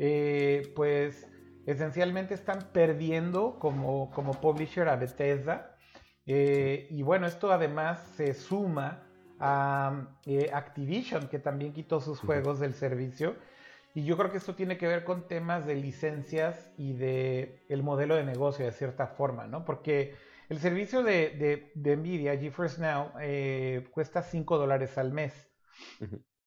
pues esencialmente están perdiendo como publisher a Bethesda. Y bueno, esto además se suma a Activision, que también quitó sus juegos del servicio. Y yo creo que esto tiene que ver con temas de licencias y de el modelo de negocio de cierta forma, ¿no? Porque el servicio de Nvidia, GeForce Now, cuesta $5 al mes.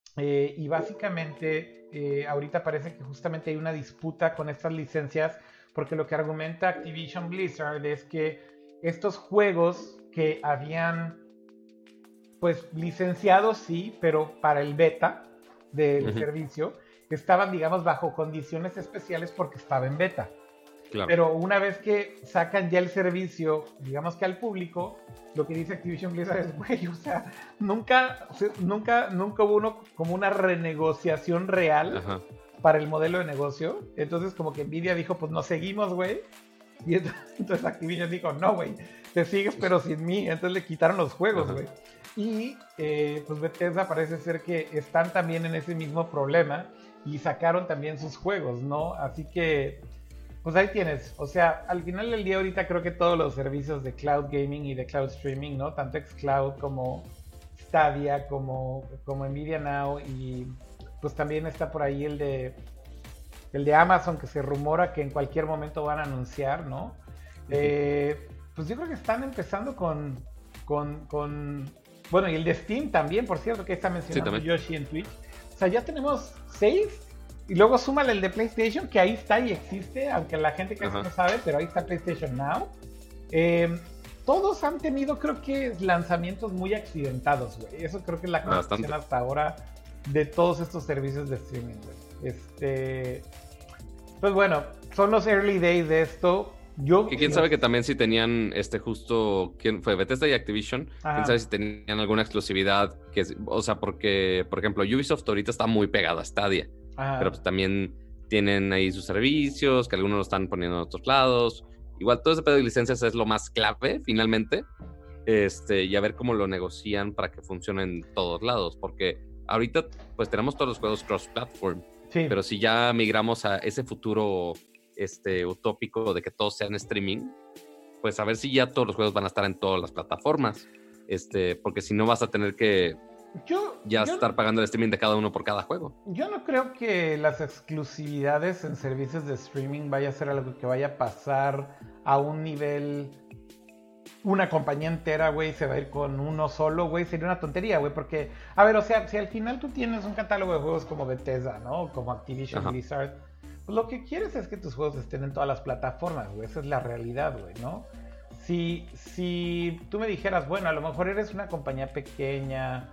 Y básicamente ahorita parece que justamente hay una disputa con estas licencias porque lo que argumenta Activision Blizzard es que estos juegos que habían pues licenciados, sí, pero para el beta del servicio, estaban, digamos, bajo condiciones especiales porque estaba en beta. Claro. Pero una vez que sacan ya el servicio, digamos que al público, lo que dice Activision Blizzard es, güey, o sea, nunca hubo como una renegociación real para el modelo de negocio. Entonces como que Nvidia dijo, pues nos seguimos, güey. Y entonces Activision dijo, no, güey, te sigues pero sin mí. Entonces le quitaron los juegos, güey. Y pues Bethesda parece ser que están también en ese mismo problema y sacaron también sus juegos, ¿no? Así que pues ahí tienes, o sea, al final del día ahorita creo que todos los servicios de cloud gaming y de cloud streaming, ¿no? Tanto xCloud como Stadia, como Nvidia Now, y pues también está por ahí el de Amazon, que se rumora que en cualquier momento van a anunciar, ¿no? Pues yo creo que están empezando con bueno, y el de Steam también, por cierto, que está mencionando Yoshi en Twitch. O sea, ya tenemos 6. Y luego súmale el de PlayStation, que ahí está y existe, aunque la gente casi no sabe, pero ahí está PlayStation Now. Todos han tenido, creo que, lanzamientos muy accidentados, güey. Eso creo que es la condición hasta ahora de todos estos servicios de streaming, güey. Pues bueno, son los early days de esto. Que quién sabe que también si tenían justo, ¿quién fue? Bethesda y Activision. Quién sabe si tenían alguna exclusividad. O sea, porque, por ejemplo, Ubisoft ahorita está muy pegada a Stadia. Pero pues también tienen ahí sus servicios, que algunos lo están poniendo en otros lados. Igual todo ese pedo de licencias es lo más clave, finalmente. Y a ver cómo lo negocian para que funcione en todos lados. Porque ahorita, pues tenemos todos los juegos cross-platform. Sí. Pero si ya migramos a ese futuro utópico de que todos sean streaming, pues a ver si ya todos los juegos van a estar en todas las plataformas. Porque si no vas a tener que estar pagando el streaming de cada uno por cada juego. Yo no creo que las exclusividades en servicios de streaming vaya a ser algo que vaya a pasar a un nivel. Una compañía entera, güey, se va a ir con uno solo, güey, sería una tontería, güey, porque, a ver, o sea, si al final tú tienes un catálogo de juegos como Bethesda, ¿no? Como Activision Blizzard, pues lo que quieres es que tus juegos estén en todas las plataformas, güey, esa es la realidad, güey, ¿no? Si tú me dijeras, bueno, a lo mejor eres una compañía pequeña,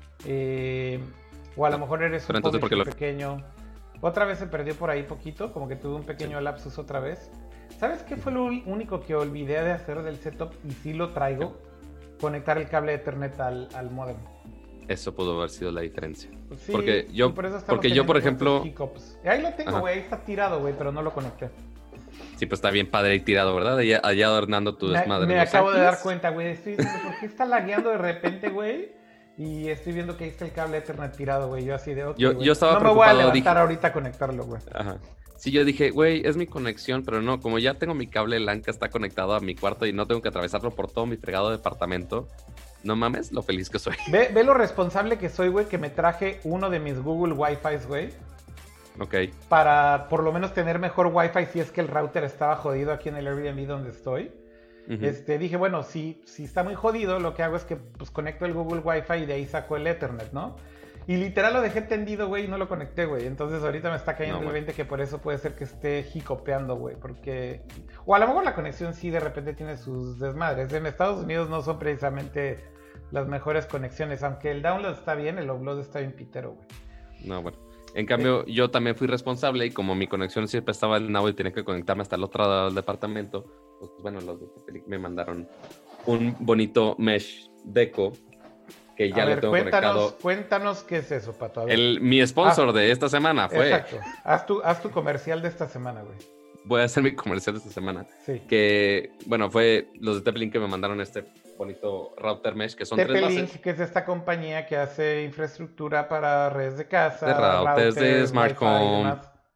o a lo mejor eres un publisher pequeño. Otra vez se perdió por ahí poquito, como que tuve un pequeño lapsus otra vez. ¿Sabes qué fue lo único que olvidé de hacer del setup y sí lo traigo? Conectar el cable de Ethernet al modem. Eso pudo haber sido la diferencia. Sí, porque yo, por ejemplo... Ahí lo tengo, güey, ahí está tirado, güey, pero no lo conecté. Sí, pues está bien padre y tirado, ¿verdad? Allá adornando tu desmadre. Me acabo de dar cuenta, güey. Estoy diciendo, ¿por qué está lagueando de repente, güey? Y estoy viendo que ahí está el cable Ethernet tirado, güey. Yo así de, okay, yo estaba preocupado. No me voy a levantar ahorita a conectarlo, güey. Ajá. Sí, yo dije, güey, es mi conexión, pero no, como ya tengo mi cable LAN que está conectado a mi cuarto y no tengo que atravesarlo por todo mi fregado departamento, no mames lo feliz que soy. Ve lo responsable que soy, güey, que me traje uno de mis Google Wi-Fi, güey. Ok. Para por lo menos tener mejor Wi-Fi si es que el router estaba jodido aquí en el Airbnb donde estoy. Dije, bueno, si está muy jodido, lo que hago es que pues conecto el Google Wi-Fi y de ahí saco el Ethernet, ¿no? Y literal lo dejé tendido, güey, y no lo conecté, güey. Entonces ahorita me está cayendo el 20 que por eso puede ser que esté jicopeando, güey. Porque... O a lo mejor la conexión sí de repente tiene sus desmadres. En Estados Unidos no son precisamente las mejores conexiones. Aunque el download está bien, el upload está bien pitero, güey. No, bueno. En cambio, yo también fui responsable y como mi conexión siempre estaba en Now y tenía que conectarme hasta el otro lado del departamento, pues bueno, los de Tepelic me mandaron un bonito mesh deco que ya lo tengo conectado. Cuéntanos qué es eso, Pato. Mi sponsor de esta semana fue... Exacto. Haz tu comercial de esta semana, güey. Voy a hacer mi comercial de esta semana. Sí. Que, bueno, fue los de Tepelink que me mandaron este bonito router mesh, que son Tepelink, 3 bases. que es esta compañía que hace infraestructura para redes de casa, de routers de Smart Home.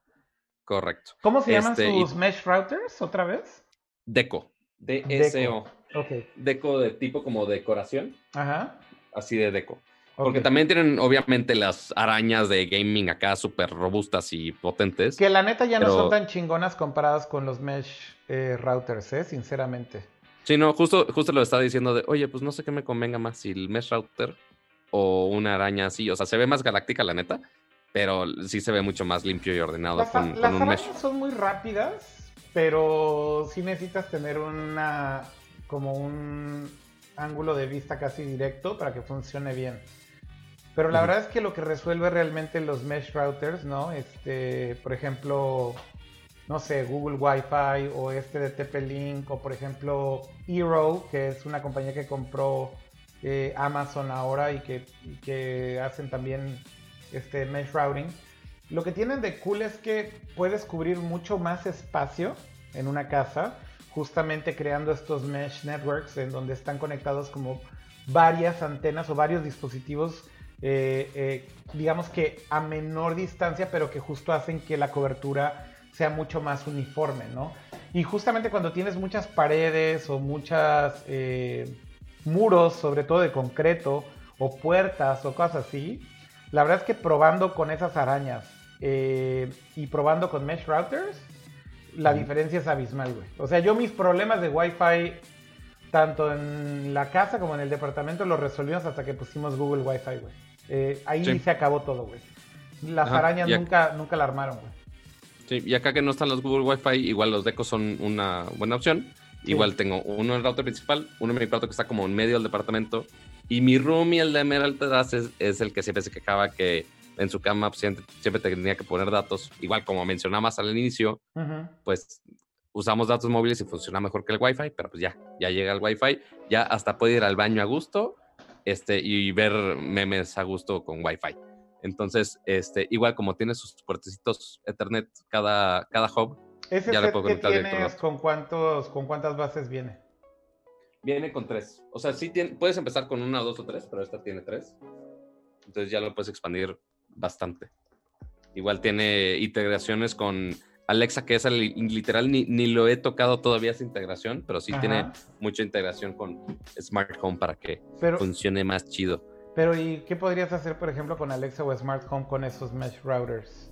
Correcto. ¿Cómo se llaman sus mesh routers otra vez? Deco. DSO. Ok. Deco de tipo como decoración. Ajá. Así de deco. Porque también tienen, obviamente, las arañas de gaming acá súper robustas y potentes. Que la neta ya no son tan chingonas comparadas con los mesh routers, sinceramente. Sí, no, justo lo estaba diciendo de, oye, pues no sé qué me convenga más, si el mesh router o una araña así. O sea, se ve más galáctica, la neta, pero sí se ve mucho más limpio y ordenado con un mesh. Las arañas son muy rápidas, pero sí necesitas tener como un ángulo de vista casi directo para que funcione bien. Pero la verdad es que lo que resuelve realmente los mesh routers, ¿no? Por ejemplo, no sé, Google Wi-Fi o de TP-Link o por ejemplo Eero, que es una compañía que compró Amazon ahora y que hacen también mesh routing. Lo que tienen de cool es que puedes cubrir mucho más espacio en una casa, justamente creando estos mesh networks en donde están conectados como varias antenas o varios dispositivos, digamos que a menor distancia, pero que justo hacen que la cobertura sea mucho más uniforme, ¿no? Y justamente cuando tienes muchas paredes o muchas muros, sobre todo de concreto, o puertas o cosas así, la verdad es que probando con esas arañas y probando con mesh routers, la diferencia es abismal, güey. O sea, yo mis problemas de Wi-Fi, tanto en la casa como en el departamento, los resolvimos hasta que pusimos Google Wi-Fi, güey. Ahí sí se acabó todo, güey. Las arañas nunca la armaron, güey. Sí, y acá que no están los Google Wi-Fi, igual los decos son una buena opción. Sí. Igual tengo uno en el router principal, uno en mi cuarto que está como en medio del departamento, y mi roomie, el de Emerald Terraces, es el que siempre se quejaba que en su cama siempre tenía que poner datos. Igual como mencionabas al inicio, pues usamos datos móviles y funciona mejor que el Wi-Fi, pero pues ya llega el Wi-Fi, ya hasta puede ir al baño a gusto y ver memes a gusto con Wi-Fi. Entonces, igual como tiene sus puertecitos Ethernet cada hub, ¿Ese set que tienes con cuántas bases viene? Viene con 3. O sea, sí puedes empezar con 1, 2 o 3, pero esta tiene 3. Entonces ya lo puedes expandir bastante. Igual tiene integraciones con Alexa, que es literal, ni lo he tocado todavía esa integración, pero sí tiene mucha integración con Smart Home para que funcione más chido. Pero ¿y qué podrías hacer, por ejemplo, con Alexa o Smart Home con esos mesh routers?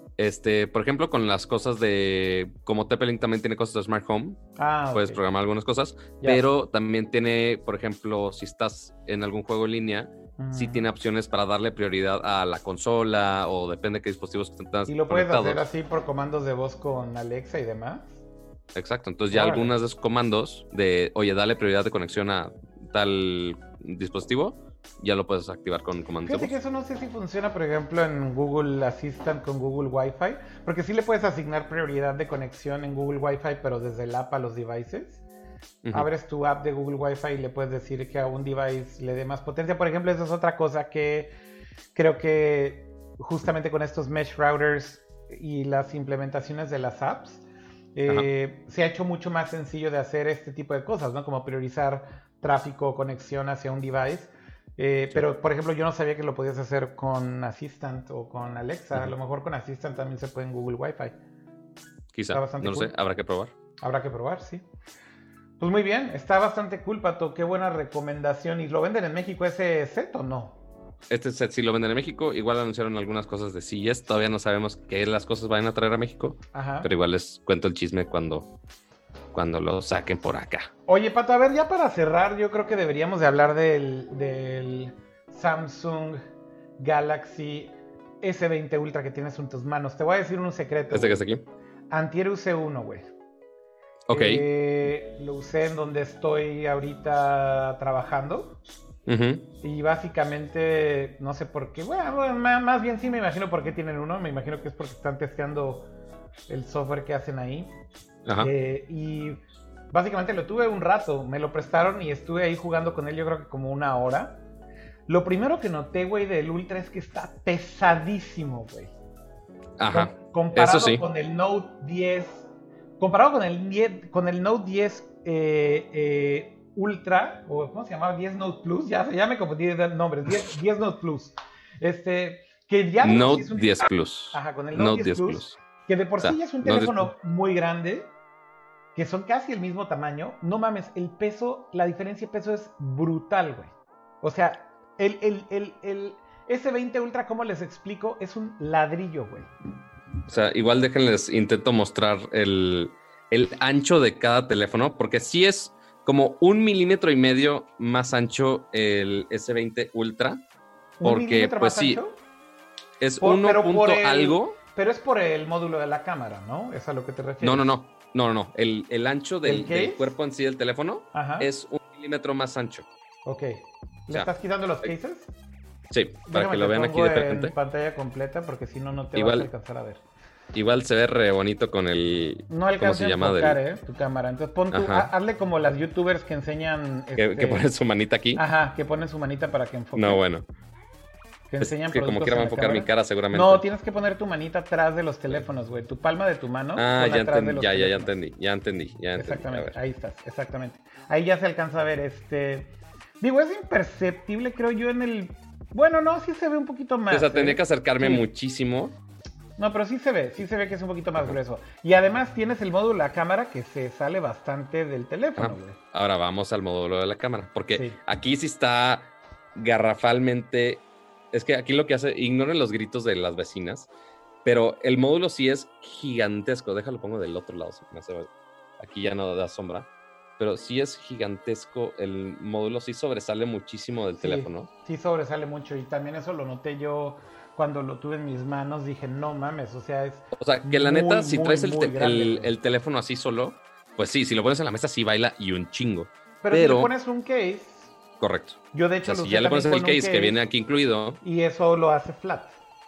Por ejemplo, con las cosas como TP-Link también tiene cosas de Smart Home, puedes programar algunas cosas, pero también tiene, por ejemplo, si estás en algún juego en línea, sí tiene opciones para darle prioridad a la consola o depende de qué dispositivos tengas. ¿Y lo puedes hacer así por comandos de voz con Alexa y demás? Exacto, entonces ya algunas de esos comandos oye, dale prioridad de conexión a tal dispositivo, ya lo puedes activar con comandos. Fíjate que eso no sé si funciona, por ejemplo, en Google Assistant con Google Wi-Fi, porque sí le puedes asignar prioridad de conexión en Google Wi-Fi, pero desde el app a los devices. Abres tu app de Google Wi-Fi y le puedes decir que a un device le dé más potencia. Por ejemplo, esa es otra cosa que creo que justamente con estos mesh routers y las implementaciones de las apps, se ha hecho mucho más sencillo de hacer este tipo de cosas, ¿no? Como priorizar tráfico o conexión hacia un device. Pero, por ejemplo, yo no sabía que lo podías hacer con Assistant o con Alexa. A lo mejor con Assistant también se puede en Google Wi-Fi. Quizá, no lo sé, habrá que probar. Habrá que probar, sí. Pues muy bien, está bastante cool, Pato. Qué buena recomendación. ¿Y lo venden en México ese set o no? Este set sí lo venden en México. Igual anunciaron algunas cosas de CES. Todavía no sabemos qué las cosas van a traer a México. Pero igual les cuento el chisme cuando lo saquen por acá. Oye, Pato, a ver, ya para cerrar, yo creo que deberíamos de hablar del Samsung Galaxy S20 Ultra que tienes en tus manos. Te voy a decir un secreto. ¿Este que está aquí? Antier usé uno, güey. Ok. Lo usé en donde estoy ahorita trabajando. Y básicamente, no sé por qué. Bueno, más bien sí me imagino por qué tienen uno. Me imagino que es porque están testeando el software que hacen ahí. Y básicamente lo tuve un rato, me lo prestaron y estuve ahí jugando con él yo creo que como 1 hora. Lo primero que noté, güey, del Ultra es que está pesadísimo, güey. Comparado eso sí. Con el Note 10, comparado con el Note 10 Ultra, o ¿cómo se llamaba? 10 Note Plus, ya me confundí de nombres, 10 Note Plus. Que ya Note es un 10 Plus. con el Note 10 Plus. Que de por sí ya es un teléfono muy grande, que son casi el mismo tamaño. No mames, el peso, la diferencia de peso es brutal, güey. O sea, el S20 Ultra, ¿cómo les explico? Es un ladrillo, güey. O sea, igual déjenles, intento mostrar el ancho de cada teléfono, porque sí es como 1,5 milímetros más ancho el S20 Ultra. Porque, pues sí, ancho? Es 1 punto algo. Pero es por el módulo de la cámara, ¿no? ¿Es a lo que te refieres? No. No. El ancho del cuerpo en sí del teléfono es 1 milímetro más ancho. Ok. ¿Le estás quitando los cases? Sí, para que lo vean aquí de frente. En pantalla completa, porque si no, no te vas a alcanzar a ver. Igual se ve re bonito con el... No alcanza a enfocar, tu cámara. Entonces pon hazle como las youtubers que enseñan... Que ponen su manita aquí. Ajá, que ponen su manita para que enfoque. No, bueno. Que enseñan que como quiera va a enfocar mi cara seguramente. No, tienes que poner tu manita atrás de los teléfonos, güey. Tu palma de tu mano. Ya entendí. Exactamente, ahí estás, exactamente. Ahí ya se alcanza a ver, Digo, es imperceptible, creo yo, en el... Bueno, no, sí se ve un poquito más. O sea, tendría que acercarme muchísimo. No, pero sí se ve que es un poquito más grueso. Y además tienes el módulo de la cámara que se sale bastante del teléfono, güey. Ahora vamos al módulo de la cámara, porque aquí sí está garrafalmente... Es que aquí lo que hace, ignoren los gritos de las vecinas, pero el módulo sí es gigantesco. Déjalo, pongo del otro lado. Aquí ya no da sombra. Pero sí es gigantesco. El módulo sí sobresale muchísimo del teléfono. Sí sobresale mucho. Y también eso lo noté yo cuando lo tuve en mis manos. Dije, no mames, o sea, que la neta, si traes el teléfono así solo, pues sí, si lo pones en la mesa sí baila y un chingo. Pero si le pones un case... Correcto. Yo de hecho si ya le pones el case que viene aquí incluido. Y eso lo hace flat.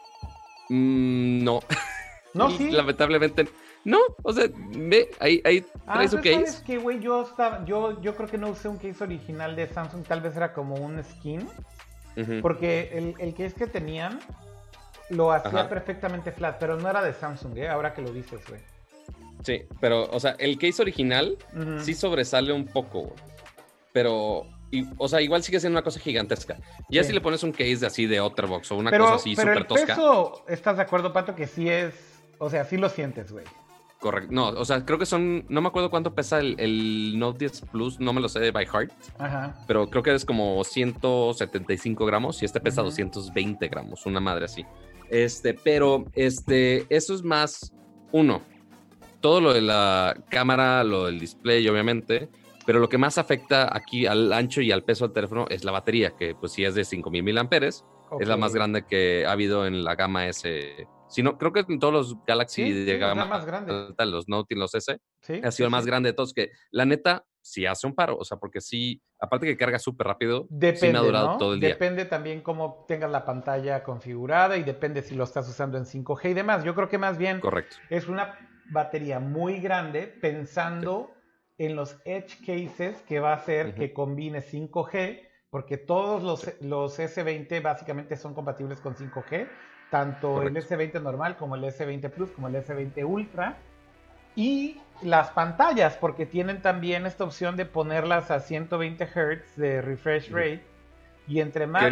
No. No, sí. Lamentablemente. No, o sea, ve, ahí trae su case. ¿Sabes qué, güey? Yo creo que no usé un case original de Samsung, tal vez era como un skin. Porque el case que tenían lo hacía perfectamente flat, pero no era de Samsung, ahora que lo dices, güey. Sí, pero, o sea, el case original sí sobresale un poco, güey. Pero... o sea, igual sigue siendo una cosa gigantesca. Ya si le pones un case así de Otterbox o una cosa así súper tosca. Pero ¿estás de acuerdo, Pato, que sí es... O sea, sí lo sientes, güey? Correcto. No, o sea, creo que son... No me acuerdo cuánto pesa el Note 10 Plus. No me lo sé by heart. Ajá. Pero creo que es como 175 gramos y este pesa 220 gramos. Una madre así. Pero eso es más... Todo lo de la cámara, lo del display, obviamente... Pero lo que más afecta aquí al ancho y al peso del teléfono es la batería, que pues sí es de 5000 miliamperes. Es la más grande que ha habido en la gama S. Si no, creo que en todos los Galaxy de gama más grande. Los Note y los S, ha sido el más grande de todos. Que la neta sí hace un paro. O sea, porque sí, aparte que carga súper rápido, sí me ha durado todo el día. Depende también cómo tengas la pantalla configurada y depende si lo estás usando en 5G y demás. Yo creo que más bien es una batería muy grande pensando... en los Edge Cases que va a hacer que combine 5G, porque todos los S20 básicamente son compatibles con 5G, tanto el S20 normal como el S20 Plus, como el S20 Ultra, y las pantallas, porque tienen también esta opción de ponerlas a 120 Hz de refresh rate, y entre más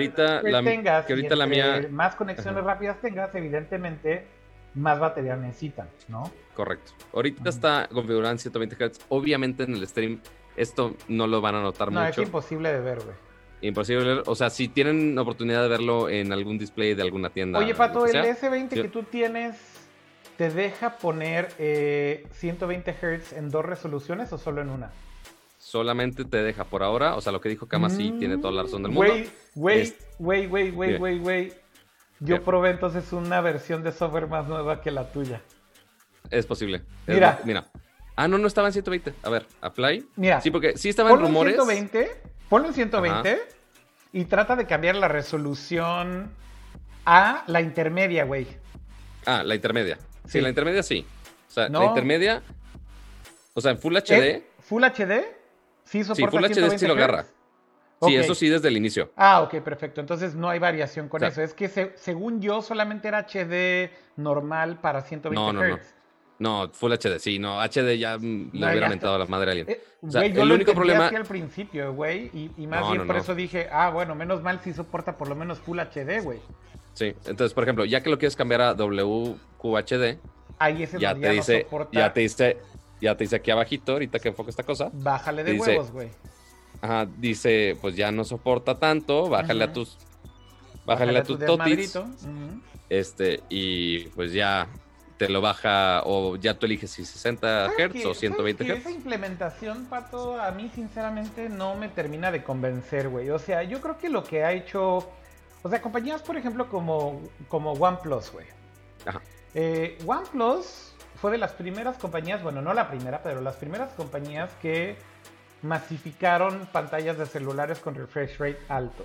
más conexiones rápidas tengas, evidentemente más batería necesitan, ¿no? Correcto. Ahorita está configurado en 120 Hz. Obviamente en el stream esto no lo van a notar mucho. No, es imposible de ver, güey. Imposible de ver. O sea, si tienen oportunidad de verlo en algún display de alguna tienda. Oye, Pato, el S20 que tú tienes, ¿te deja poner 120 Hz en 2 resoluciones o solo en una? Solamente te deja por ahora. O sea, lo que dijo Kama sí tiene toda la razón del mundo. Güey. Yo probé entonces una versión de software más nueva que la tuya. Es posible. Mira. No estaba en 120. A ver, apply. Mira. Sí, porque sí estaban rumores. Ponlo en 120 y trata de cambiar la resolución a la intermedia, güey. La intermedia. Sí, la intermedia sí. O sea, la intermedia... O sea, en Full HD... ¿Full HD? Sí, soporta Full HD sí lo agarra. Sí, eso sí desde el inicio. Ok, perfecto. Entonces no hay variación con eso. Es que según yo solamente era HD normal para 120 Hz. No, Full HD, sí. No, HD ya le hubiera mentado a la madre a alguien. O sea, yo el único problema... así al principio, güey. Y más bien por eso dije, bueno, menos mal si soporta por lo menos Full HD, güey. Sí, entonces, por ejemplo, ya que lo quieres cambiar a WQHD, ahí ese ya te dice, ya te dice aquí abajito, ahorita que enfoca esta cosa. Bájale de huevos, güey. Dice, pues ya no soporta tanto, bájale a tus totis. Y pues ya te lo baja, o ya tú eliges si 60 Hz o 120 Hz. Esa implementación, Pato, a mí sinceramente no me termina de convencer, güey. O sea, yo creo que lo que ha hecho, o sea, compañías, por ejemplo, como OnePlus, güey. OnePlus fue de las primeras compañías, bueno, no la primera, pero las primeras compañías que masificaron pantallas de celulares con refresh rate altos.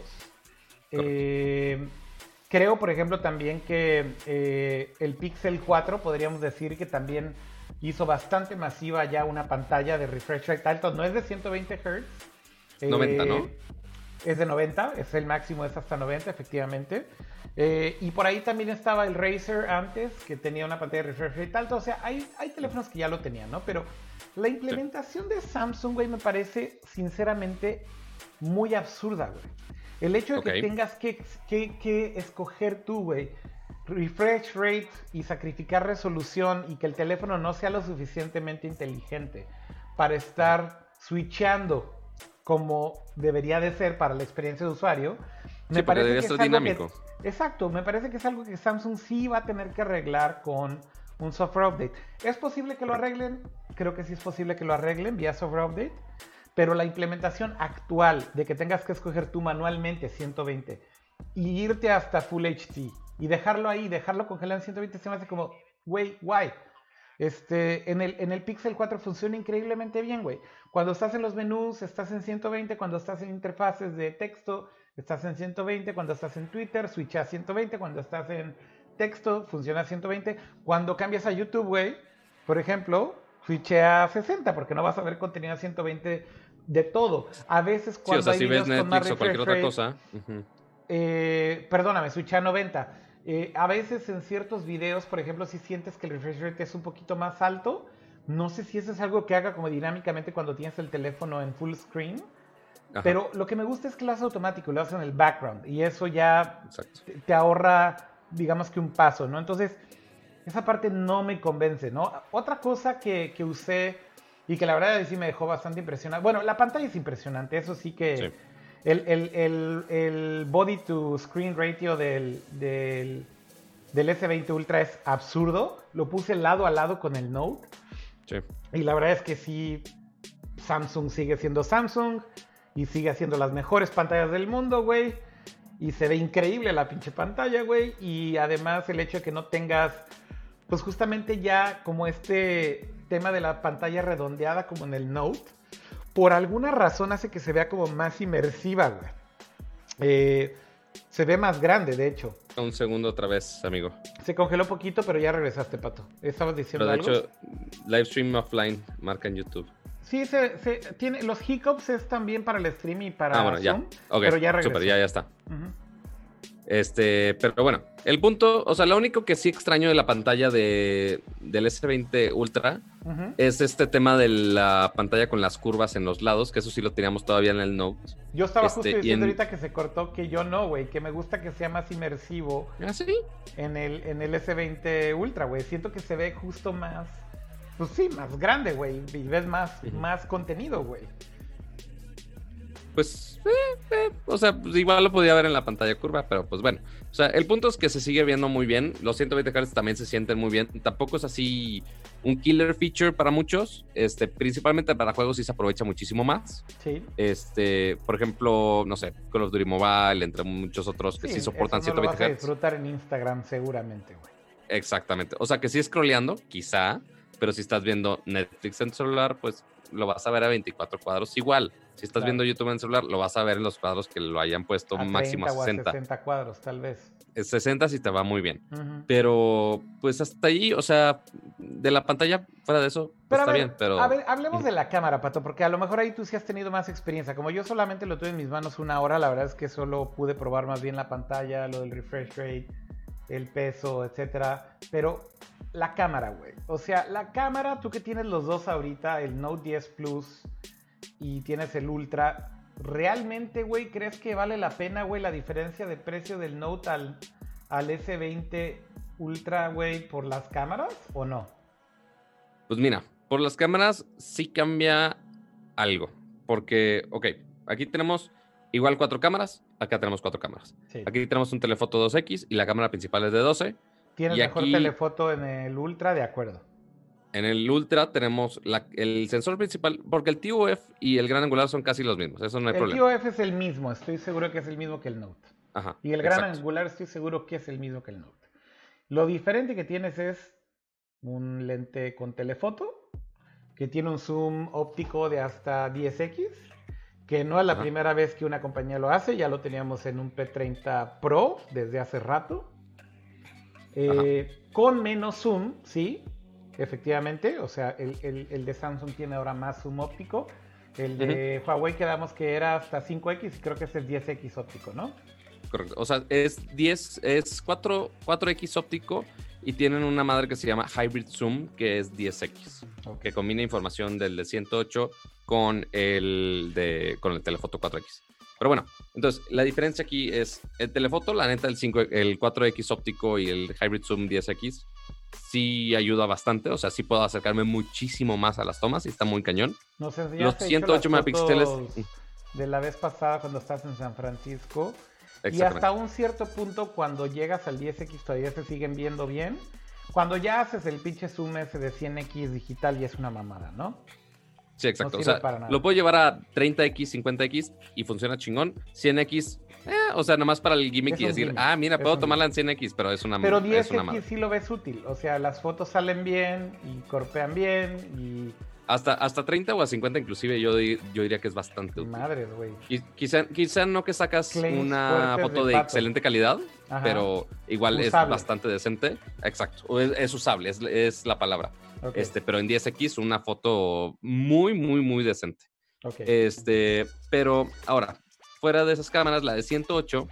Creo, por ejemplo, también que el Pixel 4 podríamos decir que también hizo bastante masiva ya una pantalla de refresh rate alto. No es de 120 Hz. 90, ¿no? Es de 90, es el máximo, es hasta 90, efectivamente. Y por ahí también estaba el Razer antes, que tenía una pantalla de refresh rate alto. O sea, hay teléfonos que ya lo tenían, ¿no? Pero la implementación de Samsung, güey, me parece sinceramente muy absurda, güey. El hecho de que tengas que escoger tú, güey, refresh rate y sacrificar resolución y que el teléfono no sea lo suficientemente inteligente para estar switchando como debería de ser para la experiencia de usuario, me parece que es algo dinámico. Exacto, me parece que es algo que Samsung sí va a tener que arreglar con un software update. ¿Es posible que lo arreglen? Creo que sí es posible que lo arreglen vía software update, pero la implementación actual de que tengas que escoger tú manualmente 120 y irte hasta Full HD y dejarlo ahí, dejarlo congelado en 120 se me hace como, güey, guay. En el Pixel 4 funciona increíblemente bien, güey. Cuando estás en los menús, estás en 120. Cuando estás en interfaces de texto, estás en 120. Cuando estás en Twitter, switcha a 120. Cuando estás en texto, funciona a 120. Cuando cambias a YouTube, güey, por ejemplo, switcha a 60, porque no vas a ver contenido a 120 de todo. A veces cuando sí, o sea, hay si ves videos con más Netflix o cualquier otra cosa. Perdóname, switcha a 90. A veces en ciertos videos, por ejemplo, si sientes que el refresh rate es un poquito más alto, no sé si eso es algo que haga como dinámicamente cuando tienes el teléfono en full screen, pero lo que me gusta es que lo hace automático, lo hace en el background y eso ya te ahorra, digamos que un paso, ¿no? Entonces, esa parte no me convence, ¿no? Otra cosa que usé y que la verdad sí me dejó bastante impresionado, bueno, la pantalla es impresionante, eso sí que... Sí. El body to screen ratio del S20 Ultra es absurdo. Lo puse lado a lado con el Note. Sí. Y la verdad es que sí, Samsung sigue siendo Samsung y sigue haciendo las mejores pantallas del mundo, güey. Y se ve increíble la pinche pantalla, güey. Y además el hecho de que no tengas, pues justamente ya como este tema de la pantalla redondeada como en el Note, por alguna razón hace que se vea como más inmersiva, güey. Se ve más grande, de hecho. Un segundo otra vez, amigo. Se congeló un poquito, pero ya regresaste, Pato. ¿Estabas diciendo algo? Pero de hecho, live stream offline, marca en YouTube. Sí, tiene, los hiccups es también para el stream y para bueno, Zoom, ya. Okay, pero ya regresó. Super, ya está. Pero bueno, el punto, o sea, lo único que sí extraño de la pantalla del S20 Ultra es este tema de la pantalla con las curvas en los lados, que eso sí lo teníamos todavía en el Note. Yo estaba justo diciendo ahorita que se cortó, que yo no, güey, que me gusta que sea más inmersivo. ¿Ah, sí? En el S20 Ultra, güey. Siento que se ve justo más, pues sí, más grande, güey, y ves más contenido, güey. Pues, o sea, pues igual lo podía ver en la pantalla curva, pero pues bueno. O sea, el punto es que se sigue viendo muy bien. Los 120 Hz también se sienten muy bien. Tampoco es así un killer feature para muchos. Principalmente para juegos sí se aprovecha muchísimo más. Sí. Por ejemplo, no sé, Call of Duty Mobile, entre muchos otros que sí soportan 120 Hz. Lo vas a disfrutar en Instagram seguramente, güey. Exactamente. O sea, que sí scrolleando, quizá, pero si estás viendo Netflix en tu celular, pues lo vas a ver a 24 cuadros igual. Si estás viendo YouTube en celular, lo vas a ver en los cuadros que lo hayan puesto máximo a 60. O a 60 cuadros, tal vez. 60 sí te va muy bien. Pero, pues hasta ahí, o sea, de la pantalla, fuera de eso, pero está bien. Pero a ver, hablemos de la cámara, Pato, porque a lo mejor ahí tú sí has tenido más experiencia. Como yo solamente lo tuve en mis manos una hora, la verdad es que solo pude probar más bien la pantalla, lo del refresh rate, el peso, etcétera. Pero la cámara, güey. O sea, la cámara, tú que tienes los dos ahorita, el Note 10 Plus y tienes el Ultra, ¿realmente, güey, crees que vale la pena, güey, la diferencia de precio del Note al S20 Ultra, güey, por las cámaras o no? Pues mira, por las cámaras sí cambia algo. Porque, ok, aquí tenemos igual 4 cámaras, acá tenemos 4 cámaras. Sí. Aquí tenemos un telefoto 2X y la cámara principal es de 12. Tienes mejor telefoto en el Ultra, de acuerdo. En el Ultra tenemos el sensor principal, porque el TOF y el gran angular son casi los mismos, eso no hay problema. El TOF es el mismo, estoy seguro que es el mismo que el Note. Ajá, y el gran angular estoy seguro que es el mismo que el Note. Lo diferente que tienes es un lente con telefoto, que tiene un zoom óptico de hasta 10x, que no es la primera vez que una compañía lo hace, ya lo teníamos en un P30 Pro desde hace rato. Con menos zoom, sí, efectivamente, o sea, el de Samsung tiene ahora más zoom óptico. El de Huawei quedamos que era hasta 5x y creo que ese es 10x óptico, ¿no? Correcto. O sea, es 4x óptico y tienen una madre que se llama Hybrid Zoom, que es 10x, que combina información del de 108 con el telefoto 4x. Pero bueno, entonces la diferencia aquí es el telefoto, la neta, el 4x óptico y el Hybrid Zoom 10x sí ayuda bastante, o sea, sí puedo acercarme muchísimo más a las tomas y está muy cañón. Nos los 108 megapíxeles de la vez pasada cuando estás en San Francisco y hasta un cierto punto cuando llegas al 10x todavía se siguen viendo bien. Cuando ya haces el pinche zoom ese de 100x digital ya es una mamada, ¿no? Sí, exacto. No, o sea, lo puedo llevar a 30x, 50x y funciona chingón. 100x, o sea, nomás para el gimmick y decir, gimmick. Mira, puedo tomarla en 100x, pero es una Pero 10x es una sí lo ves útil. O sea, las fotos salen bien y corpean bien y... Hasta 30 o a 50 inclusive yo diría que es bastante útil. Madres, güey. Quizá no que sacas Claims una foto de excelente calidad, pero igual usable. Es bastante decente. Exacto. Es usable, es la palabra. Okay. Pero en 10x una foto muy, muy, muy decente. Okay. Pero ahora, fuera de esas cámaras, la de 108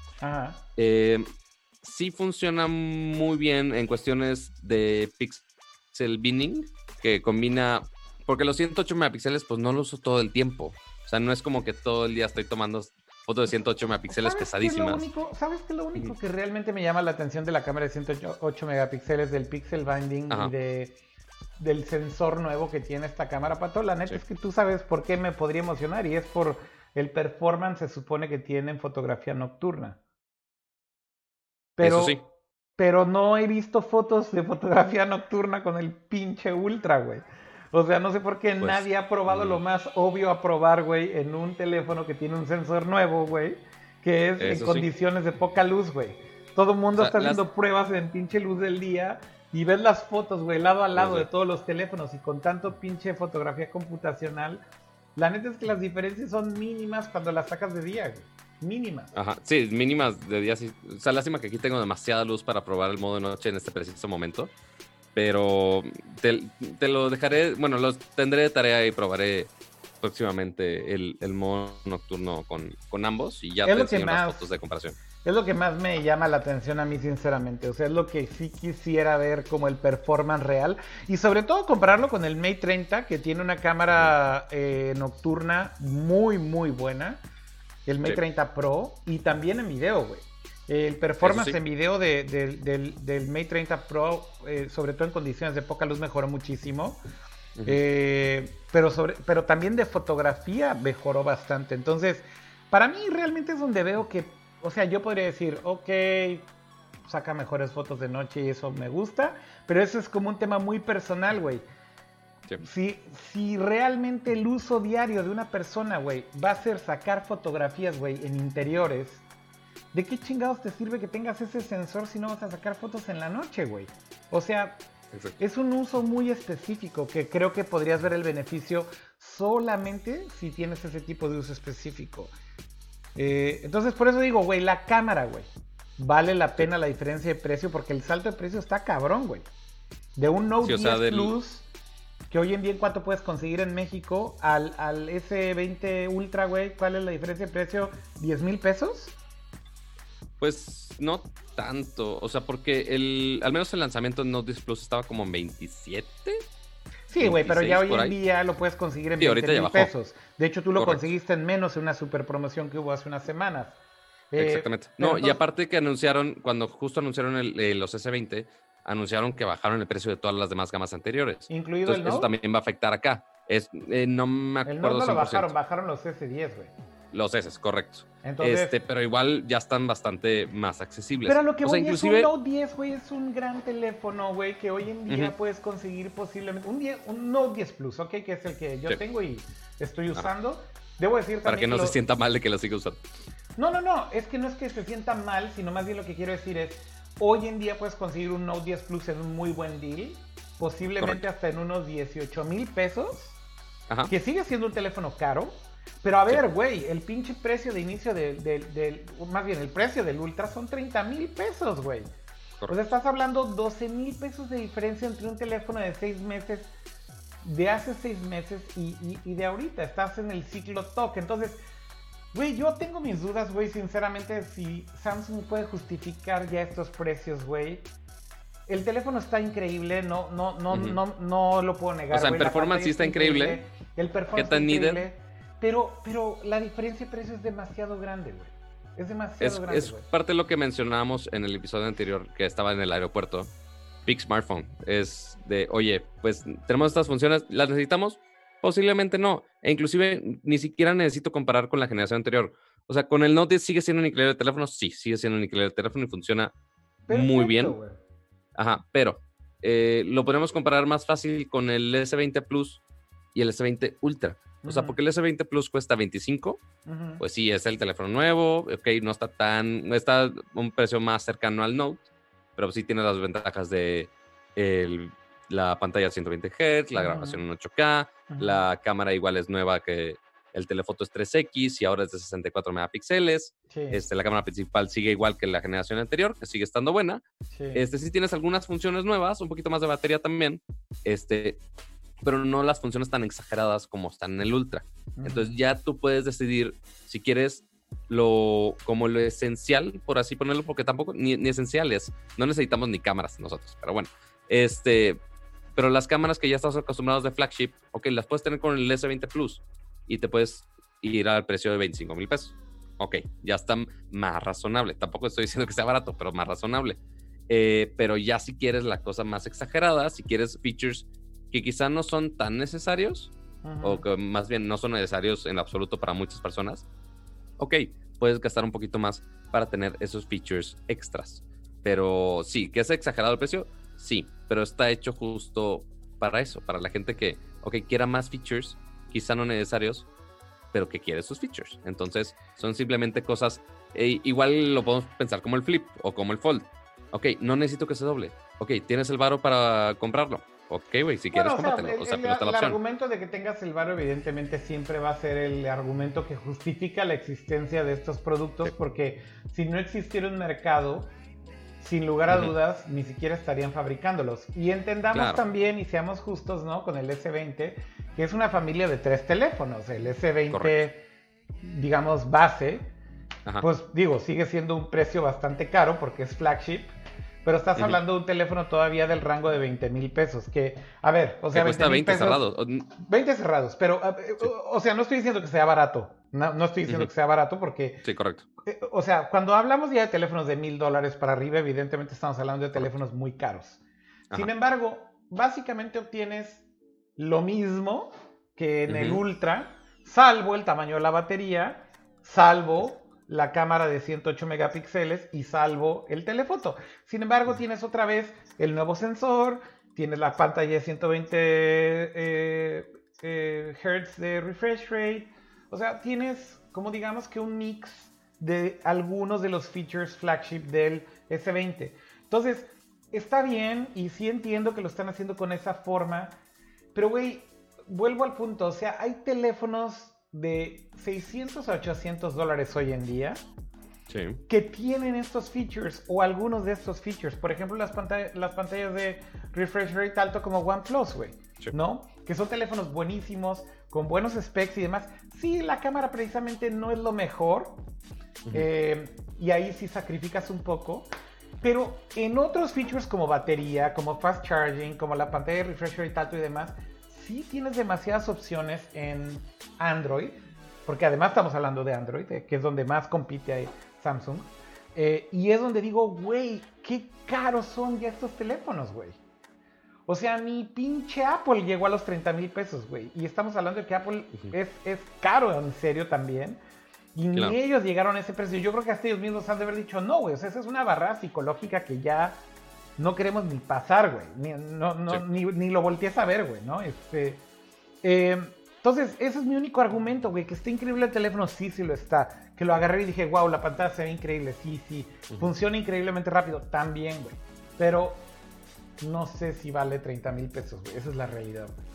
sí funciona muy bien en cuestiones de pixel binning, que combina... Porque los 108 megapíxeles, pues no los uso todo el tiempo. O sea, no es como que todo el día estoy tomando fotos de 108 megapíxeles pesadísimas. ¿Sabes qué es lo único que realmente me llama la atención de la cámara de 108 megapíxeles, del pixel binding y del sensor nuevo que tiene esta cámara, Pato? La neta es que tú sabes por qué me podría emocionar y es por el performance se supone que tiene en fotografía nocturna. Pero, eso sí. Pero no he visto fotos de fotografía nocturna con el pinche ultra, güey. O sea, no sé por qué nadie ha probado lo más obvio a probar, güey, en un teléfono que tiene un sensor nuevo, güey, que es en condiciones de poca luz, güey. Todo el mundo está haciendo pruebas en pinche luz del día y ves las fotos, güey, lado a lado de todos los teléfonos y con tanto pinche fotografía computacional, la neta es que las diferencias son mínimas cuando las sacas de día, güey. Mínimas. Ajá, sí, mínimas de día, sí. O sea, lástima que aquí tengo demasiada luz para probar el modo de noche en este preciso momento. Pero te lo dejaré, bueno, los tendré de tarea y probaré próximamente el modo nocturno con ambos y ya te enseño las fotos de comparación. Es lo que más me llama la atención a mí, sinceramente. O sea, es lo que sí quisiera ver como el performance real. Y sobre todo compararlo con el Mate 30, que tiene una cámara nocturna muy, muy buena. El Mate 30 Pro. Y también en video, güey. El performance en video del Mate 30 Pro, sobre todo en condiciones de poca luz, mejoró muchísimo. Pero también de fotografía mejoró bastante. Entonces, para mí realmente es donde veo que, o sea, yo podría decir, ok, saca mejores fotos de noche y eso me gusta, pero eso es como un tema muy personal, güey. Si realmente el uso diario de una persona, güey, va a ser sacar fotografías, güey, en interiores, ¿de qué chingados te sirve que tengas ese sensor si no vas a sacar fotos en la noche, güey? O sea, es un uso muy específico que creo que podrías ver el beneficio solamente si tienes ese tipo de uso específico. Entonces, por eso digo, güey, la cámara, güey, vale la pena la diferencia de precio porque el salto de precio está cabrón, güey. De un Note 10 Plus, que hoy en día, ¿cuánto puedes conseguir en México? Al S20 Ultra, güey, ¿cuál es la diferencia de precio? ¿10,000 pesos? Pues no tanto, o sea, porque al menos el lanzamiento de Note 10 Plus estaba como en 27. Sí, güey, pero ya hoy en día lo puedes conseguir en 20,000 pesos. De hecho, tú lo conseguiste en menos en una super promoción que hubo hace unas semanas. Exactamente. No, entonces... y aparte que anunciaron, cuando justo anunciaron los S20, anunciaron que bajaron el precio de todas las demás gamas anteriores. ¿Incluido el Note? Eso también va a afectar acá. No me acuerdo. El Note no lo bajaron los S10, güey. Los S, correcto. Entonces, pero igual ya están bastante más accesibles. Pero lo que voy inclusive... es un Note 10, güey, es un gran teléfono, güey, que hoy en día puedes conseguir posiblemente un Note 10 Plus, ¿ok? Que es el que yo tengo y estoy usando. Debo decir también para que no se sienta mal de que lo siga usando. No, es que no es que se sienta mal, sino más bien lo que quiero decir es, Hoy en día puedes conseguir un Note 10 Plus en un muy buen deal, posiblemente hasta en unos 18,000 pesos, que sigue siendo un teléfono caro. Pero a ver, güey, el pinche precio de inicio más bien el precio del Ultra son 30,000 pesos, güey. O sea, estás hablando 12,000 pesos de diferencia entre un teléfono de 6 meses, de hace 6 meses y de ahorita. Estás en el ciclo TOC. Entonces, güey, yo tengo mis dudas, güey, sinceramente, si Samsung puede justificar ya estos precios, güey. El teléfono está increíble, no lo puedo negar. O sea, en performance sí está increíble. El performance está increíble. Pero la diferencia de precio es demasiado grande, güey. Es demasiado grande, es parte de lo que mencionábamos en el episodio anterior, que estaba en el aeropuerto. Big Smartphone. Es de, oye, pues tenemos estas funciones, ¿las necesitamos? Posiblemente no. E inclusive ni siquiera necesito comparar con la generación anterior. O sea, con el Note 10 sigue siendo un increíble teléfono. Sí, sigue siendo un increíble teléfono y funciona muy bien. Wey. Ajá, pero lo podemos comparar más fácil con el S20 Plus y el S20 Ultra. O sea, porque el S20 Plus cuesta 25, pues sí, es el teléfono nuevo, ok, no está un precio más cercano al Note, pero sí tiene las ventajas de la pantalla 120 Hz, la grabación en 8K, la cámara igual es nueva, que el telefoto es 3X y ahora es de 64 megapíxeles. Sí. La cámara principal sigue igual que la generación anterior, que sigue estando buena. Sí. Sí tienes algunas funciones nuevas, un poquito más de batería también, pero no las funciones tan exageradas como están en el Ultra. Entonces ya tú puedes decidir si quieres como lo esencial, por así ponerlo, porque tampoco ni esencial es. No necesitamos ni cámaras nosotros, pero bueno. Pero las cámaras que ya estás acostumbrados de flagship, ok, las puedes tener con el S20 Plus y te puedes ir al precio de 25,000 pesos. Ok, ya está más razonable. Tampoco estoy diciendo que sea barato, pero más razonable. Pero ya si quieres la cosa más exagerada, si quieres features que quizá no son tan necesarios, o que más bien no son necesarios en absoluto para muchas personas, ok, puedes gastar un poquito más para tener esos features extras. Pero sí, que es exagerado el precio, sí, pero está hecho justo para eso, para la gente que, ok, quiera más features, quizá no necesarios, pero que quiere sus features. Entonces, son simplemente cosas, igual lo podemos pensar como el Flip o como el Fold. Ok, no necesito que se doble. Ok, ¿tienes el varo para comprarlo? Ok, güey, si quieres, cómpratelo. Pero está la opción. El argumento de que tengas el varo, evidentemente, siempre va a ser el argumento que justifica la existencia de estos productos, porque si no existiera un mercado, sin lugar a dudas, ni siquiera estarían fabricándolos. Y entendamos también, y seamos justos, ¿no? Con el S20, que es una familia de 3 teléfonos. El S20, digamos, base, pues digo, sigue siendo un precio bastante caro porque es flagship. Pero estás hablando de un teléfono todavía del rango de 20,000 pesos. Que, a ver, o sea, 20 cerrados. 20 cerrados, pero, o sea, no estoy diciendo que sea barato. No estoy diciendo que sea barato porque... Sí, correcto. O sea, cuando hablamos ya de teléfonos de $1,000 para arriba, evidentemente estamos hablando de teléfonos muy caros. Sin embargo, básicamente obtienes lo mismo que en el Ultra, salvo el tamaño de la batería, salvo la cámara de 108 megapíxeles y salvo el telefoto. Sin embargo, tienes otra vez el nuevo sensor, tienes la pantalla de 120 Hz de refresh rate. O sea, tienes como digamos que un mix de algunos de los features flagship del S20. Entonces, está bien y sí entiendo que lo están haciendo con esa forma, pero güey, vuelvo al punto, o sea, hay teléfonos de $600 a $800 hoy en día que tienen estos features o algunos de estos features. Por ejemplo, las pantallas de refresh rate alto como OnePlus, güey, ¿no? Que son teléfonos buenísimos, con buenos specs y demás. Sí, la cámara precisamente no es lo mejor, y ahí sí sacrificas un poco, pero en otros features como batería, como fast charging, como la pantalla de refresh rate alto y demás, sí tienes demasiadas opciones en Android, porque además estamos hablando de Android, que es donde más compite Samsung, y es donde digo, güey, qué caros son ya estos teléfonos, güey. O sea, ni pinche Apple llegó a los 30,000 pesos, güey. Y estamos hablando de que Apple es caro en serio también. Y ni ellos llegaron a ese precio. Yo creo que hasta ellos mismos han de haber dicho, no, güey. O sea, esa es una barrera psicológica que ya no queremos ni pasar, güey. Ni lo voltees a ver, güey, ¿no? Entonces, ese es mi único argumento, güey. Que esté increíble el teléfono, sí lo está. que lo agarré y dije, wow, la pantalla se ve increíble, sí, funciona increíblemente rápido, también, güey. Pero no sé si vale 30,000 pesos, güey, esa es la realidad, güey.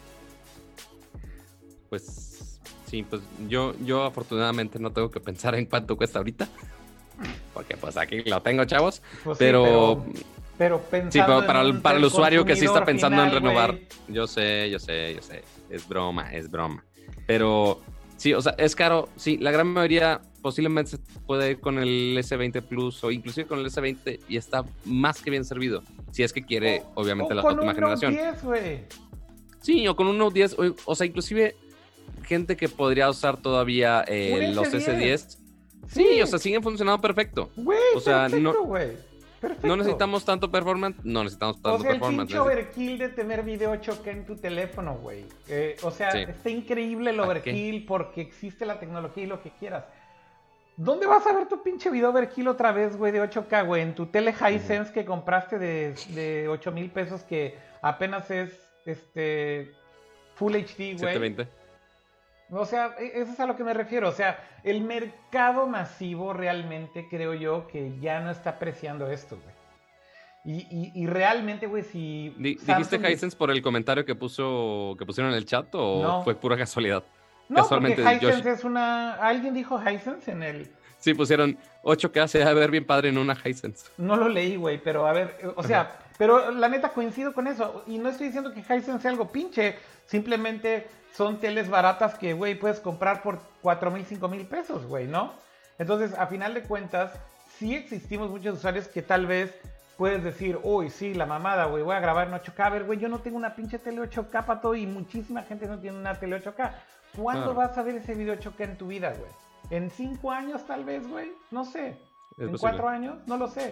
Pues sí, pues yo afortunadamente no tengo que pensar en cuánto cuesta ahorita, porque pues aquí lo tengo, chavos, Pues pero pensando sí, pero para el usuario que sí está pensando final, en renovar, güey. yo sé, es broma, pero sí, o sea, es caro, sí, la gran mayoría posiblemente se puede ir con el S20 Plus o inclusive con el S20 y está más que bien servido, si es que quiere, obviamente, la última generación. Con un Note 10, güey. Sí, o con un Note 10, o sea, inclusive gente que podría usar todavía los S10. Sí, o sea, siguen funcionando perfecto. Güey, o sea, perfecto, güey. Perfecto. No necesitamos tanto performance, no necesitamos tanto performance. O sea, el pinche overkill de tener video 8K en tu teléfono, güey. O sea, sí. Está increíble el overkill porque existe la tecnología y lo que quieras. ¿Dónde vas a ver tu pinche video overkill otra vez, güey, de 8K, güey? En tu tele Hisense que compraste de 8,000 pesos que apenas es Full HD, güey. 720. O sea, eso es a lo que me refiero. O sea, el mercado masivo realmente creo yo que ya no está apreciando esto, güey. Y realmente, güey, si... ¿Dijiste Hisense por el comentario que pusieron en el chat o no. Fue pura casualidad? No, casualmente, porque Hisense es una... ¿Alguien dijo Hisense en el...? Sí, pusieron 8K, se va a ver bien padre en una Hisense. No lo leí, güey, pero a ver, o sea, pero la neta coincido con eso. Y no estoy diciendo que Hisense sea algo pinche, simplemente son teles baratas que, güey, puedes comprar por 4,000, 5,000 pesos, güey, ¿no? Entonces, a final de cuentas, sí existimos muchos usuarios que tal vez puedes decir, uy, sí, la mamada, güey, voy a grabar en 8K. A ver, güey, yo no tengo una pinche tele 8K, pato, y muchísima gente no tiene una tele 8K. ¿Cuándo vas a ver ese video 8K en tu vida, güey? ¿En 5 años tal vez, güey? No sé. ¿En 4 años? No lo sé.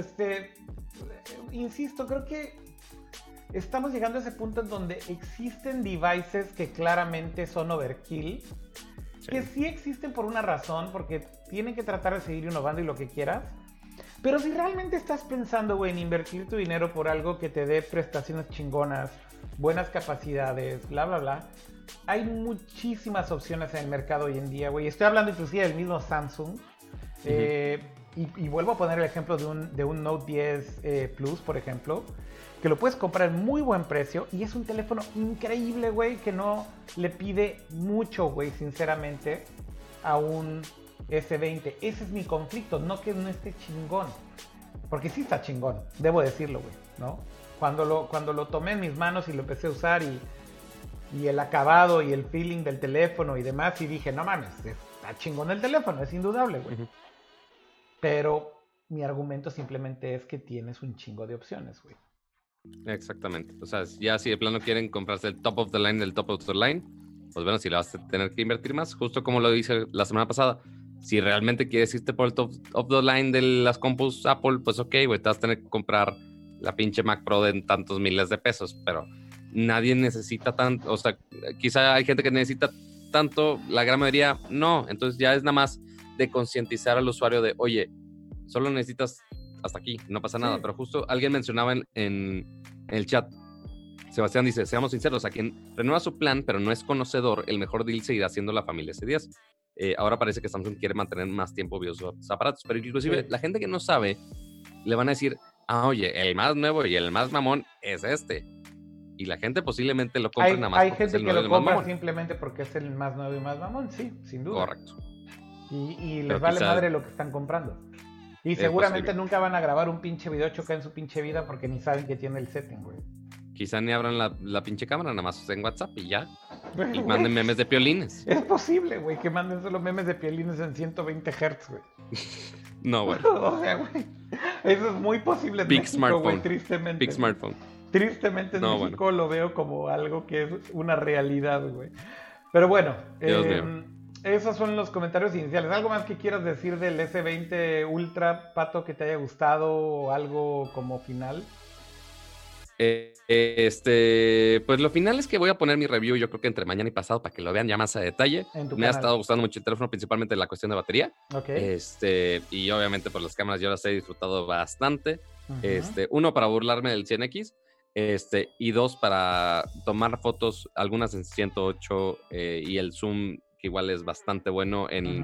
Insisto, creo que estamos llegando a ese punto en donde existen devices que claramente son overkill. Sí. Que sí existen por una razón, porque tienen que tratar de seguir innovando y lo que quieras. Pero si realmente estás pensando, güey, en invertir tu dinero por algo que te dé prestaciones chingonas, buenas capacidades, bla, bla, bla, hay muchísimas opciones en el mercado hoy en día, güey. Estoy hablando inclusive del mismo Samsung. Y vuelvo a poner el ejemplo de un Note 10 Plus, por ejemplo, que lo puedes comprar en muy buen precio y es un teléfono increíble, güey, que no le pide mucho, güey, sinceramente, a un S20. Ese es mi conflicto, no que no esté chingón, porque sí está chingón, debo decirlo, güey, ¿no? Cuando lo tomé en mis manos y lo empecé a usar y el acabado y el feeling del teléfono y demás, y dije, no mames, está chingón el teléfono, es indudable, güey. Pero mi argumento simplemente es que tienes un chingo de opciones, güey. Exactamente. O sea, ya si de plano quieren comprarse el top of the line del top of the line, pues bueno, si le vas a tener que invertir más, justo como lo hice la semana pasada. Si realmente quieres irte por el top of the line de las compus Apple, pues ok, güey, te vas a tener que comprar la pinche Mac Pro de tantos miles de pesos, pero nadie necesita tanto, o sea, quizá hay gente que necesita tanto, la gran mayoría no, entonces ya es nada más de concientizar al usuario de, oye, solo necesitas hasta aquí, no pasa nada, pero justo alguien mencionaba en el chat, Sebastián dice, seamos sinceros, a quien renueva su plan, pero no es conocedor, el mejor deal seguirá siendo la familia S10. Ahora parece que Samsung quiere mantener más tiempo vivos sus aparatos, pero inclusive la gente que no sabe, le van a decir, oye, el más nuevo y el más mamón es este. Y la gente posiblemente lo compra nada más. Hay gente que lo compra simplemente porque es el más nuevo y más mamón, sí, sin duda. Correcto. Y les vale madre lo que están comprando. Y seguramente nunca van a grabar un pinche video 8K en su pinche vida porque ni saben que tiene el setting, güey. Quizá ni abran la pinche cámara, nada más usen WhatsApp y ya. Y manden memes de piolines. Es posible, güey, que manden solo memes de piolines en 120 Hz, güey. No, güey. O sea, güey, eso es muy posible en Big México, smartphone, güey, tristemente. Big smartphone. Tristemente en México lo veo como algo que es una realidad, güey. Pero bueno, esos son los comentarios iniciales. ¿Algo más que quieras decir del S20 Ultra, Pato, que te haya gustado o algo como final? Pues lo final es que voy a poner mi review, yo creo que entre mañana y pasado, para que lo vean ya más a detalle. Me ha estado gustando mucho el teléfono, principalmente la cuestión de batería. Okay. Y obviamente por las cámaras yo las he disfrutado bastante. Uno, para burlarme del 100X. Y dos, para tomar fotos, algunas en 108 y el zoom, que igual es bastante bueno en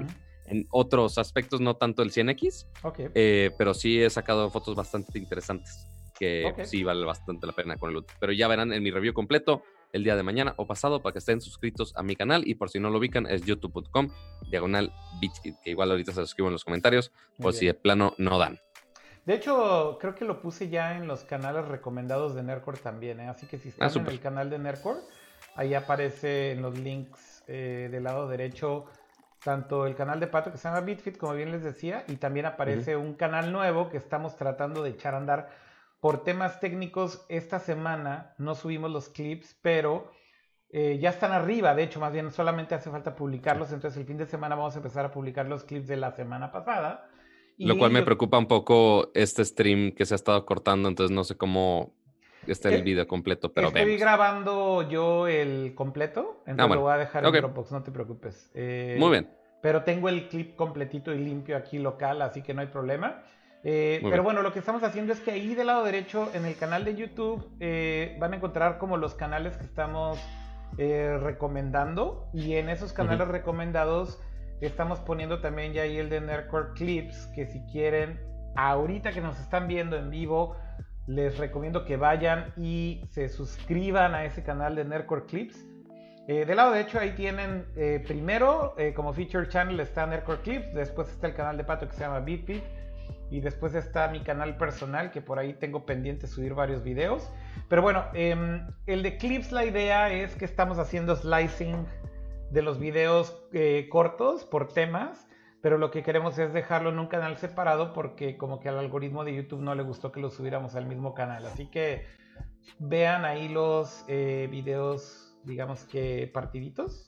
en otros aspectos, no tanto el 100X, pero sí he sacado fotos bastante interesantes, que sí vale bastante la pena con el ultra. Pero ya verán en mi review completo el día de mañana o pasado para que estén suscritos a mi canal, y por si no lo ubican es youtube.com/BitFit, que igual ahorita se los escribo en los comentarios por si de plano no dan. De hecho, creo que lo puse ya en los canales recomendados de Nerdcore también, ¿eh? Así que si están en el canal de Nerdcore, ahí aparece en los links del lado derecho tanto el canal de Pato que se llama BitFit, como bien les decía, y también aparece un canal nuevo que estamos tratando de echar a andar. Por temas técnicos, esta semana no subimos los clips, pero ya están arriba. De hecho, más bien solamente hace falta publicarlos. Entonces el fin de semana vamos a empezar a publicar los clips de la semana pasada. Lo cual me preocupa un poco este stream que se ha estado cortando, entonces no sé cómo está el video completo, pero estoy grabando yo el completo, entonces lo voy a dejar en Dropbox, no te preocupes. Muy bien. Pero tengo el clip completito y limpio aquí local, así que no hay problema. Pero bueno, lo que estamos haciendo es que ahí del lado derecho, en el canal de YouTube, van a encontrar como los canales que estamos recomendando, y en esos canales recomendados estamos poniendo también ya ahí el de Nerdcore Clips, que si quieren, ahorita que nos están viendo en vivo, les recomiendo que vayan y se suscriban a ese canal de Nerdcore Clips. Del lado derecho ahí tienen primero como feature channel está Nerdcore Clips, después está el canal de Pato que se llama BitFit, y después está mi canal personal, que por ahí tengo pendiente subir varios videos. Pero bueno, el de Clips, la idea es que estamos haciendo slicing de los videos cortos por temas, pero lo que queremos es dejarlo en un canal separado, porque como que al algoritmo de YouTube no le gustó que lo subiéramos al mismo canal. Así que vean ahí los videos, digamos que partiditos.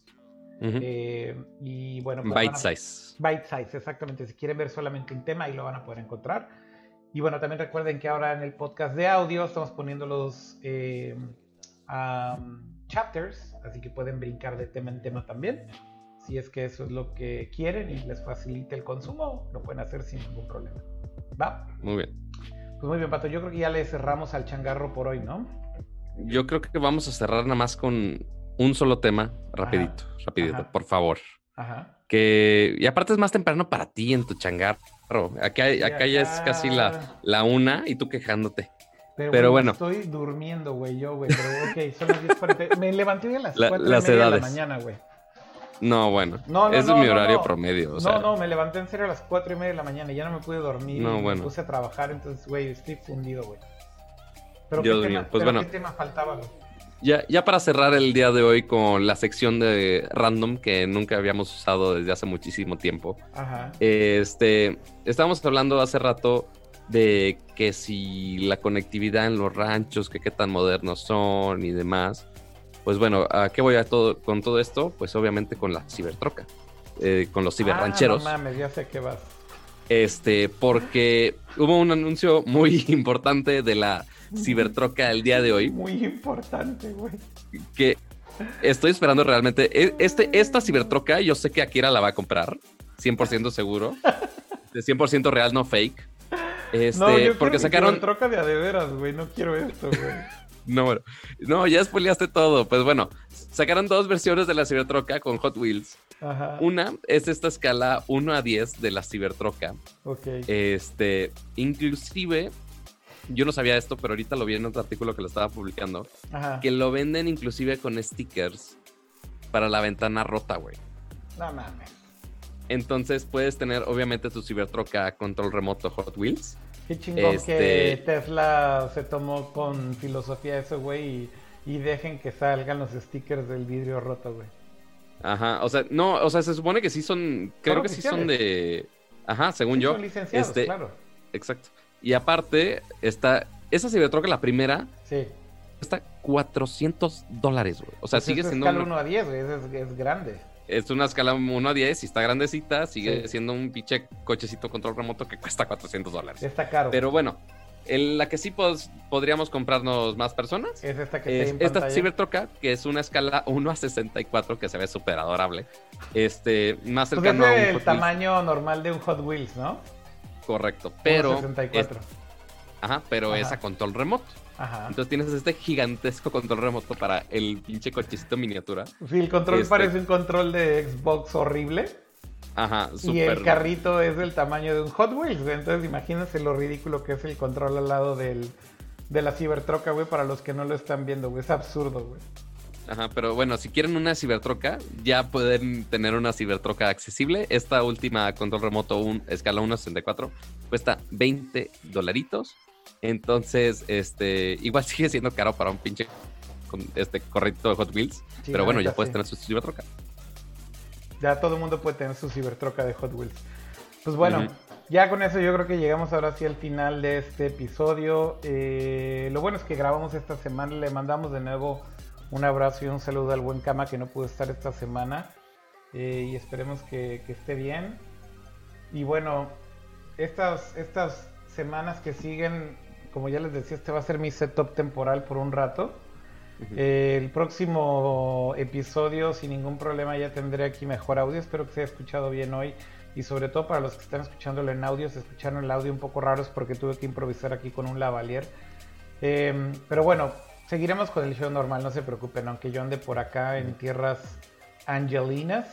Y bueno, pues bite size. Bite size, exactamente. Si quieren ver solamente un tema, ahí lo van a poder encontrar. Y bueno, también recuerden que ahora en el podcast de audio estamos poniendo los chapters, así que pueden brincar de tema en tema también. Si es que eso es lo que quieren y les facilita el consumo, lo pueden hacer sin ningún problema. ¿Va? Muy bien. Pues muy bien, Pato. Yo creo que ya le cerramos al changarro por hoy, ¿no? Yo creo que vamos a cerrar nada más con un solo tema, rapidito, por favor. Y aparte es más temprano para ti en tu changarro. Acá ya es casi la 1 y tú quejándote. Pero bueno. Estoy durmiendo, güey, pero ok, son las 10:40. Me levanté a las 4:30 de la mañana, güey. No, bueno. Ese es mi horario promedio. O sea. No, me levanté en serio a las 4:30 de la mañana y ya no me pude dormir. Me puse a trabajar, entonces, güey, estoy fundido, güey. Pero ¿qué tema faltaba, güey? Ya para cerrar el día de hoy con la sección de random que nunca habíamos usado desde hace muchísimo tiempo. Estábamos hablando hace rato de que si la conectividad en los ranchos, que qué tan modernos son y demás. Pues bueno, ¿a qué voy con todo esto? Pues obviamente con la cibertroca, con los ciberrancheros. No mames, ya sé qué vas. Porque hubo un anuncio muy importante de la cibertroca el día de hoy. Muy importante, güey. Que estoy esperando realmente. Esta cibertroca, yo sé que Akira la va a comprar, 100% seguro. De 100% real, no fake. No, yo porque sacaron cibertroca de veras, güey. No quiero esto, güey. No, ya spoileaste todo. Pues bueno, sacaron 2 versiones de la cibertroca con Hot Wheels. Una es esta escala 1-10 de la cibertroca. Inclusive, yo no sabía esto, pero ahorita lo vi en otro artículo que lo estaba publicando. Que lo venden inclusive con stickers para la ventana rota, güey. No mames. Entonces puedes tener, obviamente, tu cibertroca control remoto Hot Wheels. Qué chingón que Tesla se tomó con filosofía eso, güey, y dejen que salgan los stickers del vidrio roto, güey. Ajá, o sea, se supone que sí son, creo que sí son de... Ajá, según yo. Son licenciados, claro. Exacto. Y aparte, esa cibertroca, la primera, sí, cuesta $400, güey. O sea, pues sigue siendo... Es escala 1-10, güey, es grande. Es una escala 1-10 y está grandecita, sigue siendo un pinche cochecito control remoto que cuesta $400. Está caro. Pero bueno, la que sí podríamos comprarnos más personas es esta que está en esta pantalla. Cibertroca, que es una escala 1-64, que se ve súper adorable. Más pues cercano a un el tamaño normal de un Hot Wheels, ¿no? Correcto, pero 1.64. Pero es a control remoto. Entonces tienes este gigantesco control remoto para el pinche cochecito miniatura. Sí, el control parece un control de Xbox horrible. Ajá, Y el súper. carrito es del tamaño de un Hot Wheels, güey. Entonces imagínense lo ridículo que es el control al lado de la Cybertroca, güey, para los que no lo están viendo, güey. Es absurdo, güey. Ajá, pero bueno, si quieren una Cybertroca, ya pueden tener una Cybertroca accesible. Esta última control remoto escala 1.64 cuesta $20. Entonces, igual sigue siendo caro para un pinche correcto de Hot Wheels. Sí, pero la bueno, neta, ya puedes sí. tener su Cybertroca. Ya todo el mundo puede tener su Cybertroca de Hot Wheels. Pues bueno, Ujú. ya con eso yo creo que llegamos ahora sí al final de este episodio. Lo bueno es que grabamos esta semana. Le mandamos de nuevo un abrazo y un saludo al buen Kama que no pudo estar esta semana. Y esperemos que esté bien. Y bueno, estas semanas que siguen, como ya les decía, este va a ser mi setup temporal por un rato. Ujú. El próximo episodio, sin ningún problema, ya tendré aquí mejor audio. Espero que se haya escuchado bien hoy. Y sobre todo para los que están escuchándolo en audio, se escucharon el audio un poco raros porque tuve que improvisar aquí con un lavalier. Pero bueno, seguiremos con el show normal, no se preocupen. Aunque yo ande por acá en tierras angelinas,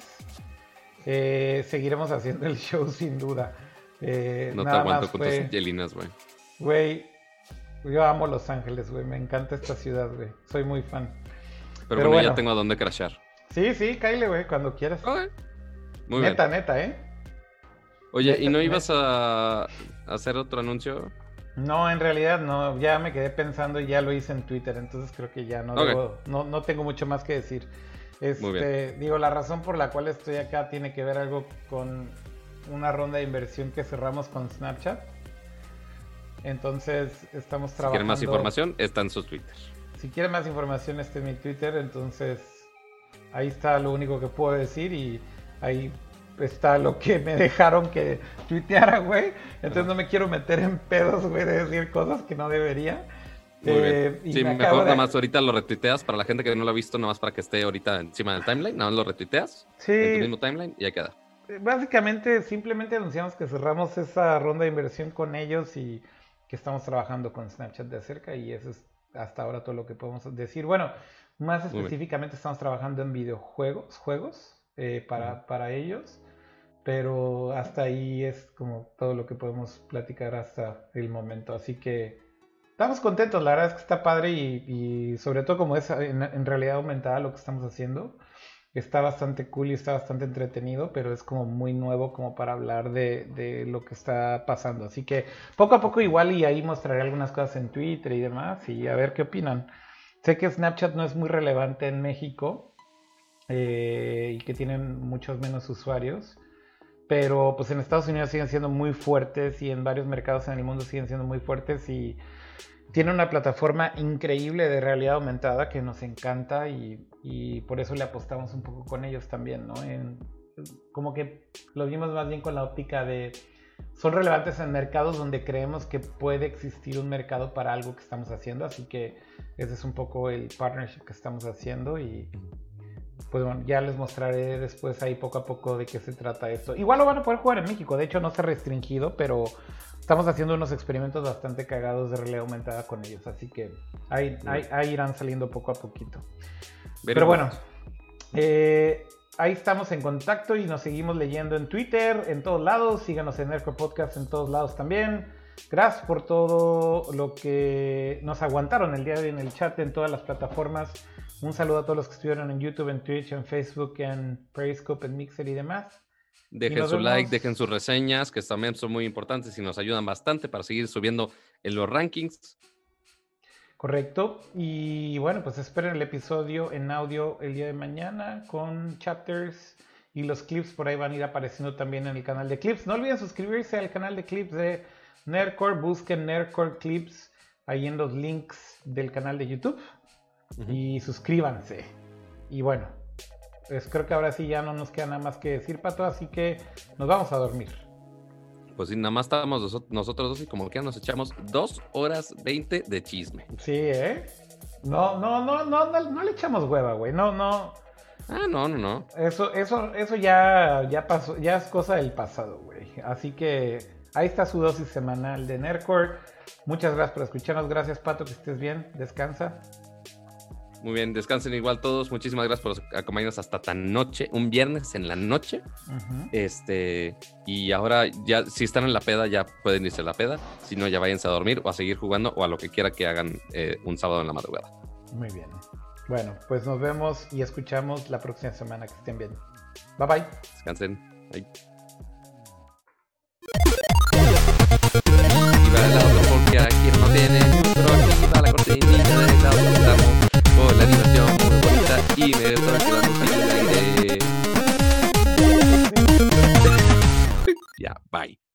seguiremos haciendo el show sin duda. No te Nada aguanto más con tus fue, angelinas, güey. güey, yo amo Los Ángeles, güey, me encanta esta ciudad, güey, soy muy fan. Pero bueno, ya tengo a dónde crashar. Sí, cáile, güey, cuando quieras. Ok, muy Neta, bien. neta, Oye, ¿y no Neta. ibas a hacer otro anuncio? No, en realidad no, ya me quedé pensando y ya lo hice en Twitter, entonces creo que ya no Ok, no tengo mucho más que decir. muy bien. Digo, la razón por la cual estoy acá tiene que ver algo con una ronda de inversión que cerramos con Snapchat. Entonces estamos Si trabajando. quieren más información, está en sus Twitter. Si quieren más información, está en mi Twitter, entonces ahí está lo único que puedo decir y ahí está lo que me dejaron que tuiteara, güey. Entonces Ajá. no me quiero meter en pedos, güey, de decir cosas que no debería. Muy bien. Y Sí, me mejor acabo nada de... más ahorita lo retuiteas para la gente que no lo ha visto, nada más para que esté ahorita encima del timeline, nada más lo retuiteas en tu Sí, mismo timeline y ahí queda. básicamente simplemente anunciamos que cerramos esa ronda de inversión con ellos y que estamos trabajando con Snapchat de cerca y eso es hasta ahora todo lo que podemos decir. Bueno, más Muy bien. específicamente estamos trabajando en juegos Ujú. para ellos, pero hasta ahí es como todo lo que podemos platicar hasta el momento. Así que estamos contentos, la verdad es que está padre y sobre todo como es en realidad aumentada lo que estamos haciendo. Está bastante cool y está bastante entretenido, pero es como muy nuevo como para hablar de lo que está pasando. Así que poco a poco igual y ahí mostraré algunas cosas en Twitter y demás y a ver qué opinan. Sé que Snapchat no es muy relevante en México y que tienen muchos menos usuarios, pero pues en Estados Unidos siguen siendo muy fuertes y en varios mercados en el mundo siguen siendo muy fuertes y tiene una plataforma increíble de realidad aumentada que nos encanta y por eso le apostamos un poco con ellos también, ¿no? Como que lo vimos más bien con la óptica de son relevantes en mercados donde creemos que puede existir un mercado para algo que estamos haciendo, así que ese es un poco el partnership que estamos haciendo y pues bueno, ya les mostraré después ahí poco a poco de qué se trata esto. Igual lo van a poder jugar en México, de hecho no está restringido, pero estamos haciendo unos experimentos bastante cagados de realidad aumentada con ellos, así que ahí irán saliendo poco a poquito. Very Pero good. bueno, ahí estamos en contacto y nos seguimos leyendo en Twitter, en todos lados, síganos en Nerdcore Podcast en todos lados también. Gracias por todo lo que nos aguantaron el día de hoy en el chat, en todas las plataformas. Un saludo a todos los que estuvieron en YouTube, en Twitch, en Facebook, en Periscope, en Mixer y demás. Y Dejen nos su like, vemos. dejen sus reseñas, que también son muy importantes y nos ayudan bastante para seguir subiendo en los rankings. Correcto. Y bueno, pues esperen el episodio en audio el día de mañana con chapters y los clips por ahí van a ir apareciendo también en el canal de clips. No olviden suscribirse al canal de clips de Nerdcore. Busquen Nerdcore Clips ahí en los links del canal de YouTube y suscríbanse. Y bueno, pues creo que ahora sí ya no nos queda nada más que decir, Pato, así que nos vamos a dormir. Pues sí, nada más estábamos nosotros dos y como que nos echamos 2 horas 20 de chisme. Sí, ¿eh? No le echamos hueva, güey. No. Ah, no. Eso ya pasó, ya es cosa del pasado, güey. Así que ahí está su dosis semanal de Nerdcore. Muchas gracias por escucharnos. Gracias, Pato, que estés bien. Descansa. Muy bien, descansen igual todos. Muchísimas gracias por acompañarnos hasta tan noche, un viernes en la noche. Y ahora ya, si están en la peda, ya pueden irse a la peda. Si no, ya váyanse a dormir o a seguir jugando o a lo que quiera que hagan un sábado en la madrugada. Muy bien. Bueno, pues nos vemos y escuchamos la próxima semana. Que estén bien. Bye bye. Descansen. Bye. Y va el lado porque aquí no tiene, pero aquí va la cortinilla del lado que estamos con la animación muy bonita y me estoy quedando sin aire. Ya, bye.